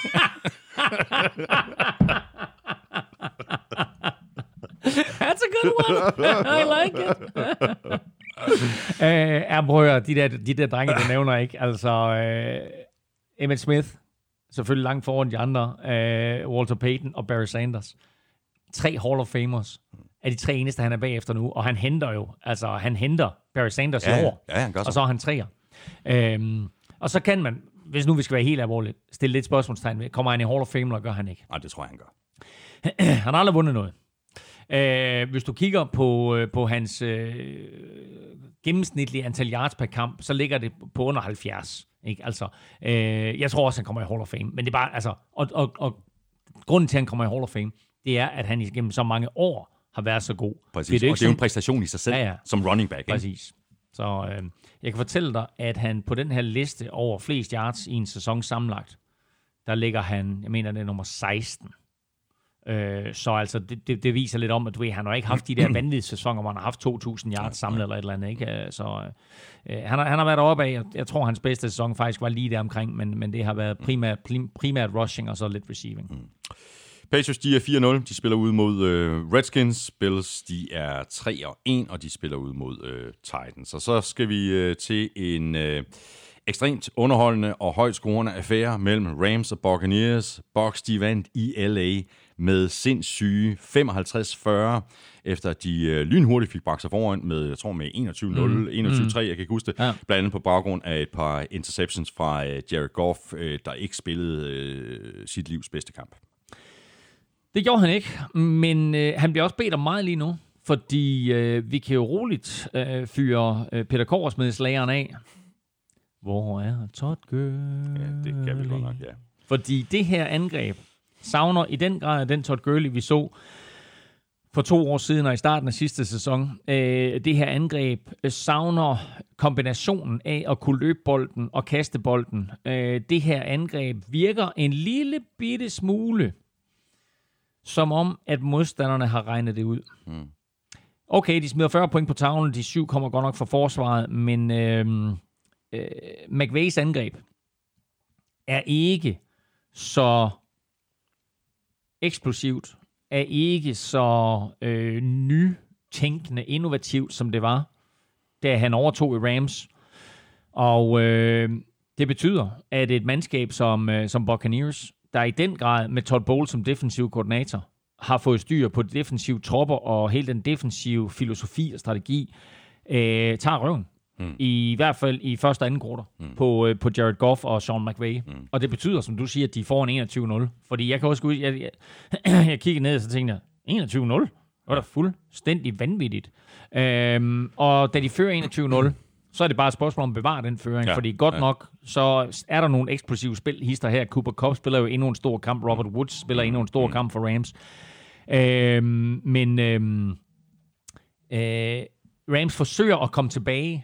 That's a good one. I like it. Prøv at de der drenge, du nævner, ikke? Altså, Emmitt Smith, selvfølgelig langt foran de andre, Walter Payton og Barry Sanders. 3 Hall of Famers er de 3 eneste, han er bagefter nu, og han henter Barry Sanders i år, han gør så. Og så er han 3'er. Og så kan man, hvis nu vi skal være helt alvorligt, stille lidt spørgsmålstegn ved, kommer han i Hall of Fame, eller gør han ikke? Nej, det tror jeg, han gør. Han har aldrig vundet noget. Hvis du kigger på hans gennemsnitlige antal yards per kamp, så ligger det på under 70. Ikke? Altså, jeg tror også, han kommer i Hall of Fame. Men det er bare, altså, og grunden til, at han kommer i Hall of Fame, det er, at han igennem så mange år har været så god. Præcis, det er jo en præstation i sig selv, som running back. Ikke? Præcis. Så jeg kan fortælle dig, at han på den her liste over flest yards i en sæson sammenlagt, der ligger han, jeg mener, det er nummer 16. Så altså, det viser lidt om, at du ved, han har ikke haft de der vanvittige sæsoner, hvor han har haft 2.000 yards samlet eller et eller andet, ikke? Så han har været oppe af, jeg tror, hans bedste sæson faktisk var lige der omkring, men det har været primært rushing og så lidt receiving. Patriots, de er 4-0. De spiller ud mod Redskins. Bills, de er 3-1, og de spiller ud mod Titans. Og så skal vi til en ekstremt underholdende og højt scorende affære mellem Rams og Buccaneers. Bucs, de vandt i LA med sindssyge 55-40, efter de lynhurtigt fik bragt sig foran med, jeg tror med 21-0, 21-3, jeg kan ikke huske det, blandt andet på baggrund af et par interceptions fra Jared Goff, der ikke spillede sit livs bedste kamp. Det gjorde han ikke, men han bliver også bedt om meget lige nu, fordi vi kan jo roligt fyre Peter Kåresmedslageren af. Hvor er Todd Gurley? Ja, det kan vi godt nok, ja. Fordi det her angreb savner i den grad den Todd Gurley, vi så for 2 år siden og i starten af sidste sæson. Det her angreb savner kombinationen af at kunne løbe bolden og kaste bolden. Det her angreb virker en lille bitte smule som om, at modstanderne har regnet det ud. Okay, de smider 40 point på tavlen, de 7 kommer godt nok fra forsvaret, men McVays angreb er ikke så eksplosivt, er ikke så nytænkende, innovativt, som det var, da han overtog i Rams. Og det betyder, at et mandskab som Buccaneers, der i den grad med Todd Bowles som defensiv koordinator, har fået styr på de defensive tropper og hele den defensive filosofi og strategi, tager røven. I hvert fald i første og anden quarter på Jared Goff og Sean McVay. Og det betyder, som du siger, at de får en 21-0. Fordi jeg kan også gå ud, jeg kiggede ned og så tænkte jeg, 21-0? Det var da fuldstændig vanvittigt. Og da de fører 21-0, så er det bare et spørgsmål om at bevare den føring. Ja, fordi godt nok, så er der nogle eksplosive spilhister her. Cooper Kupp spiller jo endnu en stor kamp. Robert Woods spiller endnu en stor kamp for Rams. Men Rams forsøger at komme tilbage,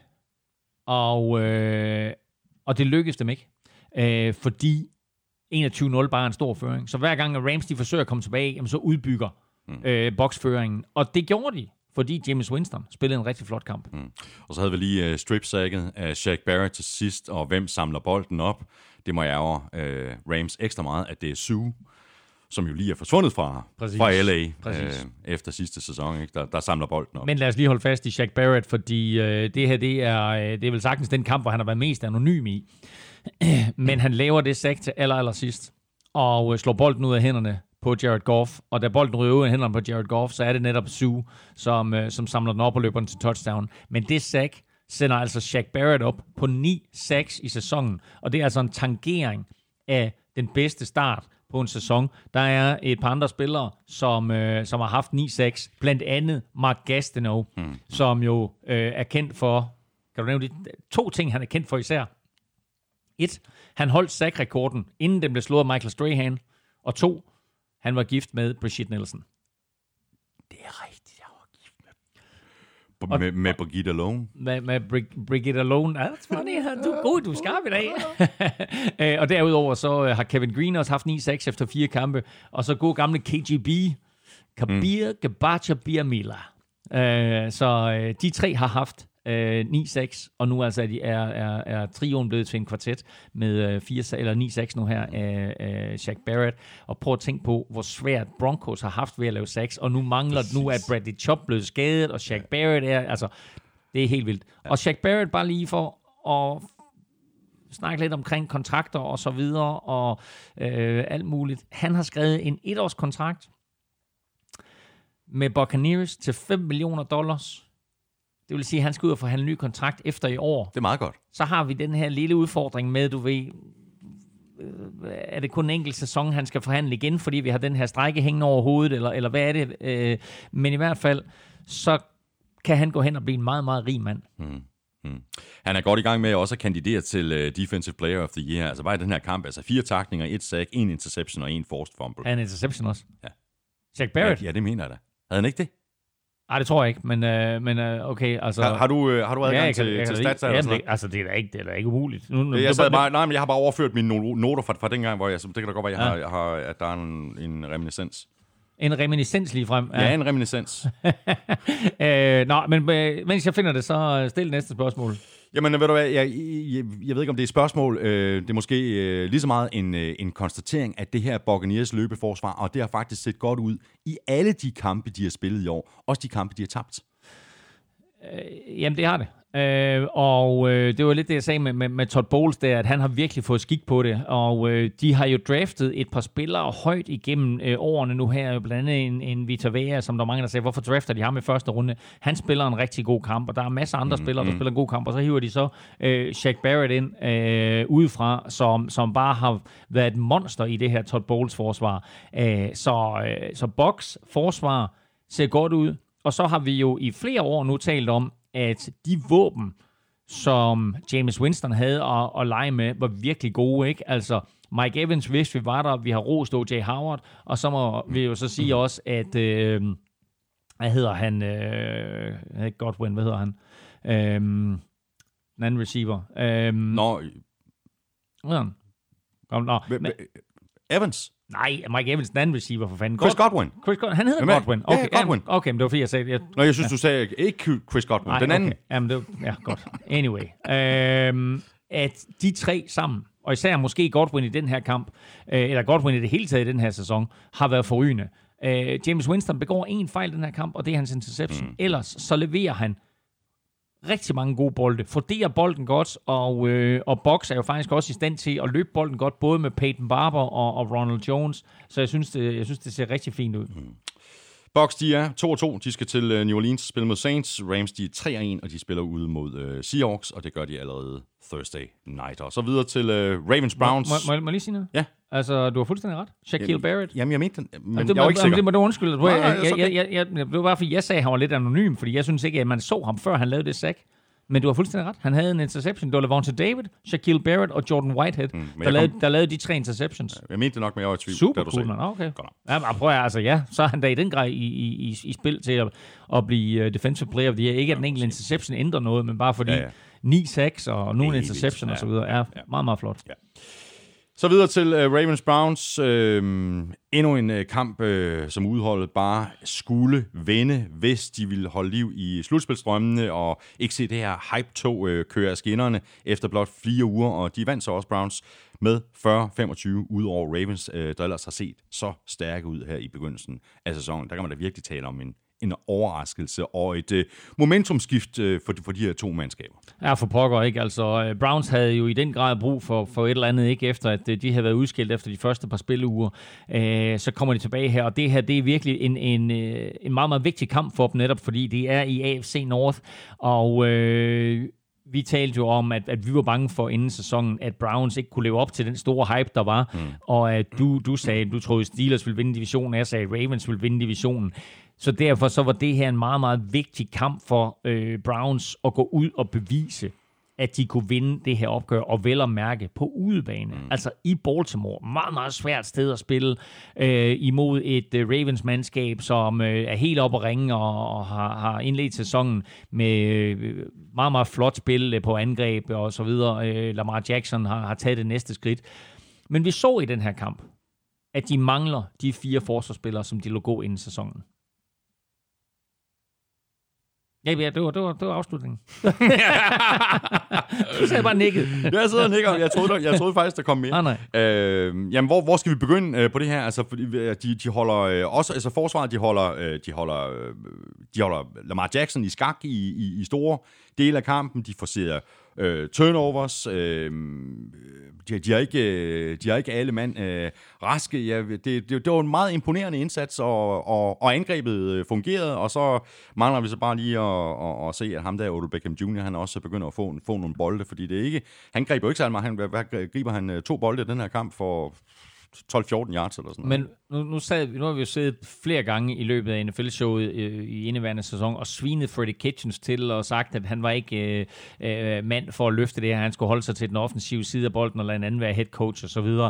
og det lykkes dem ikke. Fordi 21-0 bare er en stor føring. Så hver gang Rams de forsøger at komme tilbage, jamen, så udbygger boksføringen. Og det gjorde de, fordi Jameis Winston spillede en rigtig flot kamp. Og så havde vi lige strip-sacket af Shaq Barrett til sidst, og hvem samler bolden op? Det må ærge Rams ekstra meget, at det er Sue, som jo lige er forsvundet fra LA efter sidste sæson, ikke? Der samler bolden op. Men lad os lige holde fast i Shaq Barrett, fordi det her det er vel sagtens den kamp, hvor han har været mest anonym i. Men han laver det sack til aller sidst, og slår bolden ud af hænderne på Jared Goff, og da bolden ryger ud af hænderne på Jared Goff, så er det netop Sue, som samler den op og løber den til touchdown. Men det sack sender altså Shaq Barrett op på 9 sacks i sæsonen, og det er altså en tangering af den bedste start på en sæson. Der er et par andre spillere, som har haft 9 sacks, blandt andet Mark Gastineau, som jo er kendt for, kan du nævne det, 2 ting, han er kendt for især. 1, han holdt sack-rekorden, inden den blev slået af Michael Strahan, og 2, han var gift med Brigitte Nielsen. Det er rigtigt, jeg var gift med Brigitte Alone. Med Brigitte Alone. That's funny. Du er god, du er skarp i dag. Og derudover så har Kevin Green også haft 9 sacks efter 4 kampe. Og så god gamle KGB. Kabir Gabacha Biamila. Så de 3 har haft 9-6, og nu altså er trioen blevet til en kvartet med 4 eller 9-6 nu her af Shaq Barrett. Og prøv at tænke på, hvor svært Broncos har haft ved at lave 6, og nu mangler det nu, at Bradley Chubb blevet skadet, og Shaq Barrett altså, det er helt vildt. Ja. Og Shaq Barrett, bare lige for at snakke lidt omkring kontrakter og så videre, og alt muligt. Han har skrevet en 1-årskontrakt med Buccaneers til $5 million. Det vil sige, at han skal ud og forhandle en ny kontrakt efter i år. Det er meget godt. Så har vi den her lille udfordring med, du ved, er det kun en enkelt sæson, han skal forhandle igen, fordi vi har den her strejke hængende over hovedet, eller hvad er det? Men i hvert fald, så kan han gå hen og blive en meget, meget rig mand. Han er godt i gang med også at kandidere til Defensive Player of the Year. Altså bare i den her kamp, altså 4 tacklinger, 1 sack, 1 interception og 1 forced fumble. Han en interception også? Ja. Shaq Barrett? Ja, det mener jeg da. Havde han ikke det? Nej, det tror jeg ikke, men okay, altså... Har du adgang til stats? Altså, det er da ikke umuligt. Men jeg har bare overført mine noter fra dengang, hvor det kan da godt være, at der er en reminiscens. En reminiscens lige frem? Ja, en reminiscens. Men mens jeg finder det, så stil næste spørgsmål. Jamen, ved du hvad, jeg ved ikke, om det er et spørgsmål. Det er måske lige så meget en konstatering af det her Buccaneers løbeforsvar, og det har faktisk set godt ud i alle de kampe, de har spillet i år. Også de kampe, de har tabt. Jamen, det har det. Det var lidt det, jeg sagde med Todd Bowles der, at han har virkelig fået skik på det, og de har jo draftet et par spillere højt igennem årene nu her, blandt andet en Vita Vea, som der mange, der siger, hvorfor drafter de ham i første runde? Han spiller en rigtig god kamp, og der er masser af andre spillere, der spiller en god kamp, og så hiver de så Shaq Barrett ind udefra, som bare har været et monster i det her Todd Bowles forsvar. Så Bucs forsvar ser godt ud, og så har vi jo i flere år nu talt om, at de våben, som Jameis Winston havde at lege med, var virkelig gode, ikke? Altså, Mike Evans, hvis vi var der, vi har rost O.J. Howard, og så må vi jo så sige også, at, hvad hedder han? Godwin, hvad hedder han? En anden receiver. Evans? Nej, Mike Evans, den anden receiver, for fanden. Chris Godwin. Han hedder Godwin. Okay, ja, Godwin. Okay, men det var fordi, jeg sagde... Nå, jeg synes, du sagde ikke Chris Godwin. Nej, den anden. Okay. Jamen, det var, godt. Anyway. At de tre sammen, og især måske Godwin i den her kamp, eller Godwin i det hele taget i den her sæson, har været forrygende. James Winston begår en fejl i den her kamp, og det er hans interception. Ellers så leverer han rigtig mange gode bolde, fordeler bolden godt, og Bucs er jo faktisk også i stand til at løbe bolden godt, både med Peyton Barber og Ronald Jones, så jeg synes, det ser rigtig fint ud. Bucs, de er 2-2. De skal til New Orleans spille mod Saints. Rams, de er 3-1, og de spiller ude mod Seahawks, og det gør de allerede Thursday night. Og så videre til Ravens Browns. Må jeg lige sige noget? Ja. Altså, du har fuldstændig ret. Shaquille Barrett. Jamen, jeg mente den, men altså, jeg var ikke sikker. Det må du undskylde. Det var bare, fordi jeg sagde, at han var lidt anonym, fordi jeg synes ikke, at man så ham, før han lavede det sack. Men du har fuldstændig ret. Han havde en interception. Det var Lavonte David, Shaquille Barrett og Jordan Whitehead, der lavede de 3 interceptions. Jeg mente det nok, men jeg var i tvivl. Super cool, man. Okay. Ja, prøv at, altså, så er han da i den grad i spil til at blive Defensive Player of the Year. Ikke at den enkelte interception ændrer noget, men bare fordi 9 sacks og nogle interception og så videre er meget, meget flot. Ja. Så videre til Ravens Browns. Endnu en kamp, som udholdet bare skulle vinde, hvis de ville holde liv i slutspilsdrømmene og ikke se det her hype-tog køre af skinnerne efter blot 4 uger. Og de vandt så også Browns med 40-25 ud over Ravens, der ellers har set så stærke ud her i begyndelsen af sæsonen. Der kan man da virkelig tale om en overraskelse og et momentumskift for de her 2 mandskaber. Ja, for pokker, ikke? Altså, Browns havde jo i den grad brug for et eller andet, ikke? Efter at de havde været udskilt efter de første par spilleuger. Så kommer de tilbage her, og det her, det er virkelig en meget, meget vigtig kamp for dem netop, fordi det er i AFC North, og vi talte jo om, at vi var bange for inden sæsonen, at Browns ikke kunne leve op til den store hype, der var, og at du sagde, at du troede, Steelers ville vinde divisionen, og jeg sagde, at Ravens ville vinde divisionen. Så derfor så var det her en meget, meget vigtig kamp for Browns at gå ud og bevise, at de kunne vinde det her opgør, og vel at mærke på udebane. Altså i Baltimore. Meget, meget svært sted at spille imod et Ravens-mandskab, som er helt oppe at ringe og har indledt sæsonen med meget, meget flot spil på angreb og så videre. Lamar Jackson har taget det næste skridt. Men vi så i den her kamp, at de mangler de 4 forsvarsspillere, som de lå gå inden sæsonen. Ja, det var afslutningen. Du sagde bare nikket. Jeg sidder og nikker. Jeg troede faktisk, der kom mere. Nej. Jamen, hvor skal vi begynde på det her? Altså, fordi de holder også, altså forsvaret, de holder Lamar Jackson i skak i store dele af kampen. De forcerer turnovers. De har ikke alle mand raske. Ja, det var en meget imponerende indsats, og angrebet fungerede, og så mangler vi så bare lige at se, at ham der, Odell Beckham Jr., han også begynder at få nogle bolde, fordi det er ikke... Han griber jo ikke særlig meget. Griber han 2 bolde i den her kamp for 12-14 yards eller sådan noget. Men nu har vi jo siddet flere gange i løbet af NFL-showet i indeværende sæson og svinet Freddie Kitchens til og sagt, at han var ikke mand for at løfte det her. Han skulle holde sig til den offensive side af bolden og lade en anden være head coach og så videre.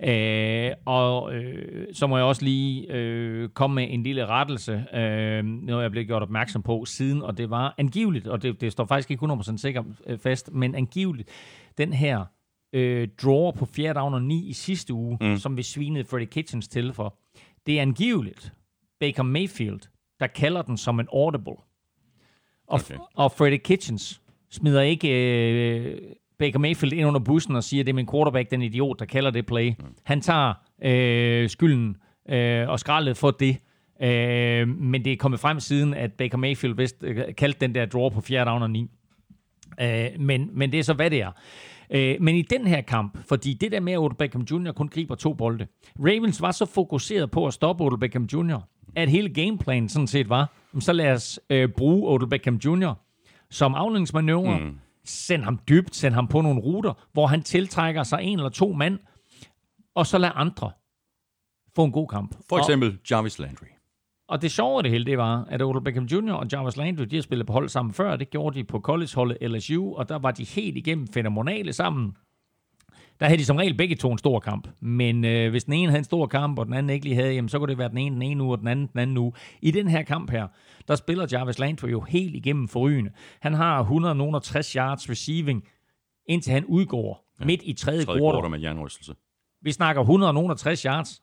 Så må jeg også lige komme med en lille rettelse, noget jeg blev gjort opmærksom på siden, og det var angiveligt, og det står faktisk ikke 100% sikkert fast, men angiveligt den her drawer på 4. down og 9 i sidste uge, som vi svinede Freddie Kitchens til for. Det er angiveligt Baker Mayfield, der kalder den som en audible. Og Freddie Kitchens smider ikke Baker Mayfield ind under bussen og siger, at det er min quarterback, den idiot, der kalder det play. Han tager skylden og skraldet for det. Men det er kommet frem siden, at Baker Mayfield vist kaldte den der drawer på 4. down og 9. Men det er så, hvad det er. Men i den her kamp, fordi det der med, at Odell Beckham Jr. kun griber 2 bolde, Ravens var så fokuseret på at stoppe Odell Beckham Jr., at hele gameplanen sådan set var, så lad os bruge Odell Beckham Jr. som afledningsmanøvre, send ham dybt, send ham på nogle ruter, hvor han tiltrækker sig 1 eller 2 mand, og så lad andre få en god kamp. For eksempel Jarvis Landry. Og det sjove af det hele, det var, at Odell Beckham Jr. og Jarvis Landry, de har spillet på hold sammen før. Det gjorde de på collegeholdet LSU, og der var de helt igennem fænomenale sammen. Der havde de som regel begge 2 en stor kamp. Men hvis den ene havde en stor kamp, og den anden ikke lige havde, jamen, så kunne det være den ene uge, og den anden uge. I den her kamp her, der spiller Jarvis Landry jo helt igennem forrygende. Han har 160 yards receiving, indtil han udgår midt i tredje quarter med jernrystelse. Vi snakker 160 yards.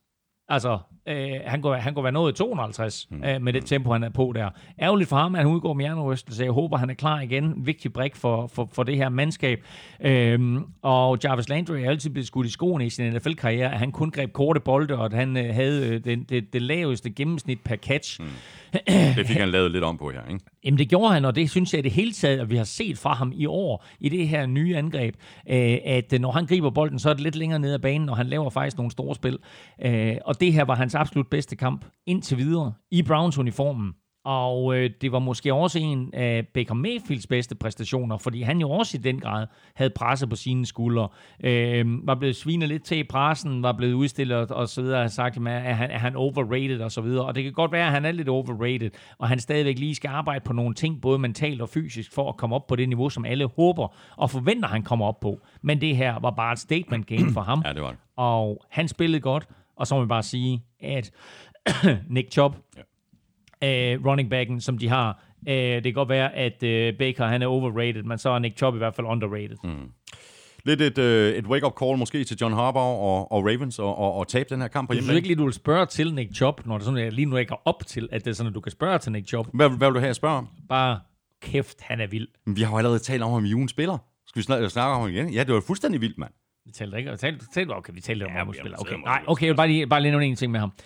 Altså, han kunne være nået 250 med det tempo, han er på der. Ærgerligt for ham, at han udgår med hjernerystelse. Jeg håber, han er klar igen. En vigtig brik for det her mandskab. Og Jarvis Landry er altid blevet skudt i skoene i sin NFL-karriere, at han kun greb korte bolde, og at han havde det laveste gennemsnit per catch. Det fik han lavet lidt om på her, ikke? Jamen det gjorde han, og det synes jeg i det hele taget, at vi har set fra ham i år, i det her nye angreb, at når han griber bolden, så er det lidt længere ned ad banen, og han laver faktisk nogle store spil. Og det her var hans absolut bedste kamp indtil videre i Browns-uniformen. Og det var måske også en af Baker Mayfields bedste præstationer, fordi han jo også i den grad havde presset på sine skuldre. Var blevet svinet lidt til i pressen, var blevet udstillet og så videre, og sagt, at han overrated og så videre. Og det kan godt være, at han er lidt overrated, og han stadigvæk lige skal arbejde på nogle ting, både mentalt og fysisk, for at komme op på det niveau, som alle håber og forventer, han kommer op på. Men det her var bare et statement game for ham. Ja, det var det. Og han spillede godt, og så må vi bare sige, at Nick Chubb, running backen, som de har. Det kan godt være, at Baker han er overrated, men så er Nick Chubb i hvert fald underrated. Lidt et wake-up call måske til John Harbaugh og Ravens og tabe den her kamp på hjemmebane. Du synes ikke lige, du vil spørge til Nick Chubb, når det sådan, at lige nu ikke er op til, at det er sådan, at du kan spørge til Nick Chubb. Hvad vil du have at spørge om? Bare kæft, han er vild. Vi har jo allerede talt om ham i ugens spiller. Skal vi snakke om ham igen? Ja, det var fuldstændig vildt, mand. Vi talte ikke. Okay, vi talte om spiller. Okay, nej, okay, jeg vil bare lige nævne en ting med ham.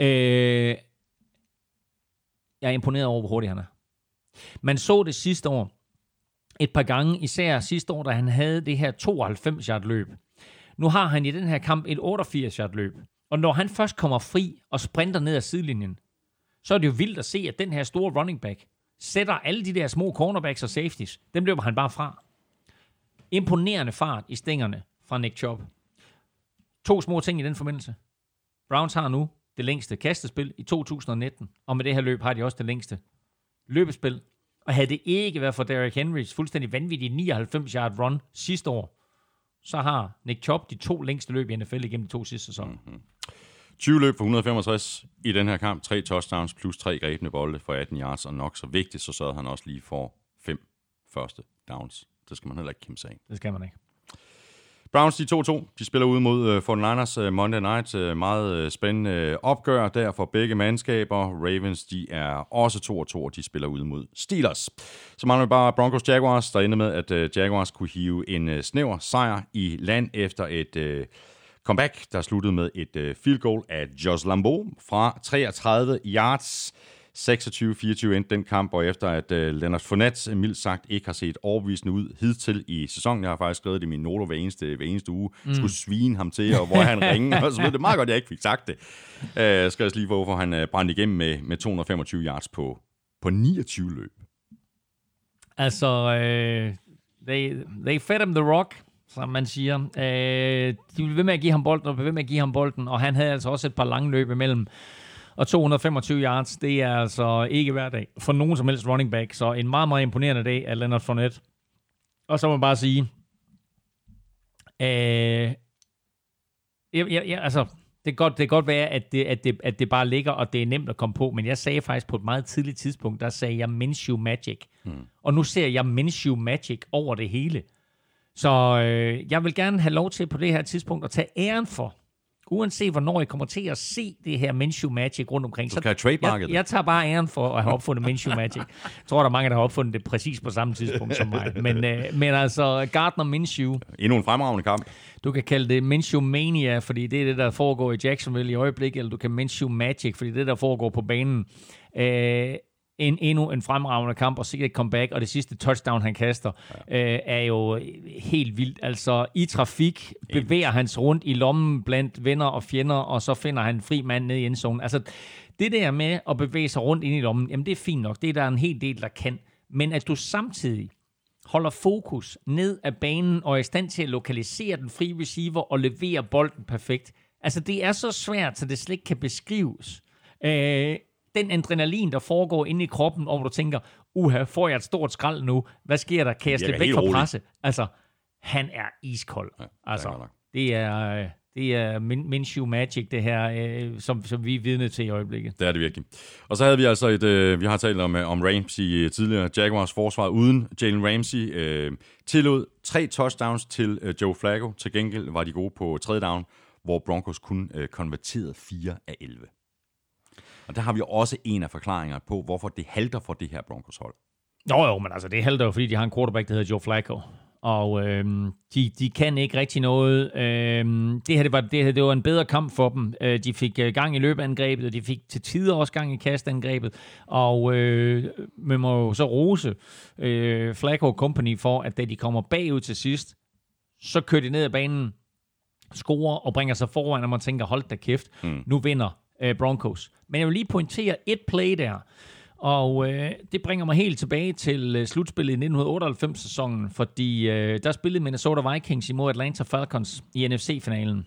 Jeg er imponeret over, hvor hurtig han er. Man så det sidste år et par gange, især sidste år, da han havde det her 92-yard løb. Nu har han i den her kamp et 88-yard løb. Og når han først kommer fri og sprinter ned ad sidelinjen, så er det jo vildt at se, at den her store running back sætter alle de der små cornerbacks og safeties. Dem løber han bare fra. Imponerende fart i stængerne fra Nick Chubb. 2 små ting i den forbindelse. Browns har nu det længste kastespil i 2019, og med det her løb har de også det længste løbespil. Og havde det ikke været for Derrick Henrys fuldstændig vanvittige 99-yard run sidste år, så har Nick Chubb de 2 længste løb i NFL igennem de 2 sidste sæsoner. 20 løb for 165 i den her kamp, 3 touchdowns plus 3 grebne bolde for 18 yards, og nok så vigtigt, så sørgede han også lige for 5 første downs. Det skal man heller ikke kimse af. Det skal man ikke. Browns, de 2-2. De spiller ud mod 49ers Monday Night. Meget spændende opgør der for begge mandskaber. Ravens, de er også 2-2, og de spiller ud mod Steelers. Så mangler vi bare Broncos Jaguars, der ender med, at Jaguars kunne hive en snæver sejr i land efter et comeback, der sluttede med et field goal af Josh Lambeau fra 33 yards. 26-24 endte den kamp, og efter at Leonard Fournette mildt sagt ikke har set overbevisende ud hidtil i sæsonen. Jeg har faktisk skrevet det i mine noter hver eneste uge. Skulle svine ham til, og hvor han ringer. Og så ved det meget godt, jeg ikke fik sagt det. Jeg skal også lige hvorfor han brændte igennem med 225 yards på 29 løb. Altså, they fed him the rock, som man siger. De blev ved med at give ham bolden, og han havde altså også et par lange løb imellem. Og 225 yards, det er altså ikke hver dag for nogen som helst running back. Så en meget, meget imponerende dag af Leonard Fournette. Og så må man bare sige, altså, det kan godt være, at det bare ligger, og det er nemt at komme på. Men jeg sagde faktisk på et meget tidligt tidspunkt, der sagde jeg Minshew Magic. Og nu ser jeg Minshew Magic over det hele. Så jeg vil gerne have lov til på det her tidspunkt at tage æren for, uanset hvornår jeg kommer til at se det her Minshew Magic rundt omkring. Du skal have trademarket. Jeg tager bare æren for at have opfundet Minshew Magic. Jeg tror, der er mange, der har opfundet det præcis på samme tidspunkt som mig. Men altså, Gardner Minshew. Endnu en fremragende kamp. Du kan kalde det Minshew Mania, fordi det er det, der foregår i Jacksonville i øjeblikket, eller du kan Minshew Magic, fordi det er det, der foregår på banen. Endnu en fremragende kamp, og sikkert et comeback, og det sidste touchdown, han kaster, er jo helt vildt. Altså, i trafik bevæger han sig rundt i lommen blandt venner og fjender, og så finder han en fri mand ned i endzonen. Altså, det der med at bevæge sig rundt ind i lommen, jamen det er fint nok. Det er der en hel del, der kan. Men at du samtidig holder fokus ned af banen, og er i stand til at lokalisere den frie receiver og levere bolden perfekt. Altså, det er så svært, så det slet ikke kan beskrives. Den adrenalin, der foregår inde i kroppen, og hvor du tænker, får jeg et stort skrald nu? Hvad sker der? Kan jeg slippe væk fra presse? Altså, han er iskold. Altså, det er Minshew Magic, det her, som vi er vidne til i øjeblikket. Det er det virkelig. Og så havde vi altså vi har talt om Ramsey tidligere. Jaguars forsvar uden Jalen Ramsey tillod 3 touchdowns til Joe Flacco. Til gengæld var de gode på 3. down hvor Broncos kun konverterede 4 af 11. Og der har vi jo også en af forklaringerne på, hvorfor det halter for det her Broncos-hold. Jo, men altså det halter jo, fordi de har en quarterback, der hedder Joe Flacco. Og de kan ikke rigtig noget. Det her var en bedre kamp for dem. De fik gang i løbeangrebet, og de fik til tider også gang i kastangrebet. Og man må jo så rose Flacco Company for, at da de kommer bagud til sidst, så kører de ned ad banen, scorer og bringer sig foran, og man tænker, hold da kæft, nu vinder Broncos. Men jeg vil lige pointere et play der. Og det bringer mig helt tilbage til slutspillet i 1998-sæsonen, fordi der spillede Minnesota Vikings imod Atlanta Falcons i NFC-finalen.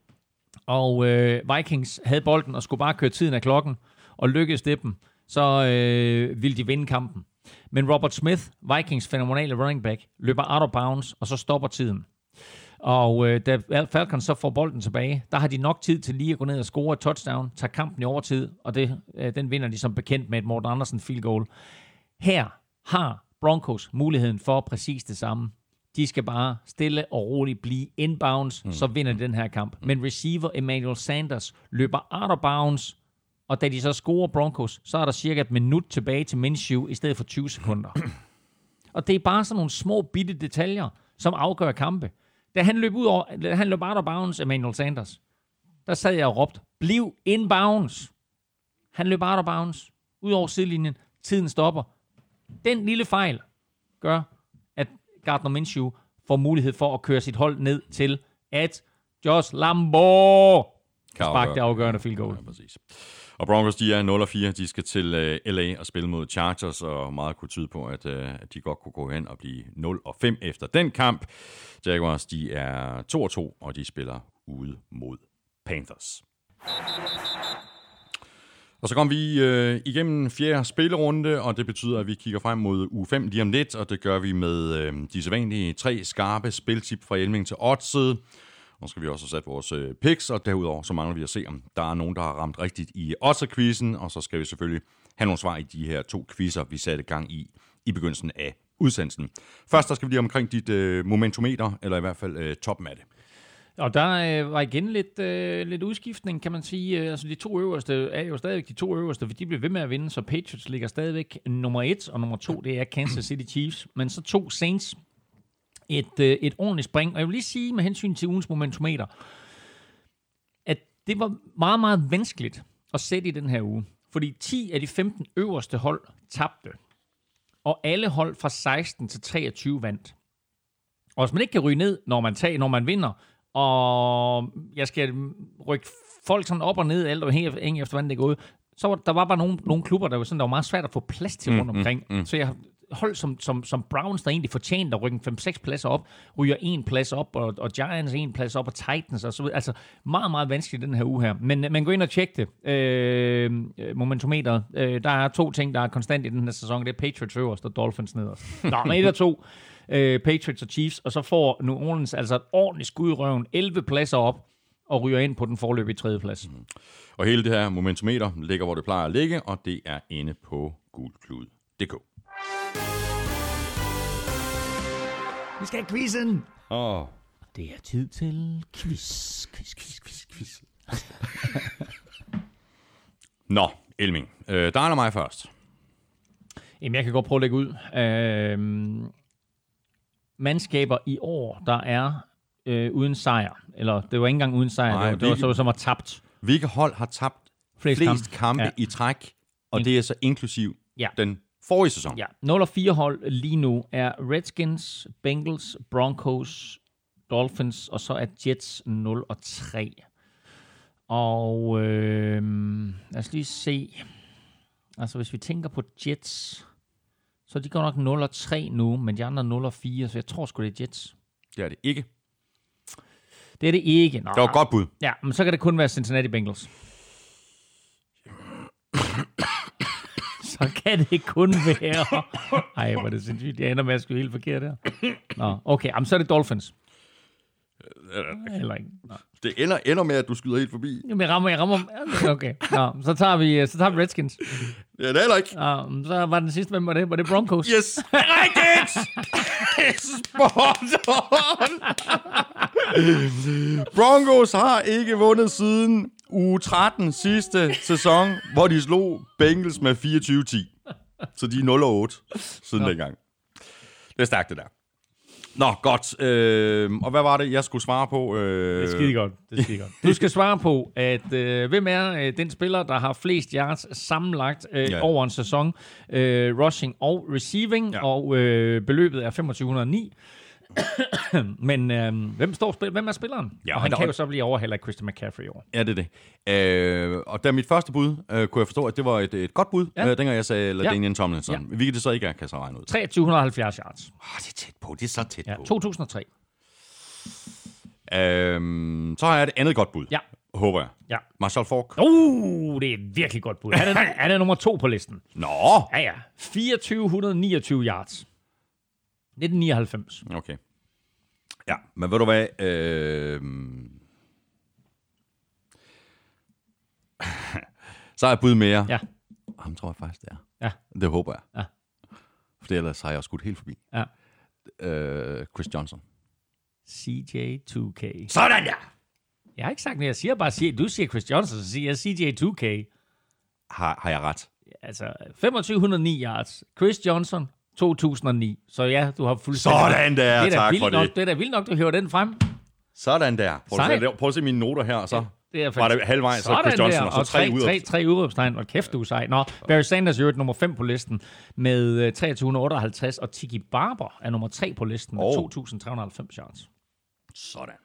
Og Vikings havde bolden og skulle bare køre tiden af klokken, og lykkedes det dem, så ville de vinde kampen. Men Robert Smith, Vikings fænomenale running back, løber out of bounds, og så stopper tiden. Og da Falcons så får bolden tilbage, der har de nok tid til lige at gå ned og score et touchdown, tage kampen i overtid, og den vinder de som bekendt med et Morten Andersen field goal. Her har Broncos muligheden for præcis det samme. De skal bare stille og roligt blive inbounds, så vinder de den her kamp. Men receiver Emmanuel Sanders løber out of bounds, og da de så scorer Broncos, så er der cirka et minut tilbage til Minshew i stedet for 20 sekunder. Og det er bare sådan nogle små bitte detaljer, som afgør kampe. Da han løb out of bounds, Emmanuel Sanders, der sad jeg og råbte, bliv inbounds. Han løb out of bounds, ud over sidelinjen, tiden stopper. Den lille fejl gør, at Gardner Minshew får mulighed for at køre sit hold ned til, at Josh Lambo sparkte det afgørende field goal. Ja, præcis. Og Broncos, de er 0-4. De skal til LA og spille mod Chargers, og meget kunne tyde på, at de godt kunne gå hen og blive 0-5 efter den kamp. Jaguars, de er 2-2, og de spiller ude mod Panthers. Og så kommer vi igennem 4. spillerunde, og det betyder, at vi kigger frem mod uge 5 lige om lidt, og det gør vi med de sædvanlige 3 skarpe spiltip fra Elming til Odset. Nu skal vi også have sat vores picks, og derudover så mangler vi at se, om der er nogen, der har ramt rigtigt i Odset-quizzen, og så skal vi selvfølgelig have nogle svar i de her 2 quizzer, vi satte gang i begyndelsen af udsendelsen. Først der skal vi lige omkring dit momentometer, eller i hvert fald toppen af det. Og der var igen lidt udskiftning, kan man sige. Altså de 2 øverste er jo stadigvæk de 2 øverste, for de bliver ved med at vinde, så Patriots ligger stadigvæk nummer 1, og nummer 2, det er Kansas City Chiefs. Men så 2 Saints, et ordentligt spring. Og jeg vil lige sige med hensyn til ugens momentometer, at det var meget, meget vanskeligt at sætte i den her uge. Fordi 10 af de 15 øverste hold tabte. Og alle hold fra 16 til 23 vandt. Og hvis man ikke kan ryge ned, når man vinder, og jeg skal rykke folk sådan op og ned, alt og efter hvordan det er gået, så der var bare nogle klubber, der var meget svært at få plads til rundt omkring. Så jeg hold som Browns, der egentlig fortjente at rykke 5-6 pladser op, ryger 1 plads op, og Giants 1 plads op, og Titans og så videre. Altså meget, meget vanskeligt den her uge her. Men gå ind og tjek det. Momentometeret. Der er 2 ting, der er konstant i den her sæson. Det er Patriots øverst og Dolphins nederst. Nå, men 1 og 2. Patriots og Chiefs, og så får New Orleans altså et ordentligt skud i røven, 11 pladser op, og ryger ind på den foreløbige 3. plads. Og hele det her momentometer ligger, hvor det plejer at ligge, og det er inde på gulklud.dk. Vi skal have quizzen! Det er tid til quiz. Nå, Elming. Der er mig først. Jamen, jeg kan godt prøve at lægge ud. Mandskaber i år, der er uden sejr. Eller det var ikke engang uden sejr. Nej, det var så, som har tabt. Hvilke hold har tabt flest kampe i træk, og det er så inklusiv den forrige sæson? Ja, 0-4 hold lige nu er Redskins, Bengals, Broncos, Dolphins, og så er Jets 0-3. Og lad os lige se. Altså, hvis vi tænker på Jets, så de går nok 0-3 nu, men de andre 0-4, så jeg tror sgu, det er Jets. Det er det ikke. Det er det ikke. Nå, det var et godt bud. Ja, men så kan det kun være Cincinnati Bengals. Så kan det kun være... Ej, hvor er det sindssygt. Jeg ender med at skyde helt forkert der. Nå, okay, jamen, så er det Dolphins. Eller ikke. Nå. Det ender med, at du skyder helt forbi. Jamen, jeg rammer. Okay. Nå, så tager vi Redskins. Ja, det er heller ikke. Nå, så var den sidste, hvem var det? Var det Broncos? Yes! Rigtigt! Spot on! Broncos har ikke vundet siden uge 13 sidste sæson, hvor de slog Bengals med 24-10. Så de er 0-8 siden dengang. Det er stærkt, det der. Nå, godt. Og hvad var det, jeg skulle svare på? Det er skide godt. Du skal svare på, at hvem er den spiller, der har flest yards sammenlagt over en sæson, rushing og receiving, og beløbet er 2509. Men hvem er spilleren? Ja, og han kan jo så blive overhældet af Christian McCaffrey i år. Ja, det er det. Og da mit første bud, kunne jeg forstå, at det var et godt bud, dengang jeg sagde Daniel Tomlinson. Ja. Hvilket det så ikke er, kan jeg så regne ud. 2370 yards. Det er tæt på. Det er så tæt på. 2003. Så har jeg et andet godt bud. Ja. Håber jeg. Ja. Marshall Faulk. Det er et virkelig godt bud. Han er nummer 2 på listen. Nå! Ja. 2429 yards. 1999. Okay. Ja, men ved du hvad? Så har jeg bud mere. Ja. Ham tror jeg faktisk, det er. Ja. Det håber jeg. Ja. For ellers har jeg skudt helt forbi. Ja. Chris Johnson. CJ2K. Sådan der! Jeg har ikke sagt noget. Jeg siger bare, du siger Chris Johnson, så siger jeg CJ2K. Har jeg ret? Altså, 2509 yards. Chris Johnson, 2009. Så ja, du har fuldstændig... Sådan der, tak for det. Det er da vildt nok, du hører den frem. Sådan der. Prøv at se mine noter her, så var det halvvejs, så Chris Johnson, og så 3 ud. 3 udråbstegn, og kæft, du er sej. Nå, Barry Sanders er nummer 5 på listen med 2358, og Tiki Barber er nummer 3 på listen med 2390 yards. Sådan.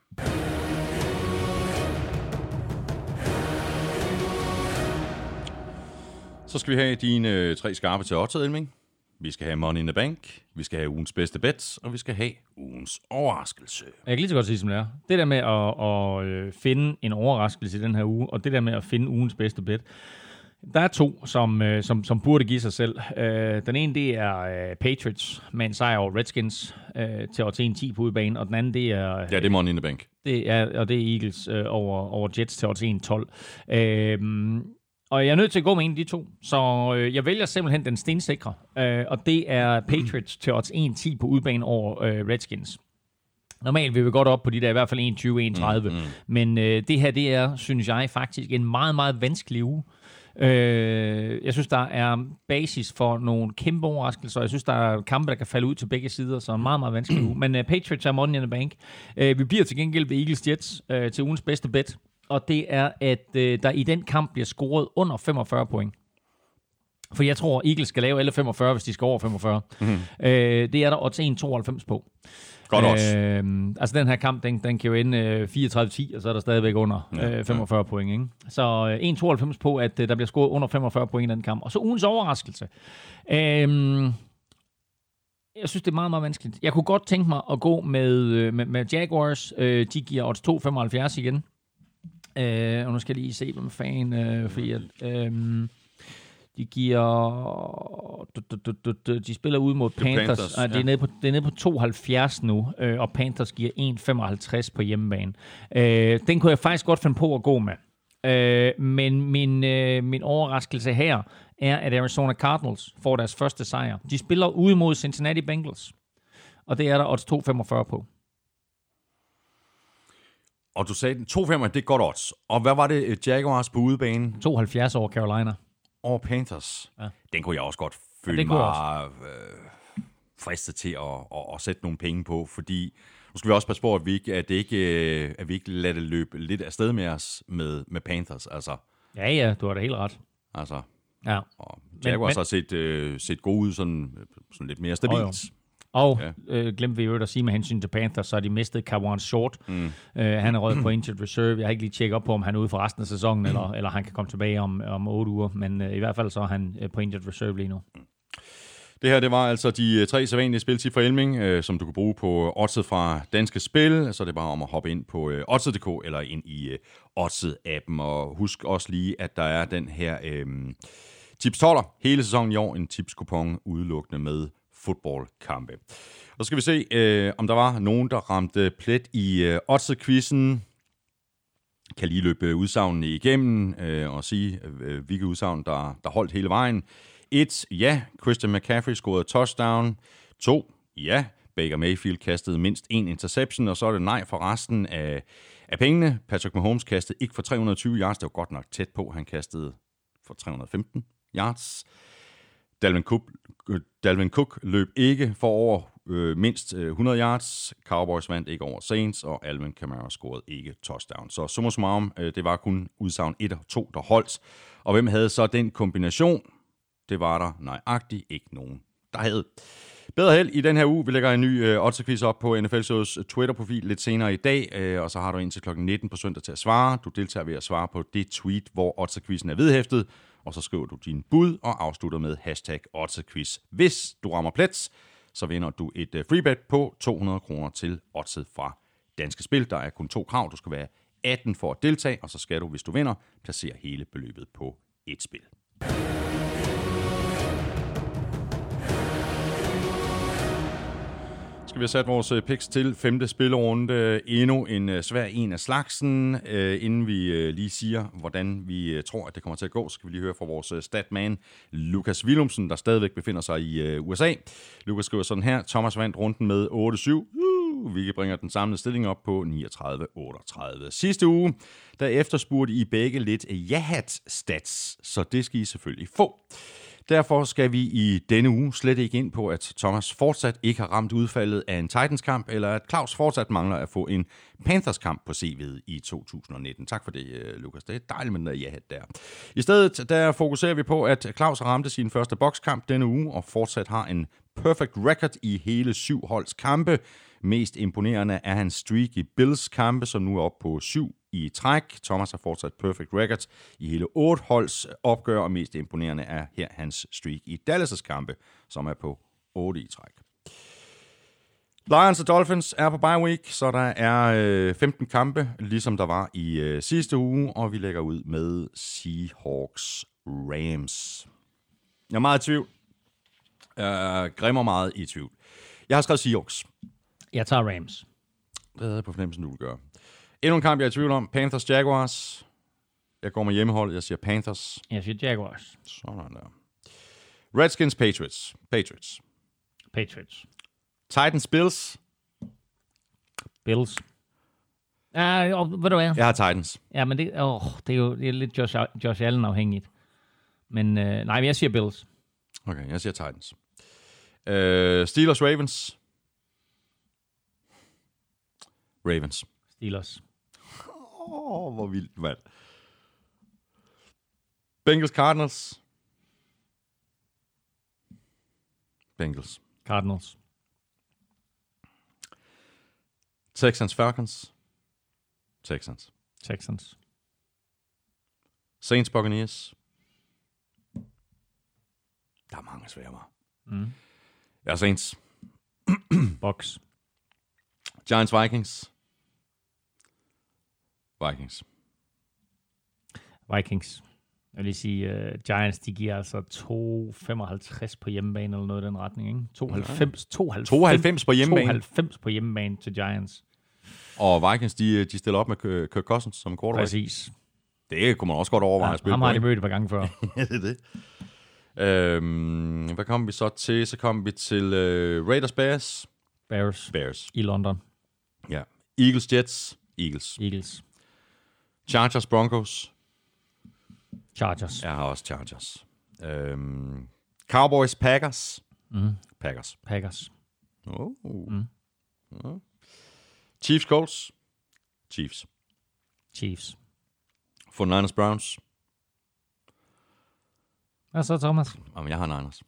Så skal vi have dine 3 skarpe til oddset, Elming. Vi skal have Money in the Bank, vi skal have ugens bedste bets, og vi skal have ugens overraskelse. Jeg kan lige så godt sige, som det er. Det der med at finde en overraskelse i den her uge, og det der med at finde ugens bedste bet, der er 2, som burde give sig selv. Den ene, det er Patriots med en sejr over Redskins til odds 1.10 på udebane, og den anden, det er... Ja, det er Money in the Bank. Det er Eagles over Jets til odds 1.12. Og jeg er nødt til at gå med en af de 2, så jeg vælger simpelthen den stensikre, og det er Patriots til odds 1.10 på udebane over Redskins. Normalt vil vi godt op på de der i hvert fald 1.20-1.30, men det her, det er, synes jeg, faktisk en meget, meget vanskelig uge. Jeg synes, der er basis for nogle kæmpe overraskelser, og jeg synes, der er kampe, der kan falde ud til begge sider, så en meget, meget vanskelig uge. Men Patriots er Money in the Bank. Vi bliver til gengæld ved Eagles Jets til ugens bedste bet. Og det er, at der i den kamp bliver scoret under 45 point. For jeg tror, Eagles skal lave alle 45, hvis de skal over 45. Mm-hmm. Det er der odds 1,92 på. Godt også. Altså den her kamp, den kan jo ende 34-10, og så er der stadigvæk under 45 point. Ikke? Så 1,92 på, at der bliver scoret under 45 point i den kamp. Og så ugens overraskelse. Jeg synes, det er meget, meget vanskeligt. Jeg kunne godt tænke mig at gå med Jaguars. De giver odds 2,75 igen. Og nu skal jeg lige se, hvem fanden, fordi at, de giver... De spiller ud mod Panthers. Det er nede på 2,70 nu, og Panthers giver 1,55 på hjemmebane. Den kunne jeg faktisk godt finde på at gå med. Men min overraskelse her er, at Arizona Cardinals får deres første sejr. De spiller ude mod Cincinnati Bengals, og det er der odds 2,45 på. Og du sagde, 2,5, det er godt odds. Og hvad var det, Jaguars på udebane? 2,70 over Carolina. Over Panthers. Ja. Den kunne jeg også godt føle mig fristet til at sætte nogle penge på, fordi nu skal vi også passe på, at vi ikke lader det løbe lidt afsted med os med Panthers. Altså. Ja, du har da helt ret. Altså, ja. Og Jaguars har set gode ud, sådan lidt mere stabilt. Og glemte vi jo at sige med hensyn til Panthers, så har de mistet Kawan Short. Han er røget på injured reserve. Jeg har ikke lige tjekket op på, om han er ude for resten af sæsonen, eller han kan komme tilbage om 8 uger. Men i hvert fald så er han på injured reserve lige nu. Det her, det var altså de 3 sædvanlige spiltip fra Elming, som du kan bruge på Oddset fra Danske Spil. Så det er bare om at hoppe ind på Oddset.dk eller ind i Oddset-appen. Og husk også lige, at der er den her tips 12'er hele sæsonen i år. En tipskupon udelukkende med fodboldkampe. Og så skal vi se, om der var nogen, der ramte plet i Oddset-quizzen. Kan lige løbe udsagnene igennem og sige, hvilke udsagn, der holdt hele vejen. 1. Ja, Christian McCaffrey scorede touchdown. 2. Ja, Baker Mayfield kastede mindst 1 interception, og så er det nej for resten af pengene. Patrick Mahomes kastede ikke for 320 yards. Det var godt nok tæt på. Han kastede for 315 yards. Dalvin Cook løb ikke for over mindst 100 yards. Cowboys vandt ikke over Saints, og Alvin Kamara scorede ikke touchdown. Så summa summarum, det var kun udsagn 1 og 2, der holdt. Og hvem havde så den kombination? Det var der nøjagtigt ikke nogen, der havde. Bedre held i den her uge. Vi lægger en ny odds-quiz op på NFL Shows Twitter-profil lidt senere i dag, og så har du indtil kl. 19 på søndag til at svare. Du deltager ved at svare på det tweet, hvor odds-quizzen er vedhæftet, og så skriver du din bud og afslutter med #odds-quiz. Hvis du rammer plet, så vinder du et freebet på 200 kroner til oddset fra Danske Spil. Der er kun 2 krav. Du skal være 18 for at deltage, og så skal du, hvis du vinder, placere hele beløbet på et spil. Vi har sat vores picks til 5. spillerunde. Endnu en svær en af slagsen. Inden vi lige siger, hvordan vi tror, at det kommer til at gå, skal vi lige høre fra vores statman, Lukas Willumsen, der stadigvæk befinder sig i USA. Lukas skriver sådan her: Thomas vandt runden med 8-7. Vi bringer den samlede stilling op på 39-38. Sidste uge, der efterspurgte I begge lidt Jahat-stats, så det skal I selvfølgelig få. Derfor skal vi i denne uge slet ikke ind på, at Thomas fortsat ikke har ramt udfaldet af en Titans-kamp, eller at Claus fortsat mangler at få en Panthers-kamp på CV'et i 2019. Tak for det, Lukas. Det er dejligt med den der ja-hat der. I stedet der fokuserer vi på, at Claus har ramt sin første bokskamp denne uge, og fortsat har en perfect record i hele 7 holds kampe. Mest imponerende er hans streak i Bills kampe, som nu er oppe på 7 i træk. Thomas har fortsat perfect record i hele 8 holds opgør, og mest imponerende er her hans streak i Dallas' kampe, som er på 8 i træk. Lions og Dolphins er på bye week, så der er 15 kampe, ligesom der var i sidste uge, og vi lægger ud med Seahawks Rams. Jeg er meget i tvivl. Grimmer meget i tvivl. Jeg har skrevet Seahawks. Jeg tager Rams. Det havde jeg på fornemmelsen, du vil gøre. Endnu en kamp, jeg er i tvivl om. Panthers Jaguars. Jeg går med hjemmehold. Jeg siger Panthers. Jeg siger Jaguars. Sådan der. Redskins Patriots. Patriots. Titans Bills. Bills. Ved du hvad? Jeg har Titans. Ja, men det er jo lidt Josh Allen afhængigt. Men nej, jeg siger Bills. Okay, jeg siger Titans. Steelers Ravens. Ravens. Steelers. Hvor vildt, mand. Bengals Cardinals. Bengals. Cardinals. Texans Falcons. Texans. Texans. Saints Buccaneers. Der er mange svære mig. Jeg er Saints. Bucks. Giants Vikings. Vikings. Jeg vil lige sige, Giants, de giver altså 2,55 på hjemmebane, eller noget i den retning, ikke? 92 på hjemmebane. 92 på hjemmebane til Giants. Og Vikings, de stiller op med Kirk Cousins som quarterback. Præcis. Det kunne man også godt overveje at spille ham på. Ham har de mødt et par gange før. Ja, det er det. Hvad kommer vi så til? Så kommer vi til Raiders Bears. I London. Ja. Eagles Jets. Eagles. Chargers Broncos. Chargers. Jeg har også Chargers. Cowboys Packers. Packers. Chiefs Colts. Chiefs. 49ers Browns. Hvad så, Thomas? Jamen, jeg har Niners.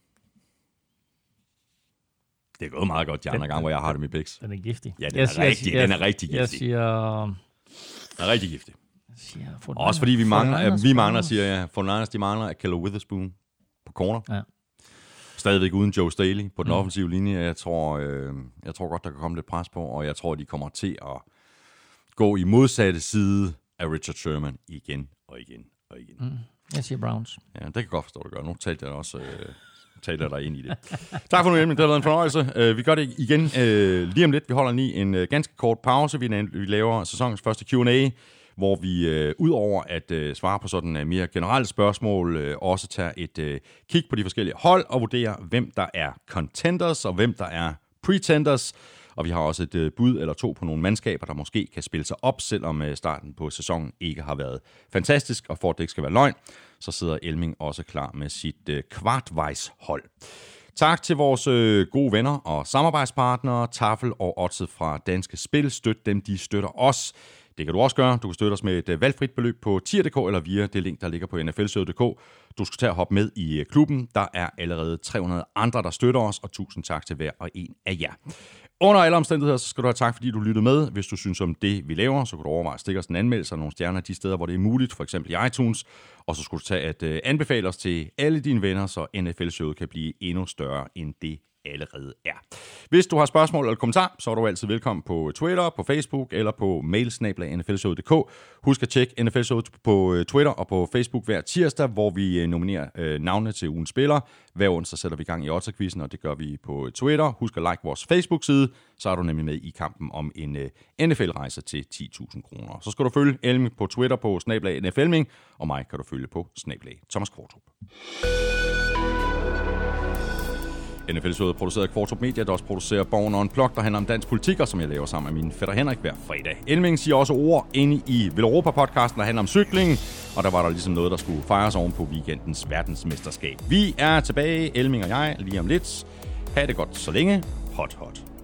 Det er gået meget godt de andre gange, hvor jeg har dem i picks. Den er giftig. Ja, den er rigtig giftig. Jeg siger... Den er rigtig giftig. Også fordi vi mangler, siger jeg, 49ers, de mangler af Keller Witherspoon på corner. Ja. Stadigvæk uden Joe Staley på den offensive linje. Jeg tror godt, der kan komme lidt pres på, og jeg tror, de kommer til at gå i modsatte side af Richard Sherman igen. Jeg siger Browns. Ja, det kan godt forstå, du gør. Nu talte jeg også dig ind i det. Tak for nu, Emil. Det har været en fornøjelse. Vi gør det igen lige om lidt. Vi holder lige en ganske kort pause. Vi laver sæsonens første Q&A, hvor vi udover at svare på sådan mere generelle spørgsmål, også tager et kig på de forskellige hold og vurderer, hvem der er contenders og hvem der er Pretenders. Og vi har også et bud eller to på nogle mandskaber, der måske kan spille sig op, selvom starten på sæsonen ikke har været fantastisk. Og for at det ikke skal være løgn, så sidder Elming også klar med sit kvartvejshold. Tak til vores gode venner og samarbejdspartnere, Tafel og Odset fra Danske Spil. Støt dem, de støtter os. Det kan du også gøre. Du kan støtte os med et valgfrit beløb på tier.dk eller via det link, der ligger på nflshowet.dk. Du skal tage og hoppe med i klubben. Der er allerede 300 andre, der støtter os, og tusind tak til hver og en af jer. Under alle omstændigheder, så skal du have tak, fordi du lyttede med. Hvis du synes om det, vi laver, så kan du overveje at stikke os en anmeldelse og nogle stjerner de steder, hvor det er muligt, for eksempel i iTunes. Og så skulle du tage at anbefale os til alle dine venner, så NFL-showet kan blive endnu større, end det allerede er. Hvis du har spørgsmål eller kommentar, så er du altid velkommen på Twitter, på Facebook eller på mail@nflshowet.dk. Husk at tjekke NFL-showet på Twitter og på Facebook hver tirsdag, hvor vi nominerer navne til ugens spiller. Hver onsdag sætter vi i gang i Odds-quizzen, og det gør vi på Twitter. Husk at like vores Facebook-side, så er du nemlig med i kampen om en NFL-rejse til 10.000 kroner. Så skal du følge Elming på Twitter på @NFLming, og mig kan du følge på @Thomas Kvartrup. NFL-showet er produceret af Kvartrup Media, der også producerer Born Unplugged, der handler om dansk politik, og som jeg laver sammen med min fætter Henrik hver fredag. Elming siger også ord inde i Velropa-podcasten, der handler om cykling, og der var der ligesom noget, der skulle fejres oven på weekendens verdensmesterskab. Vi er tilbage, Elming og jeg, lige om lidt. Ha' det godt så længe. Hot, hot.